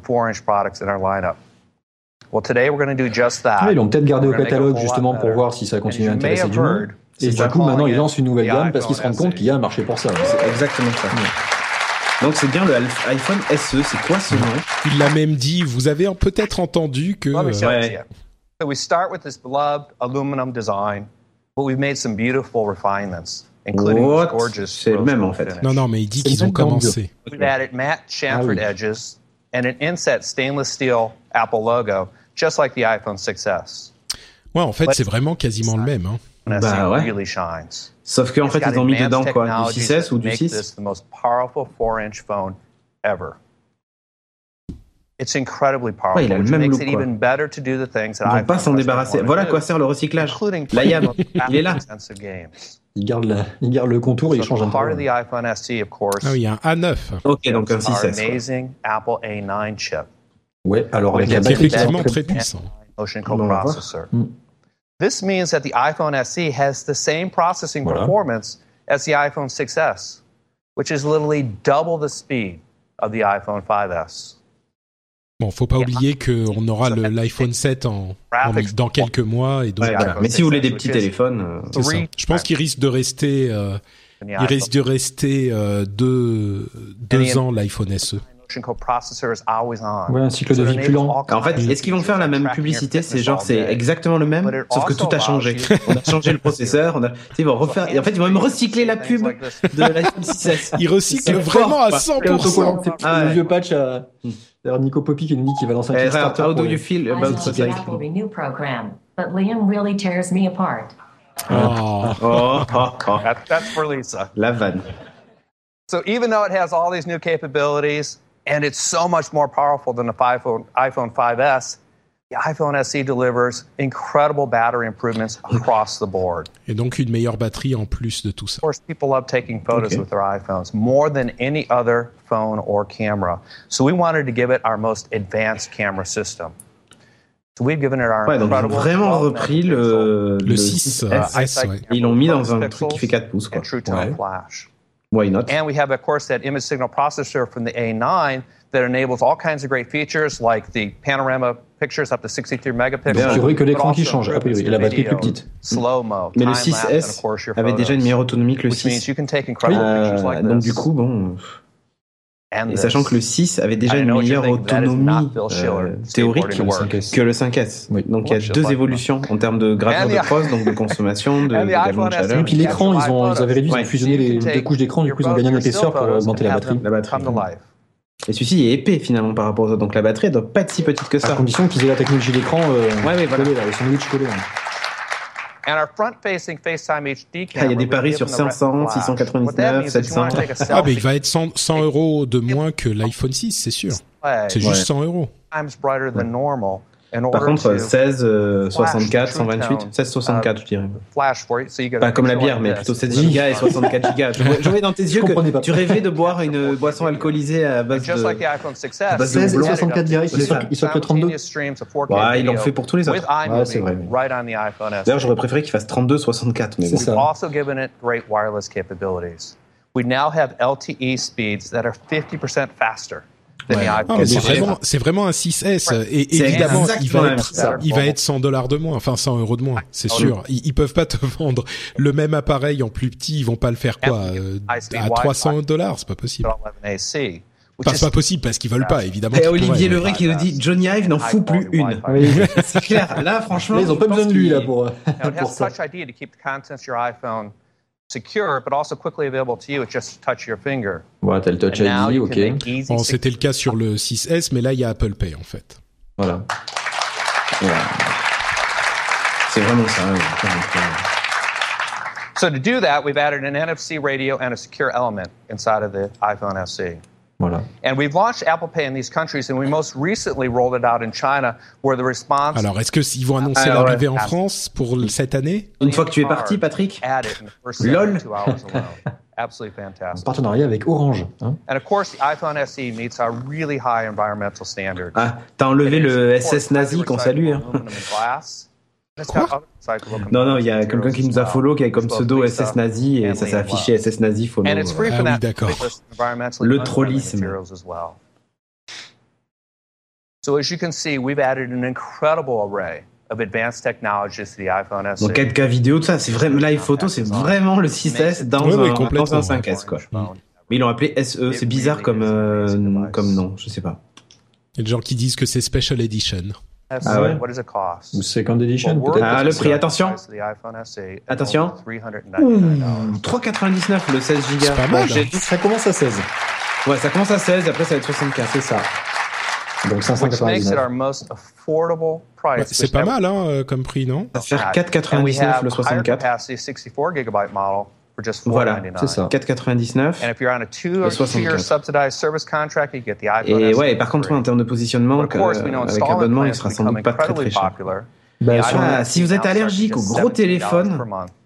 Ah, ils l'ont peut-être gardé au catalogue justement pour voir si ça continue à intéresser du monde. Et du coup, maintenant, ils lancent une nouvelle gamme parce qu'ils se rendent compte qu'il y a un marché pour ça. C'est exactement ça. Ouais. Donc c'est bien le iPhone S E, c'est quoi ce nom? Il l'a même dit, vous avez peut-être entendu que... Ouais. So we start with this beloved aluminum design, but we've made some beautiful refinements. What? C'est le même en fait. Non, non, mais il dit qu'ils ont commencé. We've added matte chamfered ah, oui. edges and an inset stainless steel Apple logo, just like the iPhone six S. Ouais, en fait, c'est vraiment quasiment le même. Hein. Bah ouais. Really shines. Sauf qu'en fait, ils ont mis dedans quoi, du six S ou du six. The most powerful four inch phone ever. It's incredibly powerful. Ouais, il a le même look, quoi. Ils vont pas s'en débarrasser. Voilà à quoi sert le recyclage. La Y A M, il est là. Il garde, la, il garde le contour et il change un peu. Ah oui, il y a un A neuf. Ok, donc un six S. Ouais, alors avec la batterie effectivement très puissant. Mm. This means that the iPhone S E has the same processing voilà. performance as the iPhone six S, which is literally double the speed of the iPhone five S. Bon, faut pas oublier qu'on aura le, l'iPhone sept en, en, dans quelques mois et donc. Ouais, voilà. Mais si vous voulez des petits téléphones, euh, c'est ça. Je pense qu'il risque de rester, euh, il risque de rester euh, deux, deux ans l'iPhone S E. Ouais, un cycle de vie plus lent. En fait, est-ce qu'ils vont faire la même publicité? C'est genre, c'est exactement le même, sauf que tout a changé. On a changé le processeur, on a, tu sais, ils vont refaire, et en fait, ils vont même recycler la pub de l'iPhone six S. Ils recyclent vraiment à cent pour cent. Le vieux patch à, d'ailleurs, Nico Poppy qui nous dit qu'il va lancer un Kickstarter. How do you feel about the Apple Renew program, but Liam really tears me apart. Oh, oh, oh, oh. That, that's for Lisa. La vanne. So even though it has all these new capabilities and it's so much more powerful than the iPhone, iPhone five S, the iPhone S E delivers incredible battery improvements across the board. Et donc une meilleure batterie en plus de tout ça. Of course, people love taking photos okay. with their iPhones more than any other phone or camera. So we wanted to give it our most advanced camera system. So we've given it our ouais, donc ils ont vraiment repris le, le, le six S, ouais. Ils l'ont mis dans un truc qui fait quatre pouces, quoi. Ouais. Flash. Why not? And we have, of course, that image signal processor from the A nine that enables all kinds of great features like the panorama pictures up to sixty-three megapixels. C'est vrai que l'écran qui change, a priori, et la batterie plus petite. Slow-mo, mais le six S avait déjà une meilleure autonomie que le six. Euh, donc du coup, bon... Et sachant que le six avait déjà une meilleure autonomie euh, théorique que le cinq S. Oui. Donc il y a deux évolutions en termes de gravure de crosse, donc de consommation, de, de galement de chaleur. Et puis l'écran, ils, ont, ils avaient réduit, ils ont fusionné les deux couches d'écran, du coup ils ont gagné en épaisseur pour augmenter la batterie. La batterie. Et celui-ci est épais finalement par rapport aux autres, donc la batterie elle doit pas être si petite que ça. À condition qu'ils aient la technologie d'écran euh, ouais, ouais, voilà. collée, là, le sandwich collé. Hein. And our front-facing FaceTime H D camera, ah, il y a des paris sur cinq cents, six cent quatre-vingt-dix-neuf, sept cents. Ah, mais il va être cent, cent euros de moins que l'iPhone six, c'est sûr. C'est juste ouais. cent euros. Par contre, seize, soixante-quatre, cent vingt-huit, seize soixante-quatre, je dirais. Pas comme la bière, mais plutôt sept gigas et soixante-quatre gigas. Je voyais dans tes yeux que tu rêvais de boire une boisson alcoolisée à base de... seize et soixante-quatre gigas, il sort que trente-deux. Ouais, il en fait pour tous les autres. Ouais, c'est vrai. D'ailleurs, j'aurais préféré qu'il fasse trente-deux, soixante-quatre, mais bon. C'est ça. We now have L T E speeds that are fifty percent faster. Ouais. Ah, c'est vraiment, c'est vraiment un six S et c'est évidemment il va être, ça. il va être cent dollars de moins, enfin cent euros de moins, c'est sûr. Ils, ils peuvent pas te vendre le même appareil en plus petit, ils vont pas le faire quoi euh, à trois cents dollars, c'est pas possible. Enfin, c'est pas possible parce qu'ils veulent pas, évidemment. Et Olivier Leray qui nous dit Johnny Ive n'en fout plus une. C'est clair. Là, franchement, ils ont pas besoin de lui là pour pour ça. Secure, but also quickly available to you. It's just touch your finger. Ouais, t'as le Touch I D, ok. Bon, c'était le cas sur le six S, mais là, il y a Apple Pay, en fait. Voilà. Ouais. C'est vraiment ça. Ouais. So to do that, we've added an N F C radio and a secure element inside of the iPhone S E. Voilà. And we've launched Apple Pay in these countries, and we most recently rolled it out in China, where the response. Alors, est-ce que ils vont annoncer Alors, l'arrivée ouais. en France pour cette année? Une fois que tu es parti, Patrick. Lol. Absolutely fantastic. En partenariat avec Orange. Hein? And of course, the iPhone S E meets our really high environmental standards. Ah, t'as enlevé le S S nazi qu'on salue. Hein. Quoi? Non, non, il y a quelqu'un qui nous a follow qui a comme pseudo S S nazi et ça s'est affiché S S nazi follow. Ah oui, d'accord. Le trollisme. So as you can see, we've added an incredible array of advanced technologies to the iPhone S E. Donc quatre K vidéo, tout ça, c'est vraiment live photo, c'est vraiment le six S dans, oui, un, oui, dans un cinq S quoi. Mm. Mais ils l'ont appelé S E, c'est bizarre comme euh, comme nom, je sais pas. Il y a des gens qui disent que c'est Special Edition. Ah ouais. Ou Second Edition peut-être. Ah, le prix, attention. Attention. Ouh, trois quatre-vingt-dix-neuf le seize gigas. C'est pas mal. Hein. Ça commence à seize. Ouais, ça commence à seize, après ça va être soixante-quatre, c'est ça. Donc cinq cent quatre-vingt-dix-neuf. Ouais, c'est pas mal hein, comme prix, non? Ça va faire quatre quatre-vingt-dix-neuf le soixante-quatre. Voilà, c'est ça. quatre quatre-vingt-dix-neuf le soixante-quatre. Et ouais, et par contre, en termes de positionnement, euh, avec abonnement, il sera sans doute pas très très cher. Bah, ah, si vous êtes allergique aux gros téléphones,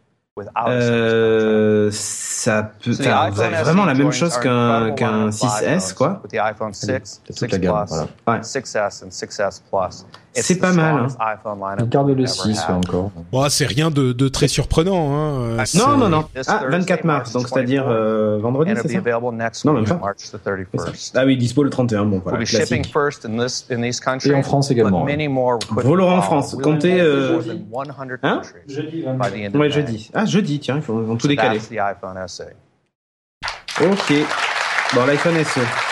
euh, ça peut, vous avez vraiment la même chose qu'un qu'un six S, quoi. C'est toute la gamme, voilà. Ouais. C'est pas mal. Hein. Il garde le six encore. Bon, c'est rien de, de très surprenant. Hein. Non, non, non. Ah, vingt-quatre mars, donc c'est-à-dire euh, vendredi, c'est ça? Non, même pas. Ah oui, dispo le trente et un, bon, voilà, classique. Et en France également. Volant en France, comptez... Euh... Hein? Jeudi. Ouais, jeudi. Ah, jeudi, tiens, ils vont tout décaler. Ok. Bon, l'iPhone S E.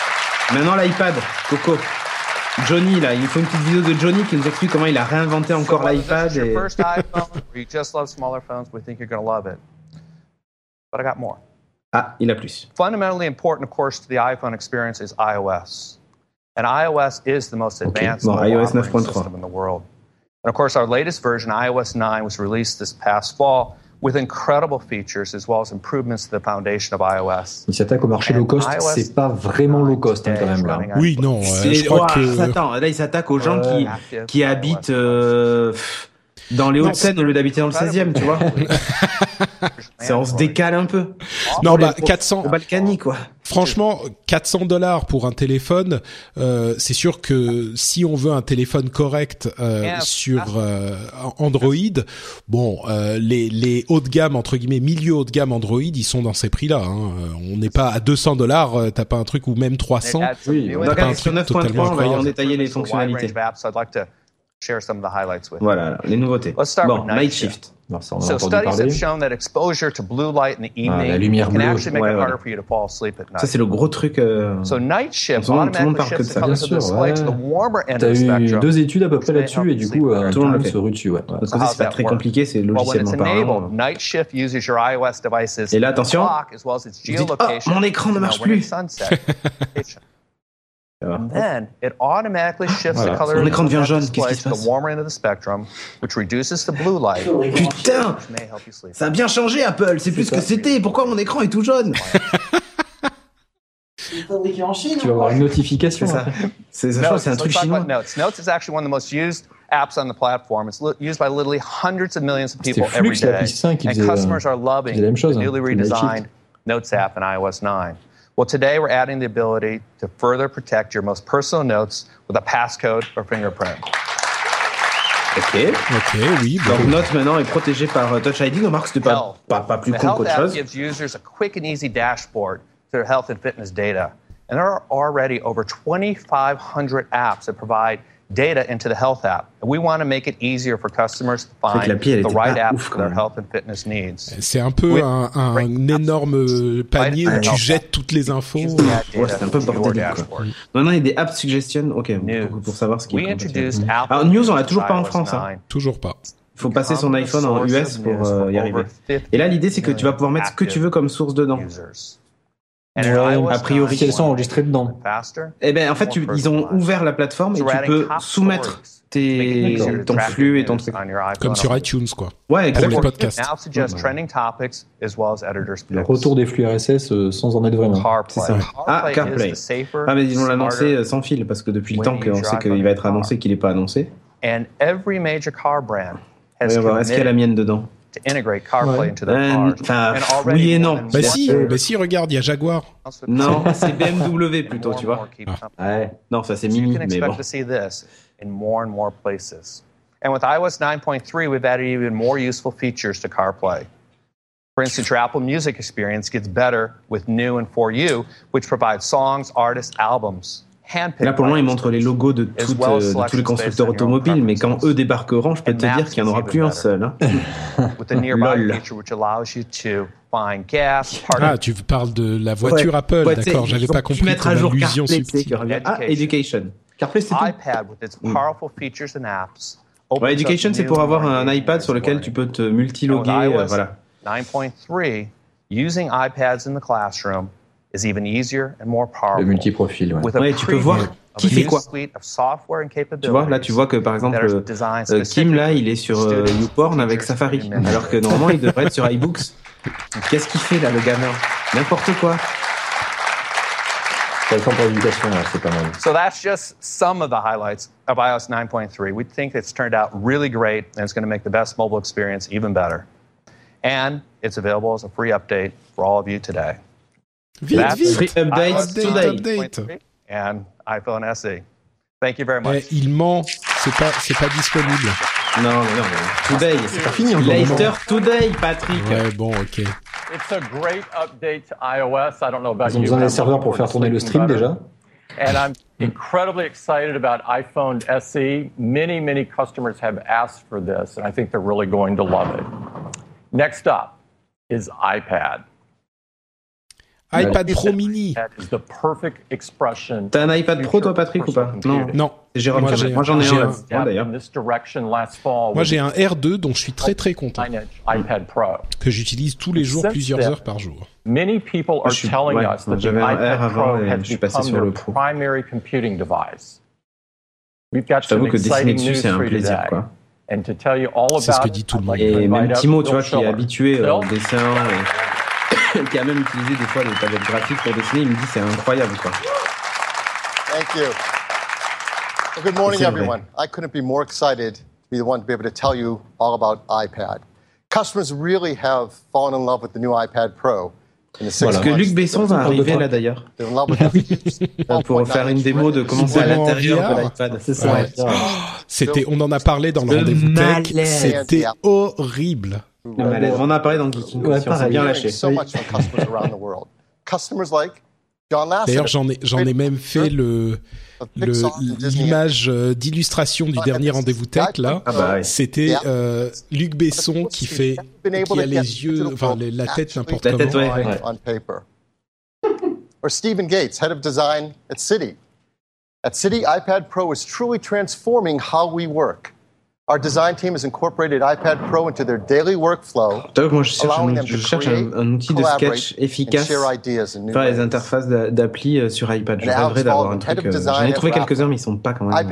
Maintenant l'iPad, Coco. Johnny, là, il faut une petite vidéo de Johnny qui nous explique comment il a réinventé encore so, l'iPad. This is your first iPhone, or you just love smaller phones, we think you're going to love it. But I got more. Ah, il a plus. Fundamentally important, of course, to the iPhone experience is iOS. And iOS is the most advanced okay. bon, operating system in the world. And of course, our latest version, iOS nine, was released this past fall with incredible features as well as improvements to the foundation of iOS. Il s'attaque au marché low cost, c'est pas vraiment low cost hein, quand même là. Oui, non, euh, je crois oh, que... Attends, là il s'attaque aux gens ouais. qui, qui habitent euh, dans les Hauts-de-Seine au lieu d'habiter dans le seizième, tu vois. C'est, on se décale un peu. Non, bah, quatre cents. Au Balkany, quoi. Franchement, quatre cents dollars pour un téléphone, euh, c'est sûr que si on veut un téléphone correct, euh, sur, euh, Android, bon, euh, les, les hauts de gamme, entre guillemets, milieu haut de gamme Android, ils sont dans ces prix-là, hein. On n'est pas à deux cents dollars, t'as pas un truc, ou même trois cents. Oui, t'as pas un truc totalement incroyable. On va détailler les fonctionnalités. Share some of the highlights with voilà, les nouveautés. Let's start bon, with Night Shift. Non, ça, so studies have shown that exposure to blue light in the evening ah, can actually make ouais, it ouais. harder for you to fall asleep at night. Ça c'est le gros truc. Euh... So Night Shift automatically shifts the colors of the display to the warmer end of the spectrum. T'as eu deux études à peu près là-dessus et du coup euh, tout le monde se rue dessus. Ouais. Parce que c'est pas très compliqué, c'est logiciellement parlant. Night Shift uses your iOS devices. Et là attention, vous dites, oh, mon écran ne marche plus. And then it automatically shifts voilà. the color Mon écran devient jaune, qu'est-ce qui se passe? The warmer end of the spectrum, which reduces the blue light. Putain, ça a bien changé Apple, c'est plus ce que c'était. Pourquoi mon écran est tout jaune? Tu vas avoir une notification. C'est ça. C'est, ça no, c'est un truc chinois. Notes. Notes is actually one of the most used apps on the platform. It's li- used by literally hundreds of millions of people every day. And customers are loving the newly redesigned Notes app in iOS nine. Well, today we're adding the ability to further protect your most personal notes with a passcode or fingerprint. Ok. Ok, oui. Bon. Donc Notes maintenant est protégé par uh, Touch I D. Remarque, c'était pas, pas, pas plus con qu'autre chose. The Health app gives users a quick and easy dashboard to their health and fitness data. And there are already over twenty-five hundred apps that provide data into the Health app. And we want to make it easier for customers to find the right app for their health and fitness needs. C'est un peu un, un énorme panier où tu jettes toutes les infos. Ouais, c'est un peu bordélique, quoi. Maintenant, il y a des app suggestions. Ok, pour, pour savoir ce qui est. Alors, News, on l'a toujours pas en France. Hein. Toujours pas. Il faut passer son iPhone en U S pour euh, y arriver. Et là, l'idée, c'est que tu vas pouvoir mettre ce que tu veux comme source dedans. Ouais, a priori, elles sont enregistrées dedans. Eh ben, en fait, tu, ils ont ouvert la plateforme et tu peux soumettre tes, ton flux et ton truc. Comme sur iTunes, quoi. Ouais, pour les podcasts. Le retour des flux R S S euh, sans en être vraiment. C'est ça. Ah, CarPlay. Ah, mais ils vont l'annoncer sans fil parce que depuis le temps qu'on sait qu'il va être annoncé, qu'il n'est pas annoncé. And every major car brand has voir, est-ce qu'il y a la mienne dedans? To integrate CarPlay ouais. into their cars. Enfin, oui et non. Bah si, bah si, regarde, il y a Jaguar. Non, c'est B M W plutôt, tu vois. Ah. Ouais. Non, ça c'est Mini, mais bon. To see this in more and more places. And with iOS nine point three, we've added even more useful features to CarPlay. For instance, your Apple Music experience gets better with new and For You, which provides songs, artists, albums. Là, pour le moment, ils montrent les logos de, toutes, euh, de tous les constructeurs automobiles, mais quand eux débarqueront, je peux te dire qu'il n'y en aura plus un seul. Hein. Lol. Ah, tu parles de la voiture ouais. Apple, ouais, d'accord, j'avais pas compris mettre à jour CarPlay, ah, Education. CarPlay, c'est tout. Mm. Ouais, Education, c'est pour avoir un iPad sur lequel tu peux te multiloguer, euh, voilà. nine point three, using iPads in the classroom is even easier and more powerful. Le multiprofil, ouais. Ouais, tu peux voir qui fait quoi. Tu vois, là, tu vois que par exemple, euh, Kim, là, il est sur euh, YouPorn avec Safari, alors que normalement, il devrait être sur iBooks. Qu'est-ce qu'il fait là, le gamin? N'importe quoi. C'est pour l'éducation, là, c'est pas mal. So that's just some of the highlights of iOS nine point three. We think it's turned out really great, and it's going to make the best mobile experience even better. And it's available as a free update for all of you today. Vite, That's vite. Free updates today. Update. And iPhone S E. Thank you very much. Eh, il ment, c'est pas, c'est pas disponible. Non, non, non. Today, c'est pas fini encore. Later today, Patrick. Ouais, bon, ok. It's a great update to iOS. I don't know about you. Ils ont besoin des serveurs pour faire tourner le stream déjà. And I'm incredibly excited about iPhone S E. Many, many customers have asked for this, and I think they're really going to love it. Next up is iPad. iPad Pro mini. T'as un iPad Pro toi Patrick ou pas? Non. Non. Jérôme, moi, j'ai, moi j'en ai j'ai un, un, un d'ailleurs. Moi j'ai un R deux dont je suis très très content. Que j'utilise tous les jours, plusieurs heures par jour. Many people are suis, telling ouais, us that the j'avais un iPad R avant Pro et has je suis passé become sur le their Pro. primary computing device. We've got Je t'avoue some que dessiner exciting dessus news c'est un for you plaisir today. quoi. And to tell you all C'est ce que about dit it, tout le I'd monde. like to Et même invite Timo, up tu vois, Bill qui est Schiller. habitué euh, au Bill? dessin et qui a même utilisé des fois des tablettes graphiques pour dessiner, il me dit c'est incroyable quoi. Thank you. Well, good morning, everyone. I couldn't be more excited to be the one to be able to tell you all about iPad. Customers really have fallen in love with the new iPad Pro. Parce que Luc Besson va arriver là d'ailleurs pour faire une démo de comment c'est à l'intérieur de l'iPad. C'est ça. Ouais. C'était, on en a parlé dans le, le rendez-vous tech. C'était horrible. Le on en a parlé dans Geeking. Ouais, c'est bien lâché. D'ailleurs, j'en ai, j'en ai même fait le, le l'image d'illustration du dernier rendez-vous tech là. Ah bah, ouais. C'était euh, Luc Besson qui fait, qui a les yeux, enfin la tête n'importe comment. La tête, ouais, ouais. Or Stephen Gates, head of design at Citi. At Citi, iPad Pro is truly transforming how we work. Our design team has incorporated iPad Pro into their daily workflow. Moi, je cherche, un, je cherche un, un outil de sketch efficace pour les interfaces d'appli sur iPad. Je rêverais d'avoir un truc. Euh, J'en ai trouvé quelques-uns, mais ils sont pas quand même.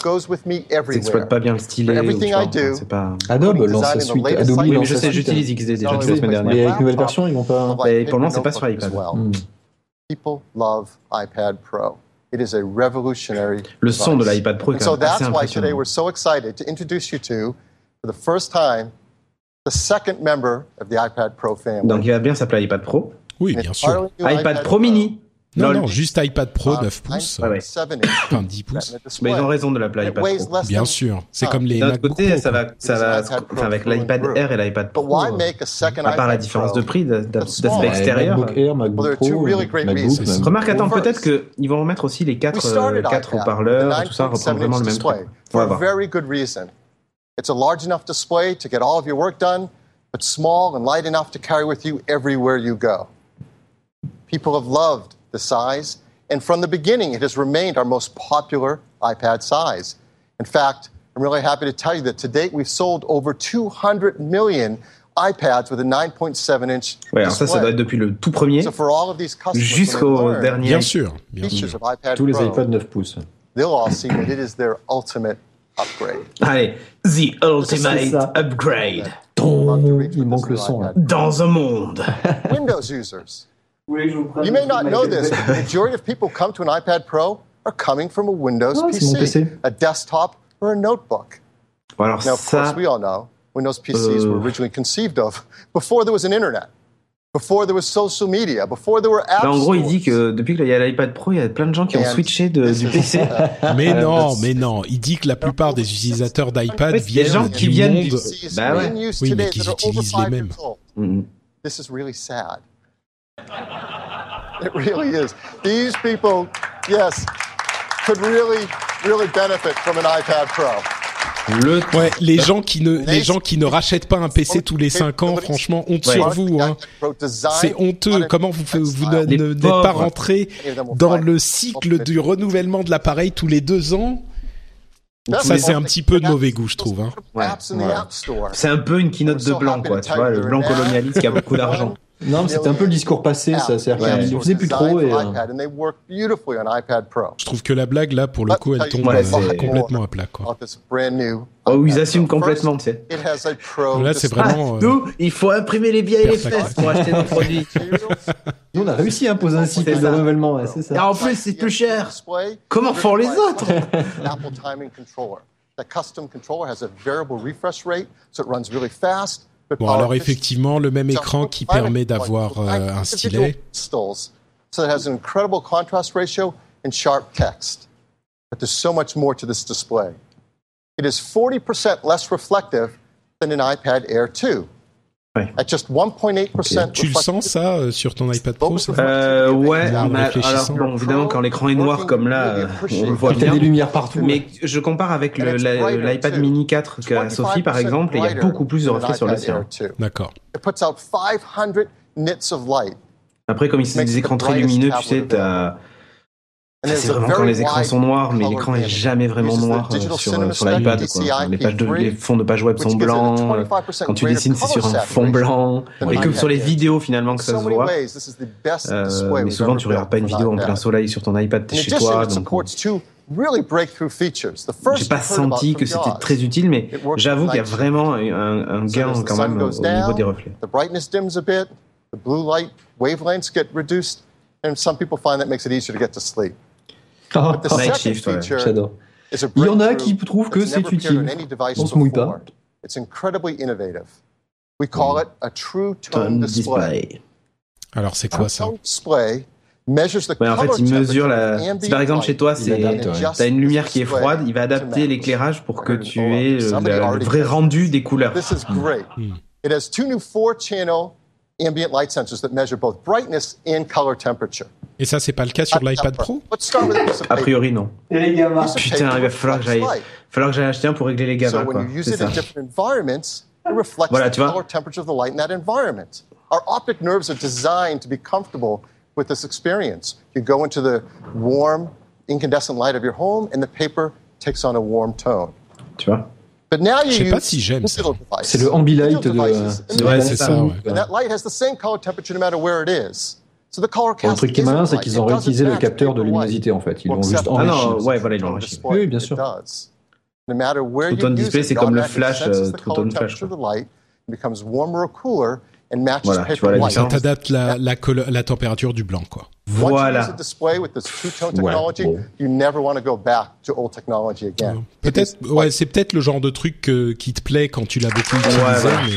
Ils exploitent pas bien le stylet. C'est pas. Adobe lance sa suite. Adobe oui, mais je sais, j'utilise X D déjà depuis la semaine dernière. Mais avec nouvelle version, ils vont pas. Mais pour le moment, c'est pas sur iPad. Hmm. People love iPad Pro. It is a revolutionary Le son de l'iPad Pro est quand même assez impressionnant. So that's why today we're so excited to introduce you to, for the first time, the second member of the iPad Pro family. Donc il va bien s'appeler iPad Pro. Oui, bien sûr. iPad Pro Mini. Non, non, juste iPad Pro neuf pouces. Ouais, ouais. Enfin, dix pouces. Mais ils ont raison de l'appeler iPad Pro. Bien sûr. C'est comme les D'un autre MacBook côté, Pro, ça va, ça va, enfin, avec l'iPad Air et l'iPad Pro, à part la différence de prix, d'aspect extérieur. MacBook Air, MacBook Pro, MacBook. Remarque, attends, peut-être qu'ils vont remettre aussi les quatre, euh, quatre haut-parleurs, tout ça, reprendre vraiment le même truc. On va voir. It's a large enough display to get all of your work done, but small and light enough to carry with you everywhere you go. People have loved the size. And from the beginning, it has remained our most popular iPad size. In fact, I'm really happy to tell you that to date, we've sold over two hundred million iPads with a nine point seven inch display. Ouais, alors ça, ça doit être depuis le tout premier jusqu'au dernier. Bien sûr, bien sûr. Tous les iPads neuf pouces. They'll all see that it is their ultimate upgrade. Allez, the ultimate upgrade. Il manque le son. Là. Dans un monde. Windows users. You may not know this, but the majority of people come to an iPad Pro are coming from a Windows oh, P C, P C, a desktop, or a notebook. Bon, alors now, of ça, course, we all know Windows P Cs euh... were originally conceived of before there was an internet, before there was social media, before there were apps. Là, en gros, il dit que depuis qu'il y a l'iPad Pro, il y a plein de gens qui ont switché de, du P C. Mais non, mais non. Il dit que la plupart des utilisateurs d'iPad viennent des gens qui du viennent monde. Du... Bah ouais. Oui, mais qu'ils utilisent les mêmes. Mm-hmm. This is really sad. It really is. These people, yes, could really, really benefit from an iPad Pro. Le... Ouais, les gens qui ne, les gens qui ne rachètent pas un P C tous les cinq ans, franchement, honte ouais. sur vous, hein. C'est honteux. Comment vous, vous n'êtes pas rentré dans le cycle du renouvellement de l'appareil tous les deux ans? Ça, c'est un petit peu de mauvais goût, je trouve, hein. Ouais. Ouais. C'est un peu une keynote de blanc, quoi. Tu vois, le blanc colonialiste qui a beaucoup d'argent. Non, mais c'était un peu le discours passé, ça. C'est-à-dire ouais. qu'il ne faisait plus trop. Et, euh... Je trouve que la blague, là, pour le coup, elle tombe ouais, euh, complètement à plat, quoi. Oh, ils assument complètement, tu sais. Là, c'est vraiment... Euh... Nous, il faut imprimer les biais et les fesses pour acheter nos produits. Nous, on a réussi à imposer un cycle de renouvellement, ouais, c'est ça. Et en plus, c'est plus cher. Comment font les autres? The custom controller has a variable refresh rate, so it runs really fast. Bon, alors effectivement, le même écran qui permet d'avoir euh, un stylet. So it has an incredible contrast ratio and sharp text. But there's so much more to this display. It is forty percent less reflective than an iPad Air two. Ouais. At just one point eight percent. Okay. Tu le sens ça euh, sur ton iPad Pro? Euh, ouais, mais alors bon, évidemment quand l'écran est noir comme là, euh, on le voit bien. Il y a des lumières partout. Mais je compare avec le, la, l'iPad Mini quatre qu'a Sophie par exemple, et il y a beaucoup plus de reflets sur le sien. D'accord. It puts out five hundred nits of light Après, comme c'est des écrans très lumineux, tu sais, t'as... C'est vraiment quand les écrans sont noirs, mais l'écran est jamais vraiment noir euh, sur, sur l'iPad, quoi. Les, pages de, les fonds de pages web sont blancs. Quand tu dessines, c'est sur un fond blanc. Et que sur les vidéos, finalement, que ça se voit. Euh, mais souvent, tu regardes pas une vidéo en plein soleil sur ton iPad, t'es chez toi. Donc, j'ai pas senti que c'était très utile, mais j'avoue qu'il y a vraiment un, un gain quand même au niveau des reflets. And some people find that makes it easier to get to sleep. Ah, ah, night shift, ouais, j'adore. Il y en a qui trouvent que c'est utile. On se mouille pas. It's incredibly innovative. We call it a true tone display. Alors c'est quoi ça? Display measures the ouais, en fait, il mesure la. Si par exemple chez toi, c'est t'as une lumière qui est froide, il va adapter l'éclairage pour que tu aies le, le, le vrai rendu des couleurs. This is great. It has two new four-channel ambient light sensors that measure both brightness and color temperature. Et ça, c'est pas le cas sur l'iPad Pro? A priori, non. Et les gamma. Putain, il va falloir que j'aille, falloir que j'aille acheter un pour régler les gamma, quoi. C'est ça. Voilà, tu vois. Our optic nerves are designed to be comfortable with this experience. You go into the warm, incandescent light of your home, and the paper takes on a warm tone. Tu vois? But now you Je sais pas si j'aime ça. C'est le Ambilight de... Ouais, c'est ça, ouais. And that light has the same color temperature no matter where it is. So the color cast. Le truc qui est malin, c'est qu'ils ont réutilisé le capteur de luminosité, en fait. Ils l'ont juste enrichi. Ah non, ouais, voilà, ils l'ont enrichi. Oui, bien sûr. Two-tone display, c'est comme le flash, two-tone flash. Voilà, tu vois la ça t'adapte la, la, la, la température du blanc, quoi. Voilà. Peut-être, ouais, c'est peut-être le genre de truc euh, qui te plaît quand tu l'as beaucoup utilisé, ouais, ouais. Mais...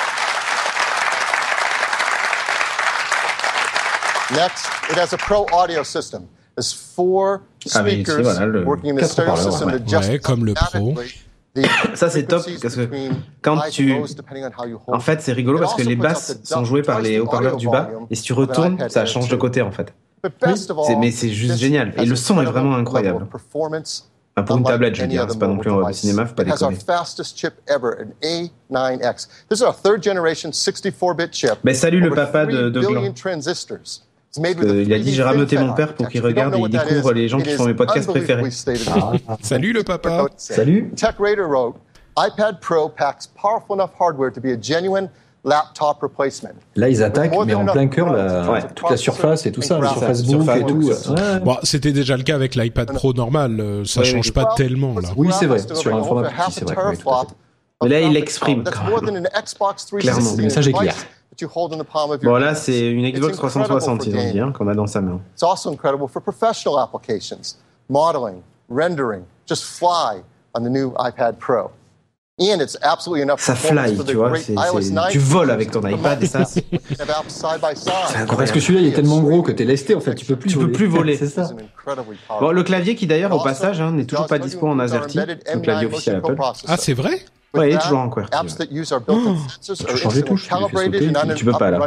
Next, it has a pro audio system. There's four speakers ah, voilà, working in the stereo system that just ouais, comme le pro. Ça c'est top parce que quand tu, en fait c'est rigolo parce que les basses sont jouées par les haut-parleurs du bas et si tu retournes ça change de côté en fait. Oui. C'est, mais c'est juste génial et le son est vraiment incroyable. Enfin, pour une tablette je veux dire, c'est pas non plus un cinéma, faut pas déconner. Mais salut le papa de, de Gland. Euh, il a dit j'ai rameuté mon père pour qu'il regarde et il découvre les gens qui font mes podcasts préférés. Ah. Salut le papa. Salut. TechRadar wrote, iPad Pro packs powerful enough hardware to be a genuine laptop replacement. Là ils attaquent mais en plein cœur la, ouais. toute la surface et tout ça, la surface book et tout. Ouais. Bon, c'était déjà le cas avec l'iPad Pro normal, ça oui, change oui. pas tellement là. Oui c'est vrai, sur un format petit c'est vrai. Oui, mais là il l'exprime clairement. Le message est clair. Bon là c'est une Xbox trois cent soixante ils ont dit hein, qu'on a dans sa main. It's also incredible for professional applications, modeling, rendering, just fly on the new iPad Pro. And it's absolutely enough. Ça fly, tu vois, c'est, c'est, tu voles avec ton iPad et ça. C'est parce que celui-là il est tellement gros que t'es lesté en fait, tu peux plus. Tu voler. peux plus voler. C'est ça. Bon, le clavier qui d'ailleurs au passage hein, n'est toujours pas dispo en AZERTY, le clavier officiel Apple. Ah c'est vrai? Ouais, il est toujours en QWERTY. Oh, tu peux changer de touche. Tu peux pas là.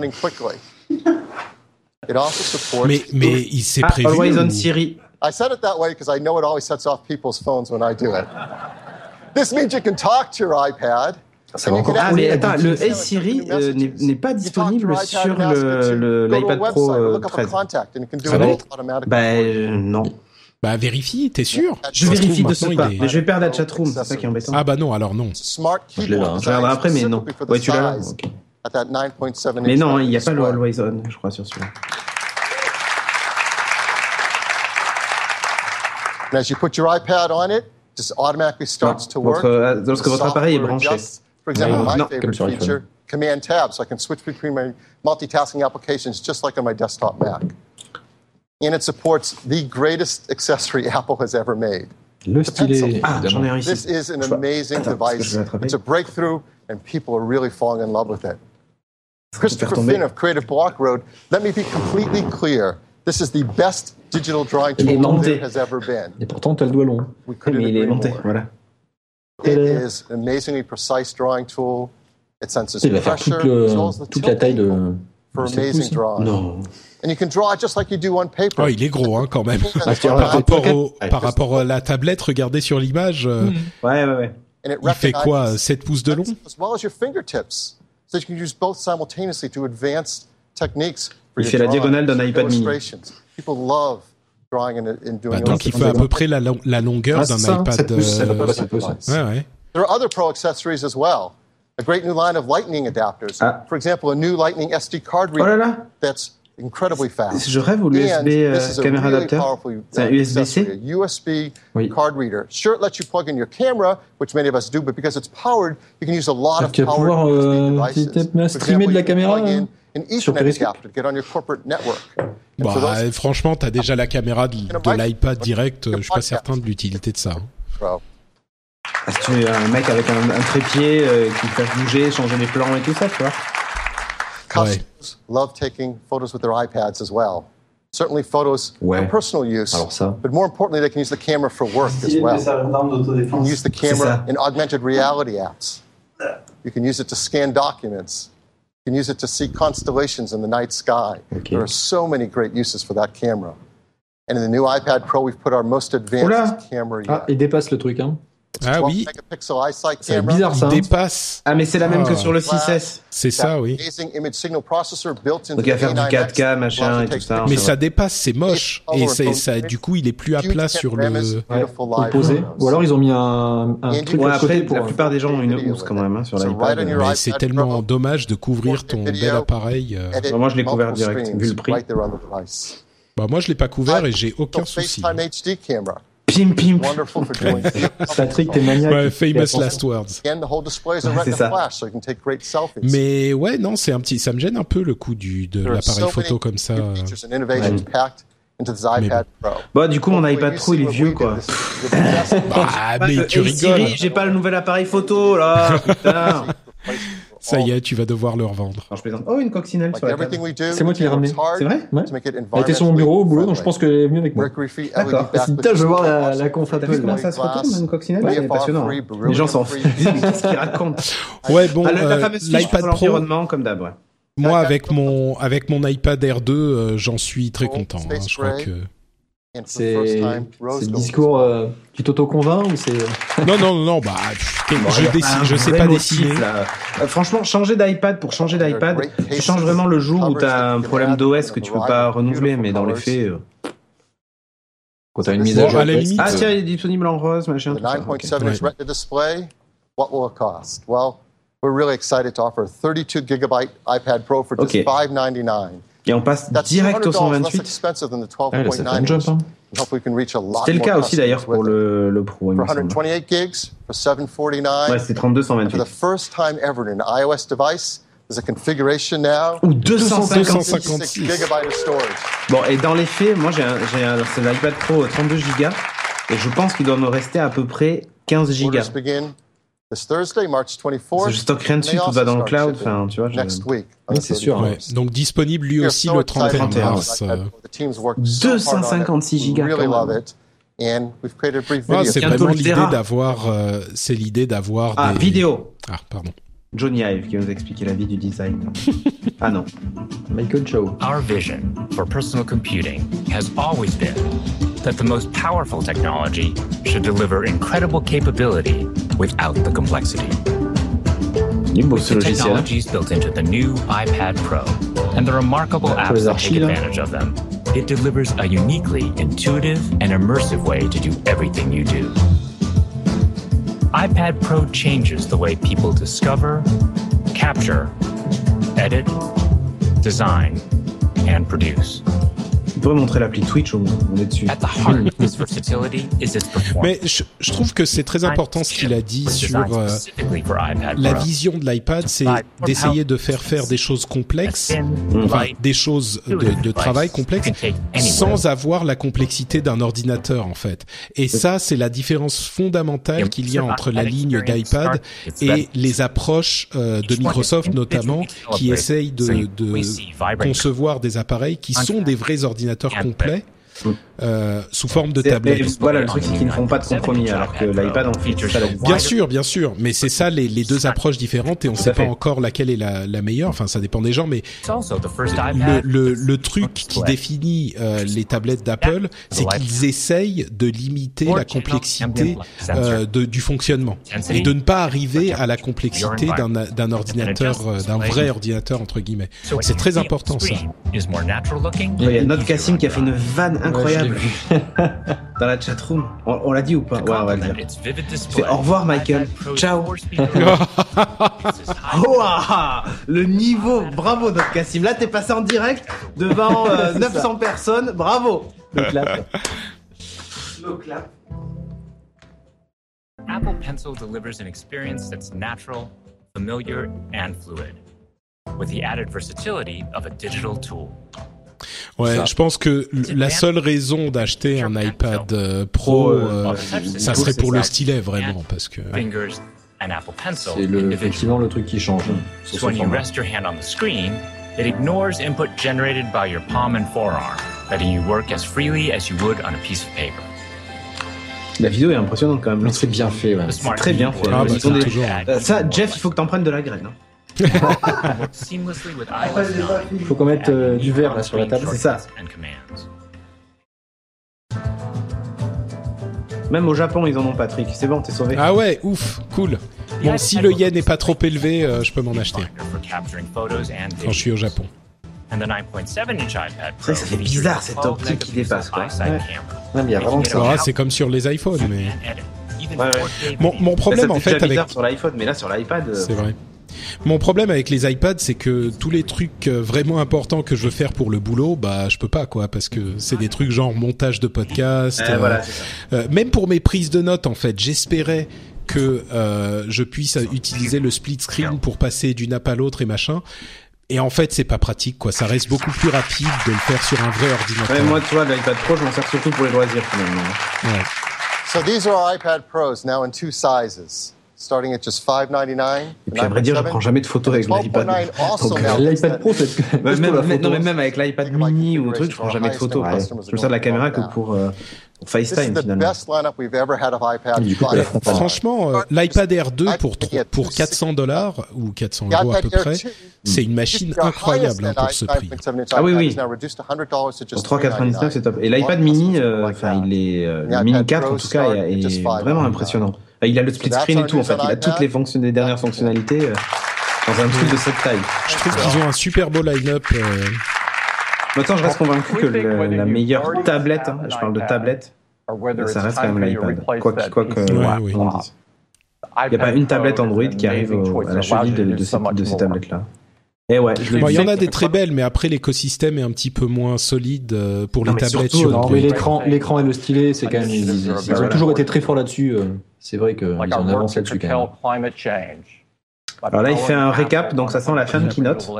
Mais mais il s'est ah, prévu. Always on Siri. I said it that way because I know it always sets off people's phones when I do it. This means you can talk to your iPad. Ça va encore. Ah mais attends, le Hey Siri euh, n'est, n'est pas disponible sur le, le l'iPad Pro euh, treize. Ah bon? Bah euh, non. Bah vérifie, t'es sûr? Je ça vérifie de ce pas, est... mais je vais perdre la chatroom, c'est ça qui est embêtant. Ah bah non, alors non. Je l'ai là. Je regarderai après, mais non. Ouais, tu l'as là. Okay. Mais non, il n'y a pas le Always On, je crois, sur celui-là. And as you put your iPad on it, it just automatically starts to work. Votre, lorsque votre appareil est branché. For example, my favorite feature, Command Tab, so I can switch between my multitasking applications just like on my desktop Mac. And it supports the greatest accessory Apple has ever made. Le stylet. Ah, j'en ai un ici. This is an amazing device. It's a breakthrough, and people are really falling in love with it. Christopher Finn of Creative Block wrote, "Let me be completely clear. This is the best digital drawing tool there has ever been." Et pourtant, t'as le doigt long. We couldn't Mais il est agree monté, more. voilà. It is an amazingly precise drawing tool. It senses Il va faire pressure, toute, le, as well as the toute la taille de. for amazing drawing. Non. And you can draw just like you do on paper. Oh, il est gros, hein, quand même. par rapport au, par rapport à la tablette, regardez sur l'image. Euh, ouais, ouais, ouais. Il fait quoi, sept pouces de long? As well as your fingertips. So you can use both simultaneously to advanced techniques for Il your fait la drawings, diagonale d'un iPad mini. illustrations. People love drawing and, and doing Bah, donc il fait à peu près la, la longueur Ah, d'un ça, iPad. sept pouces, euh, c'est à peu près sept pouces. Ouais, ouais. There are other Pro accessories as well. A great new line of Lightning adapters. Ah. For example, a new Lightning S D card reader Oh là là. that's incredibly fast. Je rêve au U S B And euh, this is a caméra really adapteur. powerful, C'est un uh, U S B accessory, C. a U S B Oui. card reader. Sure, it lets you plug in your camera, which many of us do, but because it's powered, you can use a lot of Tu vas pouvoir powered euh, devices. tu t'es- For streamer de example, la you can caméra plug in hein, an sur Ethernet Periscope. adapter to get on your corporate network. And Bah, for those franchement, t'as déjà la caméra de, de l'iPad direct. euh, Je suis pas certain de l'utilité de ça. hein. Pro. Ah, si tu veux un mec avec un, un trépied euh, qui fait bouger, changer les plans et tout ça, tu vois. Customers love taking photos with their iPads as well. Certainly photos Ouais. for personal use, Alors ça. but more importantly, they can use the camera for work as well. You can use the camera in augmented reality apps. You can use it to scan documents. You can use it to see constellations in the night sky. Okay. There are so many great uses for that camera. And in the new iPad Pro, we've put our most advanced Oula. camera yet. Ah, il dépasse le truc, hein. Ah oui, megapixel eyesight C'est camera. bizarre ça. il hein. dépasse. Ah, mais c'est la même Ah. que sur le six S. C'est ça, oui. Amazing image signal processor built into Donc il va the faire du A nine quatre K, X machin allows you et to tout take ça. Mais c'est ça vrai. dépasse, c'est moche. Et c'est, ça, du coup, il est plus à plat sur le. Ouais. Opposé. Ou alors ils ont mis un, un truc Ouais, à après, côté pour. la plupart des gens ont une housse quand même hein, sur l'iPad. Mais c'est tellement dommage de couvrir ton bel appareil. euh. Edit Moi, je l'ai couvert multiple direct, screens vu le prix. right there on the device. Bah moi, je l'ai pas couvert et j'ai aucun So souci. FaceTime H D camera. Pim, pim. Wonderful for doing Patrick, t'es maniaque. Ouais, famous Fais last words. And the whole display is a Ouais, c'est retina ça. flash, so you can take great selfies. Mais ouais, non, c'est un petit, ça me gêne un peu le coup du de There are l'appareil so photo many comme ça. new features and innovations packed into this iPad Pro. Bon, du coup, mon Hopefully iPad you Pro, see il est what vieux, we did. quoi. This is the best Ah, Pas mais de tu Hey Siri, rigoles. j'ai pas le nouvel appareil photo, là. Putain. Ça y est, tu vas devoir le revendre. Alors, je plaisante. Oh, une coccinelle Like sur la table. everything we do, C'est moi qui l'ai ramené. C'est vrai Ouais. to make it Elle était sur mon bureau au boulot, donc je pense qu'elle est venue avec moi. mercury-free D'accord. L E D Putain, je veux voir la, la conf T'as vu Apple. comment là. ça se retourne, une coccinelle? C'est passionnant. hein. Les gens s'en foutent. Qu'est-ce qu'ils racontent? Ouais, bon, Ah, la, la euh, fameuse fiche l'iPad pour Pro. l'environnement, comme d'hab, ouais. Moi, avec mon avec mon iPad Air deux, euh, j'en suis très content. hein. Je crois que. And for the C'est first time, c'est rose le gold. discours. Euh, tu t'auto-convaincs ou c'est. Non, non, non, non, bah, pff, je Un dessine, je sais vrai pas motif, dessiner. là. Euh, franchement, changer d'iPad pour changer d'iPad, tu changes vraiment le jour où t'as un problème d'O S que tu peux pas renouveler, mais dans les faits. euh, Quand t'as une mise Bon, à jour. à la limite, Ah tiens, il est disponible en rose, machin. The tout ça. nine point Ok. seven inch Ouais. Retina display, what will it cost? Well, we're really excited to offer a thirty-two gigabyte iPad Pro for just Ok. five ninety-nine. Et on passe That's direct au two hundred dollars less cent vingt-huit. expensive than the twelve Ouais, là, point ça fait nine un jump. inch. Hein. Hopefully we can reach a lot C'était le more cas aussi d'ailleurs customers pour with it. le, le Pro, il me For semble. one twenty-eight gigs for seven forty-nine. Ouais, c'était trente-deux cent For vingt-huit. the first time ever in an iOS device, there's a configuration now. Ou deux cent cinquante-six. six gigabytes of storage. Bon, et dans les faits, moi j'ai un, j'ai un, c'est l'iPad Pro trente-deux gigas, et je pense qu'il doit me rester à peu près quinze gigas. Orders begin this Thursday, March twenty-fourth. Parce que je stocke rien dessus, They tout va dans le also cloud, start enfin, tu vois. je- Next week. on Oui, the c'est sûr, thirty-first. Ouais. Donc disponible lui We are aussi so le excited trente et un about mars. this iPad euh. Pro. The team's worked so hard on it. deux cent cinquante-six gigas, We really quand love même. it. And we've created a brief Ouais, video. c'est Bientôt vraiment le l'idée Terra. d'avoir, euh, c'est l'idée d'avoir Ah, des vidéo. Ah, pardon. Johnny Ive qui va nous expliquer la vie du design. Ah non. Michael Chow. Our vision for personal computing has always been that the most powerful technology should deliver incredible capability without the complexity. Il est beau With ce the logiciel. technologies built into the new iPad Pro and the remarkable Pour apps les that archives, take hein. advantage of them, it delivers a uniquely intuitive and immersive way to do everything you do. iPad Pro changes the way people discover, capture, edit, design, and produce. Tu pourrais montrer l'appli Twitch, on on est dessus. At the heart of this versatility is its performance. Mais je, je trouve que c'est très important ce qu'il a dit sur euh, la vision de l'iPad, c'est d'essayer de faire faire des choses complexes, enfin des choses de, de travail complexes, sans avoir la complexité d'un ordinateur en fait. Et ça, c'est la différence fondamentale qu'il y a entre la ligne d'iPad et les approches euh, de Microsoft notamment, qui essayent de, de concevoir des appareils qui sont des vrais ordinateurs complets euh, sous forme de c'est, tablette. Voilà, le truc c'est qu'ils ne font pas de compromis, alors que l'iPad en fait ça. Bien sûr, bien sûr, mais c'est ça les, les deux approches différentes et on ne sait pas encore laquelle est la, la meilleure. Enfin, ça dépend des gens, mais le, le, le truc qui définit euh, les tablettes d'Apple, c'est qu'ils essayent de limiter la complexité euh, de, du fonctionnement et de ne pas arriver à la complexité d'un, d'un ordinateur, euh, d'un vrai ordinateur entre guillemets. C'est très important ça. Il y a notre Cassim qui a fait une vanne incroyable dans la chatroom. On, on l'a dit ou pas? Ouais, on va le dire. Fait, au revoir Michael. Ciao. Oh, ah, le niveau, bravo notre Cassim. Là t'es passé en direct devant euh, neuf cents personnes. Bravo. Le clap. Le clap. Apple Pencil delivers an experience that's natural, familiar, and fluid, with the added versatility of a digital tool. Ouais, ça. Je pense que la seule raison d'acheter un iPad euh, Pro, euh, ça serait pour le stylet vraiment, parce que. C'est le, effectivement le truc qui change. So when you rest your hand on the screen, it ignores input generated by your palm and forearm, letting you work as freely as you would on a piece of paper. La vidéo est impressionnante quand même. C'est bien fait, ouais. C'est très bien fait. Ah, bah, c'est des... toujours... euh, ça, Jeff, il faut que t'en prennes de la graine. Hein. Il faut qu'on mette euh, du verre là sur la table. C'est ça. Même au Japon, ils en ont, Patrick. C'est bon, t'es sauvé. Ah ouais, ouf, cool. Bon, si le yen n'est pas trop élevé, euh, je peux m'en acheter. Quand je suis au Japon. C'est vrai que ça fait bizarre cette optique qui dépasse, quoi. Ouais. Non, mais y a vraiment ça. Ah, c'est comme sur les iPhones, mais. Ouais, ouais. Mon, mon problème ça en fait avec. sur l'iPhone, mais là sur l'iPad. Euh... C'est vrai. Mon problème avec les iPads, c'est que tous les trucs vraiment importants que je veux faire pour le boulot, bah je peux pas quoi, parce que c'est des trucs genre montage de podcast. Euh, euh, voilà, euh, même pour mes prises de notes, en fait, j'espérais que euh, je puisse utiliser le split screen pour passer d'une app à l'autre et machin. Et en fait, c'est pas pratique, quoi. Ça reste beaucoup plus rapide de le faire sur un vrai ordinateur. Ouais, moi, tu vois, l'iPad Pro, je m'en sers surtout pour les loisirs, finalement. Ouais. So these are our iPad Pros now in two sizes, starting at just five ninety-nine. Et puis à vrai dire, je prends jamais de photos avec l'iPad. Donc, euh, l'iPad Pro, c'est même, même, même, non, mais même avec l'iPad mini ou truc, je prends jamais de photos. Ouais. Je me sers de la caméra que pour euh, FaceTime finalement. Franchement, euh, l'iPad Air deux pour pour quatre cents dollars ou quatre cents euros à peu près, c'est une machine incroyable hein, pour ce prix. Ah oui oui. Pour trois quatre-vingt-dix-neuf c'est top. Et l'iPad mini, enfin euh, il est euh, le mini quatre en tout cas est, est vraiment impressionnant. Il a le split screen et tout en fait. Il a toutes les fonctions, les dernières fonctionnalités euh, dans un truc de cette taille. Je trouve qu'ils ont un super beau line-up. Euh... Maintenant, je reste convaincu que le, la meilleure tablette, hein, je parle de tablette, ça reste quand même l'iPad. Quoi que, quoi que ouais, oui. on dise. Il n'y a pas une tablette Android qui arrive au, à la cheville de, de, ces, de ces tablettes-là. Et ouais, je le bon, il y en a des très belles, mais après l'écosystème est un petit peu moins solide pour les non, tablettes. Surtout, sur non, mais l'écran, l'écran et le stylet, c'est quand même ils, ils, ils ont toujours été très forts là-dessus. C'est vrai qu'ils ont avancé là-dessus quand même. Alors là, il fait un récap, donc ça sent la fin de keynote.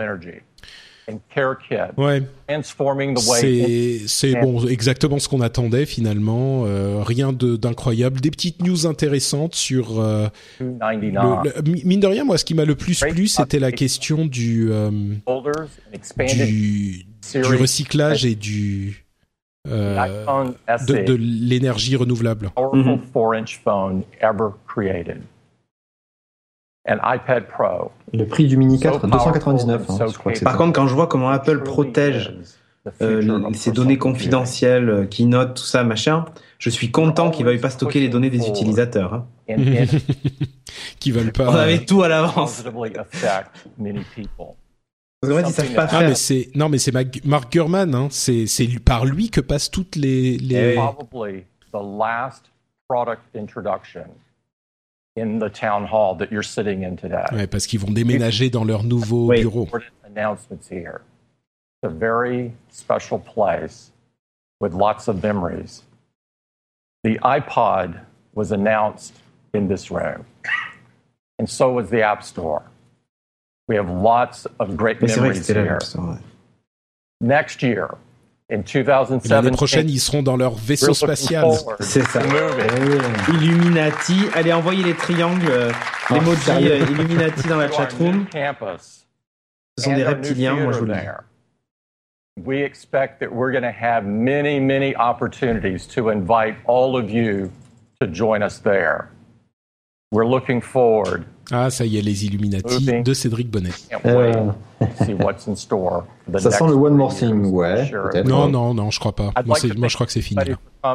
Ouais. C'est, c'est bon, exactement ce qu'on attendait finalement. Euh, rien de, d'incroyable. Des petites news intéressantes sur. Euh, le, le, mine de rien, moi, ce qui m'a le plus plu, c'était la question du euh, du, du recyclage et du euh, de, de l'énergie renouvelable. Mm-hmm. An iPad Pro. Le prix du Mini quatre, deux cent quatre-vingt-dix-neuf. Hein, je crois que c'est Par ça. contre, quand je vois comment Apple protège euh, ces données confidentielles, Keynote, tout ça, machin, je suis content qu'ils ne veuillent pas stocker les données des utilisateurs. Hein. Qu'ils veulent pas. On avait tout à l'avance. Parce qu'en fait, ils savent pas faire. Ah, mais c'est, non, mais c'est Mark Gurman, hein. C'est, c'est par lui que passent toutes les, les... Probably the last product introduction in the town hall that you're sitting in today. Ouais, parce qu'ils vont déménager dans leur nouveau oui. bureau. Announcements here. It's a very special place with lots of memories. The iPod was announced in this room, and so was the App Store. We have lots of great memories here. Next year, in two thousand seventeen, l'année prochaine, ils seront dans leur vaisseau spatial. C'est ça. Hey. Illuminati. Allez, envoyez les triangles, euh, oh, l'emoji euh, Illuminati dans la chatroom. Ce sont des reptiliens, moi je vous le dis. we expect that we're going to have many, many opportunities to invite all of you to join us there. We're looking forward. Ah, ça y est, les Illuminati de Cédric Bonnet. Euh... See what's in store for the ça next sent le one more thing, ouais. Sure. Non, non, non, je crois pas. Moi, like moi je crois que c'est fini. Là.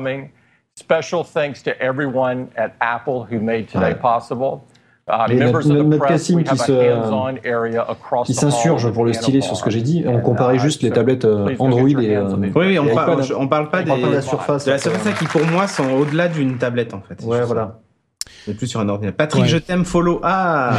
Special thanks to everyone at Apple who made today ouais. possible. Uh, notre, notre Cassim qui, se, qui s'insurge pour le stylet sur ce que j'ai dit, on comparait juste les tablettes Android et euh, oui, oui, on, par, on, on parle pas, on des, parle pas de la surface, de la surface qui pour moi sont au-delà d'une tablette en fait. Ouais, voilà. Mais plus sur un ordinateur. Patrick, ouais. Je t'aime, follow. Ah,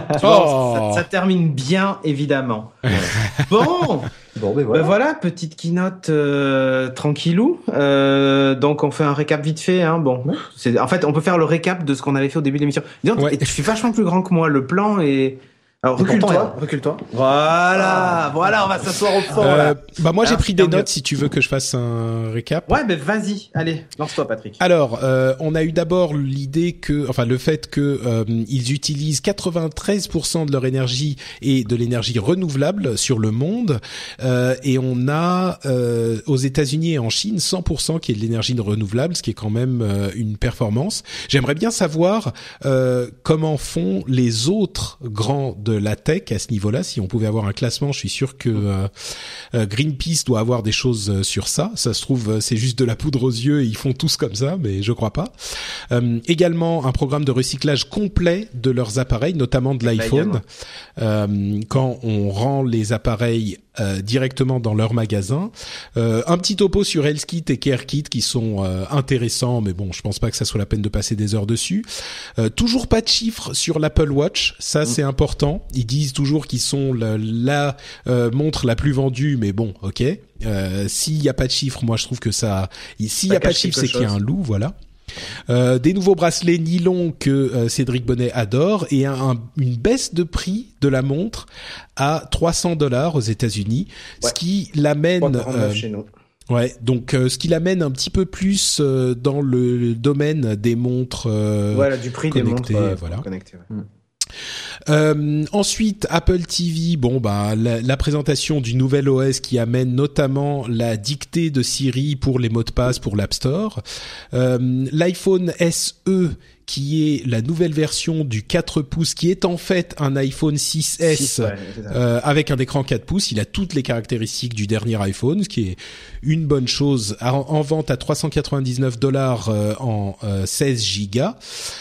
oh. ça, ça termine bien, évidemment. Bon, bon ben voilà. Ben voilà, petite keynote euh, tranquillou. Euh, donc on fait un récap vite fait. Hein. Bon, ouais. c'est, en fait, on peut faire le récap de ce qu'on avait fait au début de l'émission. Dis donc, ouais. Tu fais vachement plus grand que moi. Le plan est... Alors recule-toi, recule-toi. Voilà, voilà, on va s'asseoir au fond. Euh, bah moi j'ai Alors, pris des notes si tu veux que je fasse un récap. Ouais, ben vas-y, allez, lance-toi Patrick. Alors, euh, on a eu d'abord l'idée que, enfin le fait que euh, ils utilisent quatre-vingt-treize pour cent de leur énergie et de l'énergie renouvelable sur le monde, euh, et on a euh, aux États-Unis et en Chine cent pour cent qui est de l'énergie renouvelable, ce qui est quand même euh, une performance. J'aimerais bien savoir euh, comment font les autres grands de la tech à ce niveau-là. Si on pouvait avoir un classement, je suis sûr que euh, euh, Greenpeace doit avoir des choses euh, sur ça. Ça se trouve, c'est juste de la poudre aux yeux et ils font tous comme ça, mais je crois pas. Euh, également, un programme de recyclage complet de leurs appareils, notamment de l'iPhone. Euh, quand on rend les appareils Euh, directement dans leur magasin. Euh, un petit topo sur HealthKit et CareKit qui sont euh, intéressants, mais bon, je pense pas que ça soit la peine de passer des heures dessus. Euh, toujours pas de chiffres sur l'Apple Watch, ça mmh. c'est important. Ils disent toujours qu'ils sont la, la euh, montre la plus vendue, mais bon, ok. Euh, s'il y a pas de chiffres, moi je trouve que ça. S'il y a pas de chiffres, c'est qu'il y a un loup, voilà. Euh, des nouveaux bracelets nylon que euh, Cédric Bonnet adore et un, un, une baisse de prix de la montre à trois cents dollars aux États-Unis, ouais. ce qui l'amène euh, chez nous. Ouais, donc euh, ce qui l'amène un petit peu plus euh, dans le, le domaine des montres euh, voilà, du prix connectées, des montres euh, voilà. connectées. Ouais. Mm. Euh, ensuite, Apple T V, bon bah la, la présentation du nouvel O S qui amène notamment la dictée de Siri pour les mots de passe pour l'App Store, euh, l'iPhone S E qui est la nouvelle version du quatre pouces, qui est en fait un iPhone six S six, ouais, euh, avec un écran quatre pouces. Il a toutes les caractéristiques du dernier iPhone, ce qui est une bonne chose. En, en vente à trois cent quatre-vingt-dix-neuf dollars euh, en euh, seize gigas.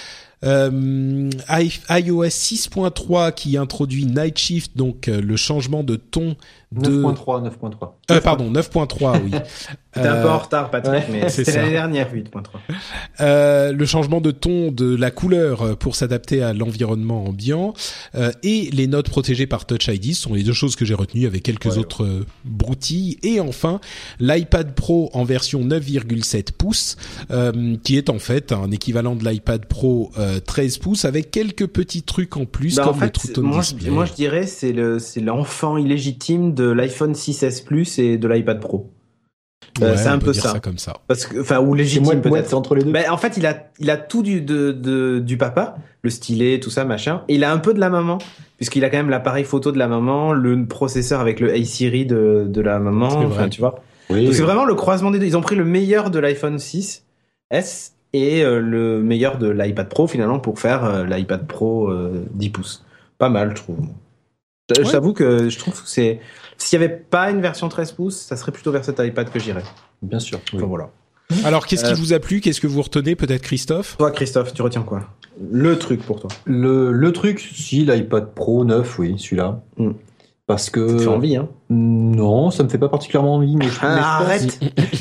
Euh, iOS six point trois qui introduit Night Shift, donc euh, le changement de ton de neuf point trois, neuf point trois. Euh, pardon, neuf point trois, oui. T'es un peu en retard, Patrick, ouais, mais c'était ça. L'année dernière, huit point trois. Euh, le changement de ton de la couleur pour s'adapter à l'environnement ambiant euh, et les notes protégées par Touch I D sont les deux choses que j'ai retenues avec quelques ouais, autres euh, broutilles. Et enfin, l'iPad Pro en version neuf virgule sept pouces euh, qui est en fait un équivalent de l'iPad Pro euh, treize pouces avec quelques petits trucs en plus, bah, comme en fait, le True Tone moi, Display. Je, moi, je dirais c'est le c'est l'enfant illégitime de l'iPhone six S Plus et de l'iPad Pro. Ouais, euh, c'est un peu ça. ça comme ça. Parce que, enfin, ou légitime moi, peut-être. C'est entre les deux. Ben, en fait, il a, il a tout du, de, de, du papa, le stylet, tout ça, machin. Et il a un peu de la maman, puisqu'il a quand même l'appareil photo de la maman, le processeur avec le Hey Siri de, de la maman. Enfin, tu vois. Oui, Donc, oui. c'est vraiment le croisement des deux. Ils ont pris le meilleur de l'iPhone six S et euh, le meilleur de l'iPad Pro, finalement, pour faire euh, l'iPad Pro euh, dix pouces. Pas mal, je trouve. Je ouais. t'avoue que je trouve que c'est, s'il y avait pas une version treize pouces, ça serait plutôt vers cet iPad que j'irais. Bien sûr. Enfin, oui. Voilà. Alors, qu'est-ce qui euh, vous a plu? Qu'est-ce que vous retenez? Peut-être Christophe? Toi, Christophe, tu retiens quoi? Le truc pour toi. Le, le truc, si, l'iPad Pro neuf, oui, celui-là. Mm. Parce que... Ça te fait envie, hein? Non, ça me fait pas particulièrement envie, mais... Je, ah, mais arrête.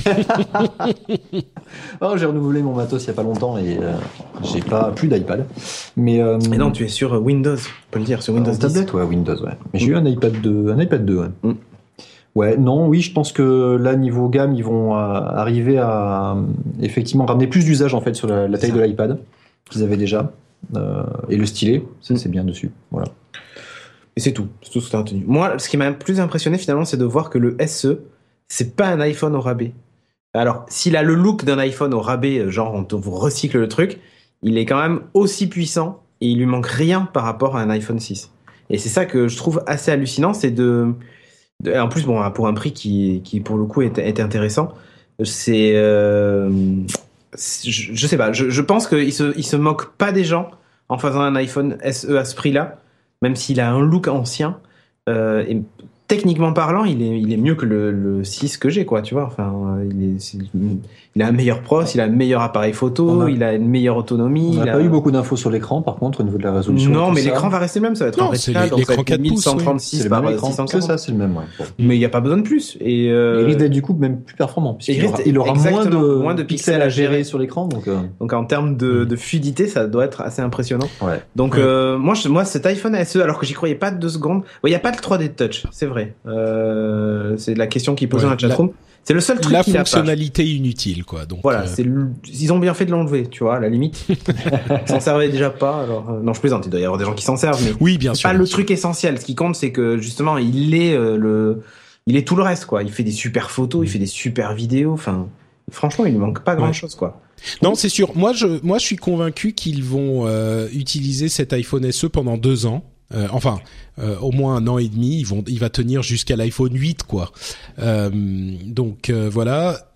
Oh, j'ai renouvelé mon matos il y a pas longtemps et euh, j'ai pas plus d'iPad. Mais, euh, mais non, tu es sur Windows, on peut le dire, sur Windows dix. Tablette, ouais, Windows, ouais. Mais j'ai mm. eu un iPad deux, un iPad deux, ouais. Mm. Ouais, non, oui, je pense que là, niveau gamme, ils vont euh, arriver à euh, effectivement ramener plus d'usage en fait sur la, la taille de l'iPad qu'ils avaient déjà. Euh, et le stylet, ça, c'est bien dessus. Voilà. Et c'est tout, c'est tout ce que tu as retenu. Moi, ce qui m'a le plus impressionné finalement, c'est de voir que le S E, c'est pas un iPhone au rabais. Alors, s'il a le look d'un iPhone au rabais, genre on te recycle le truc, il est quand même aussi puissant et il lui manque rien par rapport à un iPhone six. Et c'est ça que je trouve assez hallucinant, c'est de... Et en plus, bon, pour un prix qui, qui pour le coup était, était intéressant, c'est, euh, c'est je, je sais pas, je, je pense qu'il se, il se moque pas des gens en faisant un iPhone S E à ce prix-là, même s'il a un look ancien. Euh, et techniquement parlant, il est, il est mieux que le, le six que j'ai, quoi, tu vois. Enfin, il, est, c'est, il a un meilleur pros, il a un meilleur appareil photo, a, il a une meilleure autonomie. On n'a pas a... eu beaucoup d'infos sur l'écran, par contre, au niveau de la résolution. Non, mais ça. l'écran va rester le même, ça va être non, en rétina, donc l'écran quatre mille cent trente-six oui. par six cent quarante. C'est ça, c'est le même, ouais. Bon. Mais il n'y a pas besoin de plus. Et euh... il risque d'être du coup même plus performant, puisqu'il il, aura, il aura moins de, moins de pixels à gérer, gérer sur l'écran. Donc, euh... donc en termes de, de fluidité, ça doit être assez impressionnant. Ouais. Donc ouais. Euh, moi, je, moi, cet iPhone S E, alors que j'y croyais pas deux secondes, il n'y a pas de trois D Touch, c'est vrai. Euh, c'est la question qui est posée ouais, dans la chatroom. C'est le seul truc la qu'il a pas. fonctionnalité inutile, quoi. Donc voilà, euh... c'est le... ils ont bien fait de l'enlever, tu vois, à la limite. Ils s'en servaient déjà pas, alors euh... non, je plaisante. Il doit y avoir des gens qui s'en servent, mais oui, bien c'est sûr. Pas bien le sûr. truc essentiel. Ce qui compte, c'est que justement, il est euh, le, il est tout le reste, quoi. Il fait des super photos, mmh. il fait des super vidéos. Enfin, franchement, il lui manque pas grand chose, ouais. quoi. Non, c'est sûr. Moi, je, moi, je suis convaincu qu'ils vont euh, utiliser cet iPhone S E pendant deux ans. Euh, enfin, euh, au moins un an et demi. Ils vont, il va tenir jusqu'à l'iPhone huit, quoi. Euh, donc euh, voilà.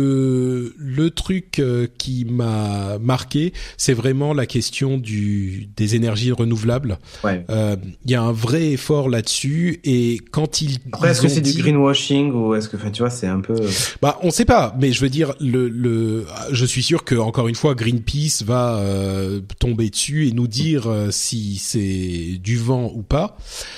Le le truc euh, qui m'a marqué, c'est vraiment la question du des énergies renouvelables. Ouais. Euh, il y a un vrai effort là-dessus, et quand ils après ils est-ce que c'est dit... du greenwashing ou est-ce que, enfin, tu vois, c'est un peu. Bah, on sait pas, mais je veux dire, le le, je suis sûr que encore une fois, Greenpeace va euh, tomber dessus et nous dire euh, si c'est du vent ou pas.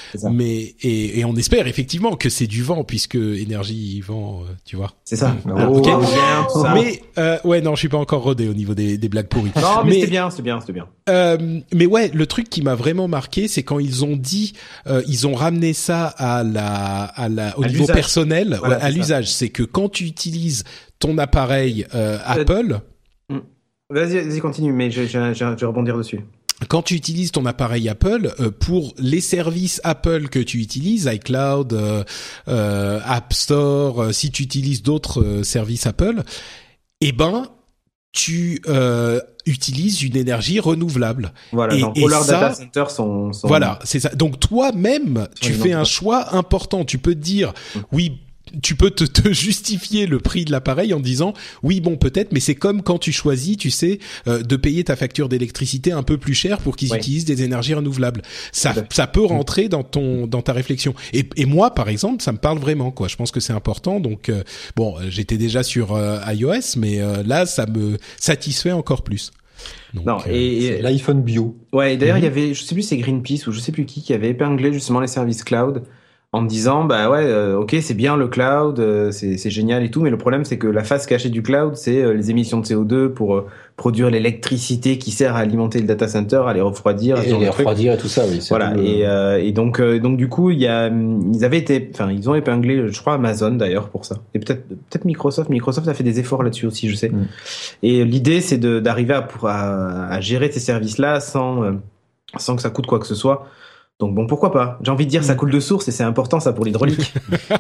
Mais et, et on espère effectivement que c'est du vent, puisque énergie vent, euh, tu vois. C'est ça. Oh. Okay. Bien, mais euh, ouais, non, je suis pas encore rodé au niveau des, des blagues pourries. Non, mais, mais c'était bien, c'était bien, c'était bien. Euh, mais ouais, le truc qui m'a vraiment marqué, c'est quand ils ont dit, euh, ils ont ramené ça à la, à la, au à niveau l'usage. personnel, voilà, à c'est l'usage. Ça. C'est que quand tu utilises ton appareil euh, Apple. Euh, vas-y, vas-y, continue, mais je, je, je, je vais rebondir dessus. Quand tu utilises ton appareil Apple, euh, pour les services Apple que tu utilises, iCloud, euh, euh, App Store, euh, si tu utilises d'autres euh, services Apple, eh ben tu euh, utilises une énergie renouvelable. Voilà, et, donc et leurs ça, data centers sont, sont... Voilà, c'est ça. Donc toi-même, tu fais un choix important. Tu peux te dire, mmh. oui, tu peux te, te justifier le prix de l'appareil en disant oui bon peut-être, mais c'est comme quand tu choisis, tu sais, euh, de payer ta facture d'électricité un peu plus cher pour qu'ils oui. utilisent des énergies renouvelables. Ça, ouais. ça peut rentrer dans ton dans ta réflexion. Et, et moi par exemple, ça me parle vraiment quoi. Je pense que c'est important. Donc euh, bon, j'étais déjà sur euh, iOS, mais euh, là ça me satisfait encore plus. Donc, non, et, et l'iPhone bio. Ouais, et d'ailleurs, il mm-hmm. y avait, je sais plus, c'est Greenpeace ou je sais plus qui qui avait épinglé justement les services cloud en disant bah ouais euh, ok c'est bien le cloud, euh, c'est c'est génial et tout, mais le problème c'est que la face cachée du cloud c'est euh, les émissions de C O deux pour euh, produire l'électricité qui sert à alimenter le data center, à les refroidir, et les refroidir et tout ça, oui. Voilà, le... et euh, et donc euh, donc du coup il y a ils avaient été, enfin ils ont épinglé, je crois Amazon d'ailleurs pour ça, et peut-être peut-être Microsoft, Microsoft a fait des efforts là-dessus aussi, je sais. Mm. Et l'idée c'est de d'arriver à pour à, à gérer ces services là sans euh, sans que ça coûte quoi que ce soit. Donc bon, pourquoi pas. J'ai envie de dire, ça coule de source et c'est important ça pour l'hydraulique.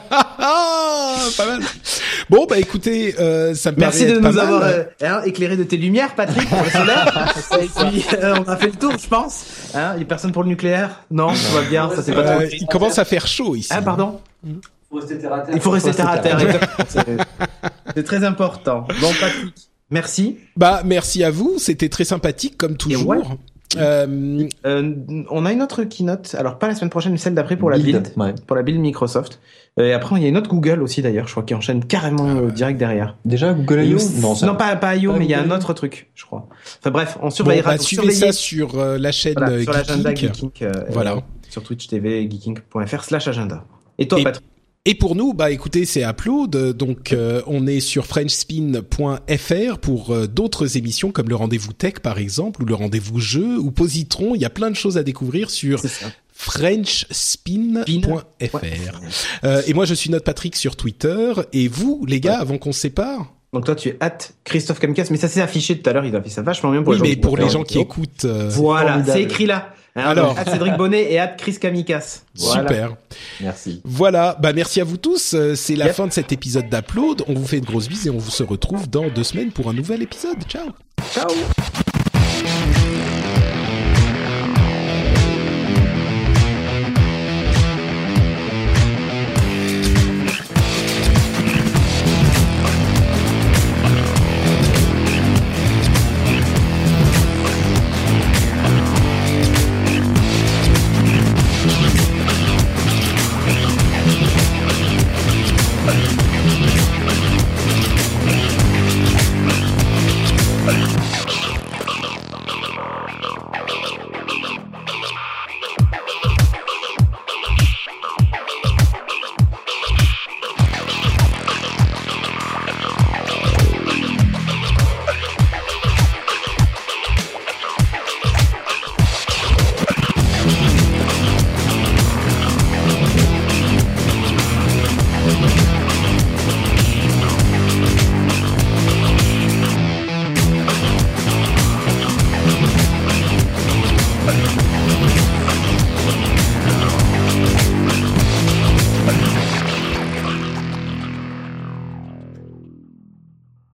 Pas mal. Bon bah écoutez, euh, ça me merci de nous mal. avoir euh, hein, éclairé de tes lumières, Patrick, pour le solaire. Et puis euh, on a fait le tour, je pense. Hein, il y a personne pour le nucléaire. Non, tout va bien. Ça c'est pas euh, trop. Il commence à faire chaud ici. Ah pardon. Il faut rester terre à terre. Il faut rester terre à terre. C'est, c'est très important. Bon Patrick, merci. Bah merci à vous. C'était très sympathique comme toujours. Ouais. Euh... Euh, on a une autre keynote, alors pas la semaine prochaine, mais celle d'après pour la build, build ouais. pour la build Microsoft. Euh, et après il y a une autre Google aussi d'ailleurs, je crois, qui enchaîne carrément euh, direct derrière. Déjà Google I O Non, non pas pas I O, mais il y a un autre truc, je crois. Enfin bref, on surveillera. Bon, bah, suivez ça sur euh, la chaîne voilà, euh, sur l'agenda Geeking. Euh, voilà. Euh, sur Twitch T V, geeking point f r slash agenda. Et toi, et... Patrick? Et pour nous, bah écoutez, c'est Upload, donc euh, on est sur frenchspin point f r pour euh, d'autres émissions comme le rendez-vous tech par exemple, ou le rendez-vous jeu, ou Positron. Il y a plein de choses à découvrir sur frenchspin point f r. Ouais. Euh, et moi je suis Note Patrick sur Twitter. Et vous, les gars, ouais. avant qu'on se sépare. Donc toi tu es at Christophe Kamikaze, mais ça s'est affiché tout à l'heure, il a fait ça vachement bien pour oui, les gens. Oui, mais pour les gens qui vidéo. écoutent. Euh... Voilà, c'est écrit là. Hein, alors, at Cédric Bonnet et at Chris Kamikaze. Voilà. Super. Merci. Voilà, bah merci à vous tous. C'est la yep. fin de cet épisode d'Upload. On vous fait une grosse bise et on vous se retrouve dans deux semaines pour un nouvel épisode. Ciao. Ciao.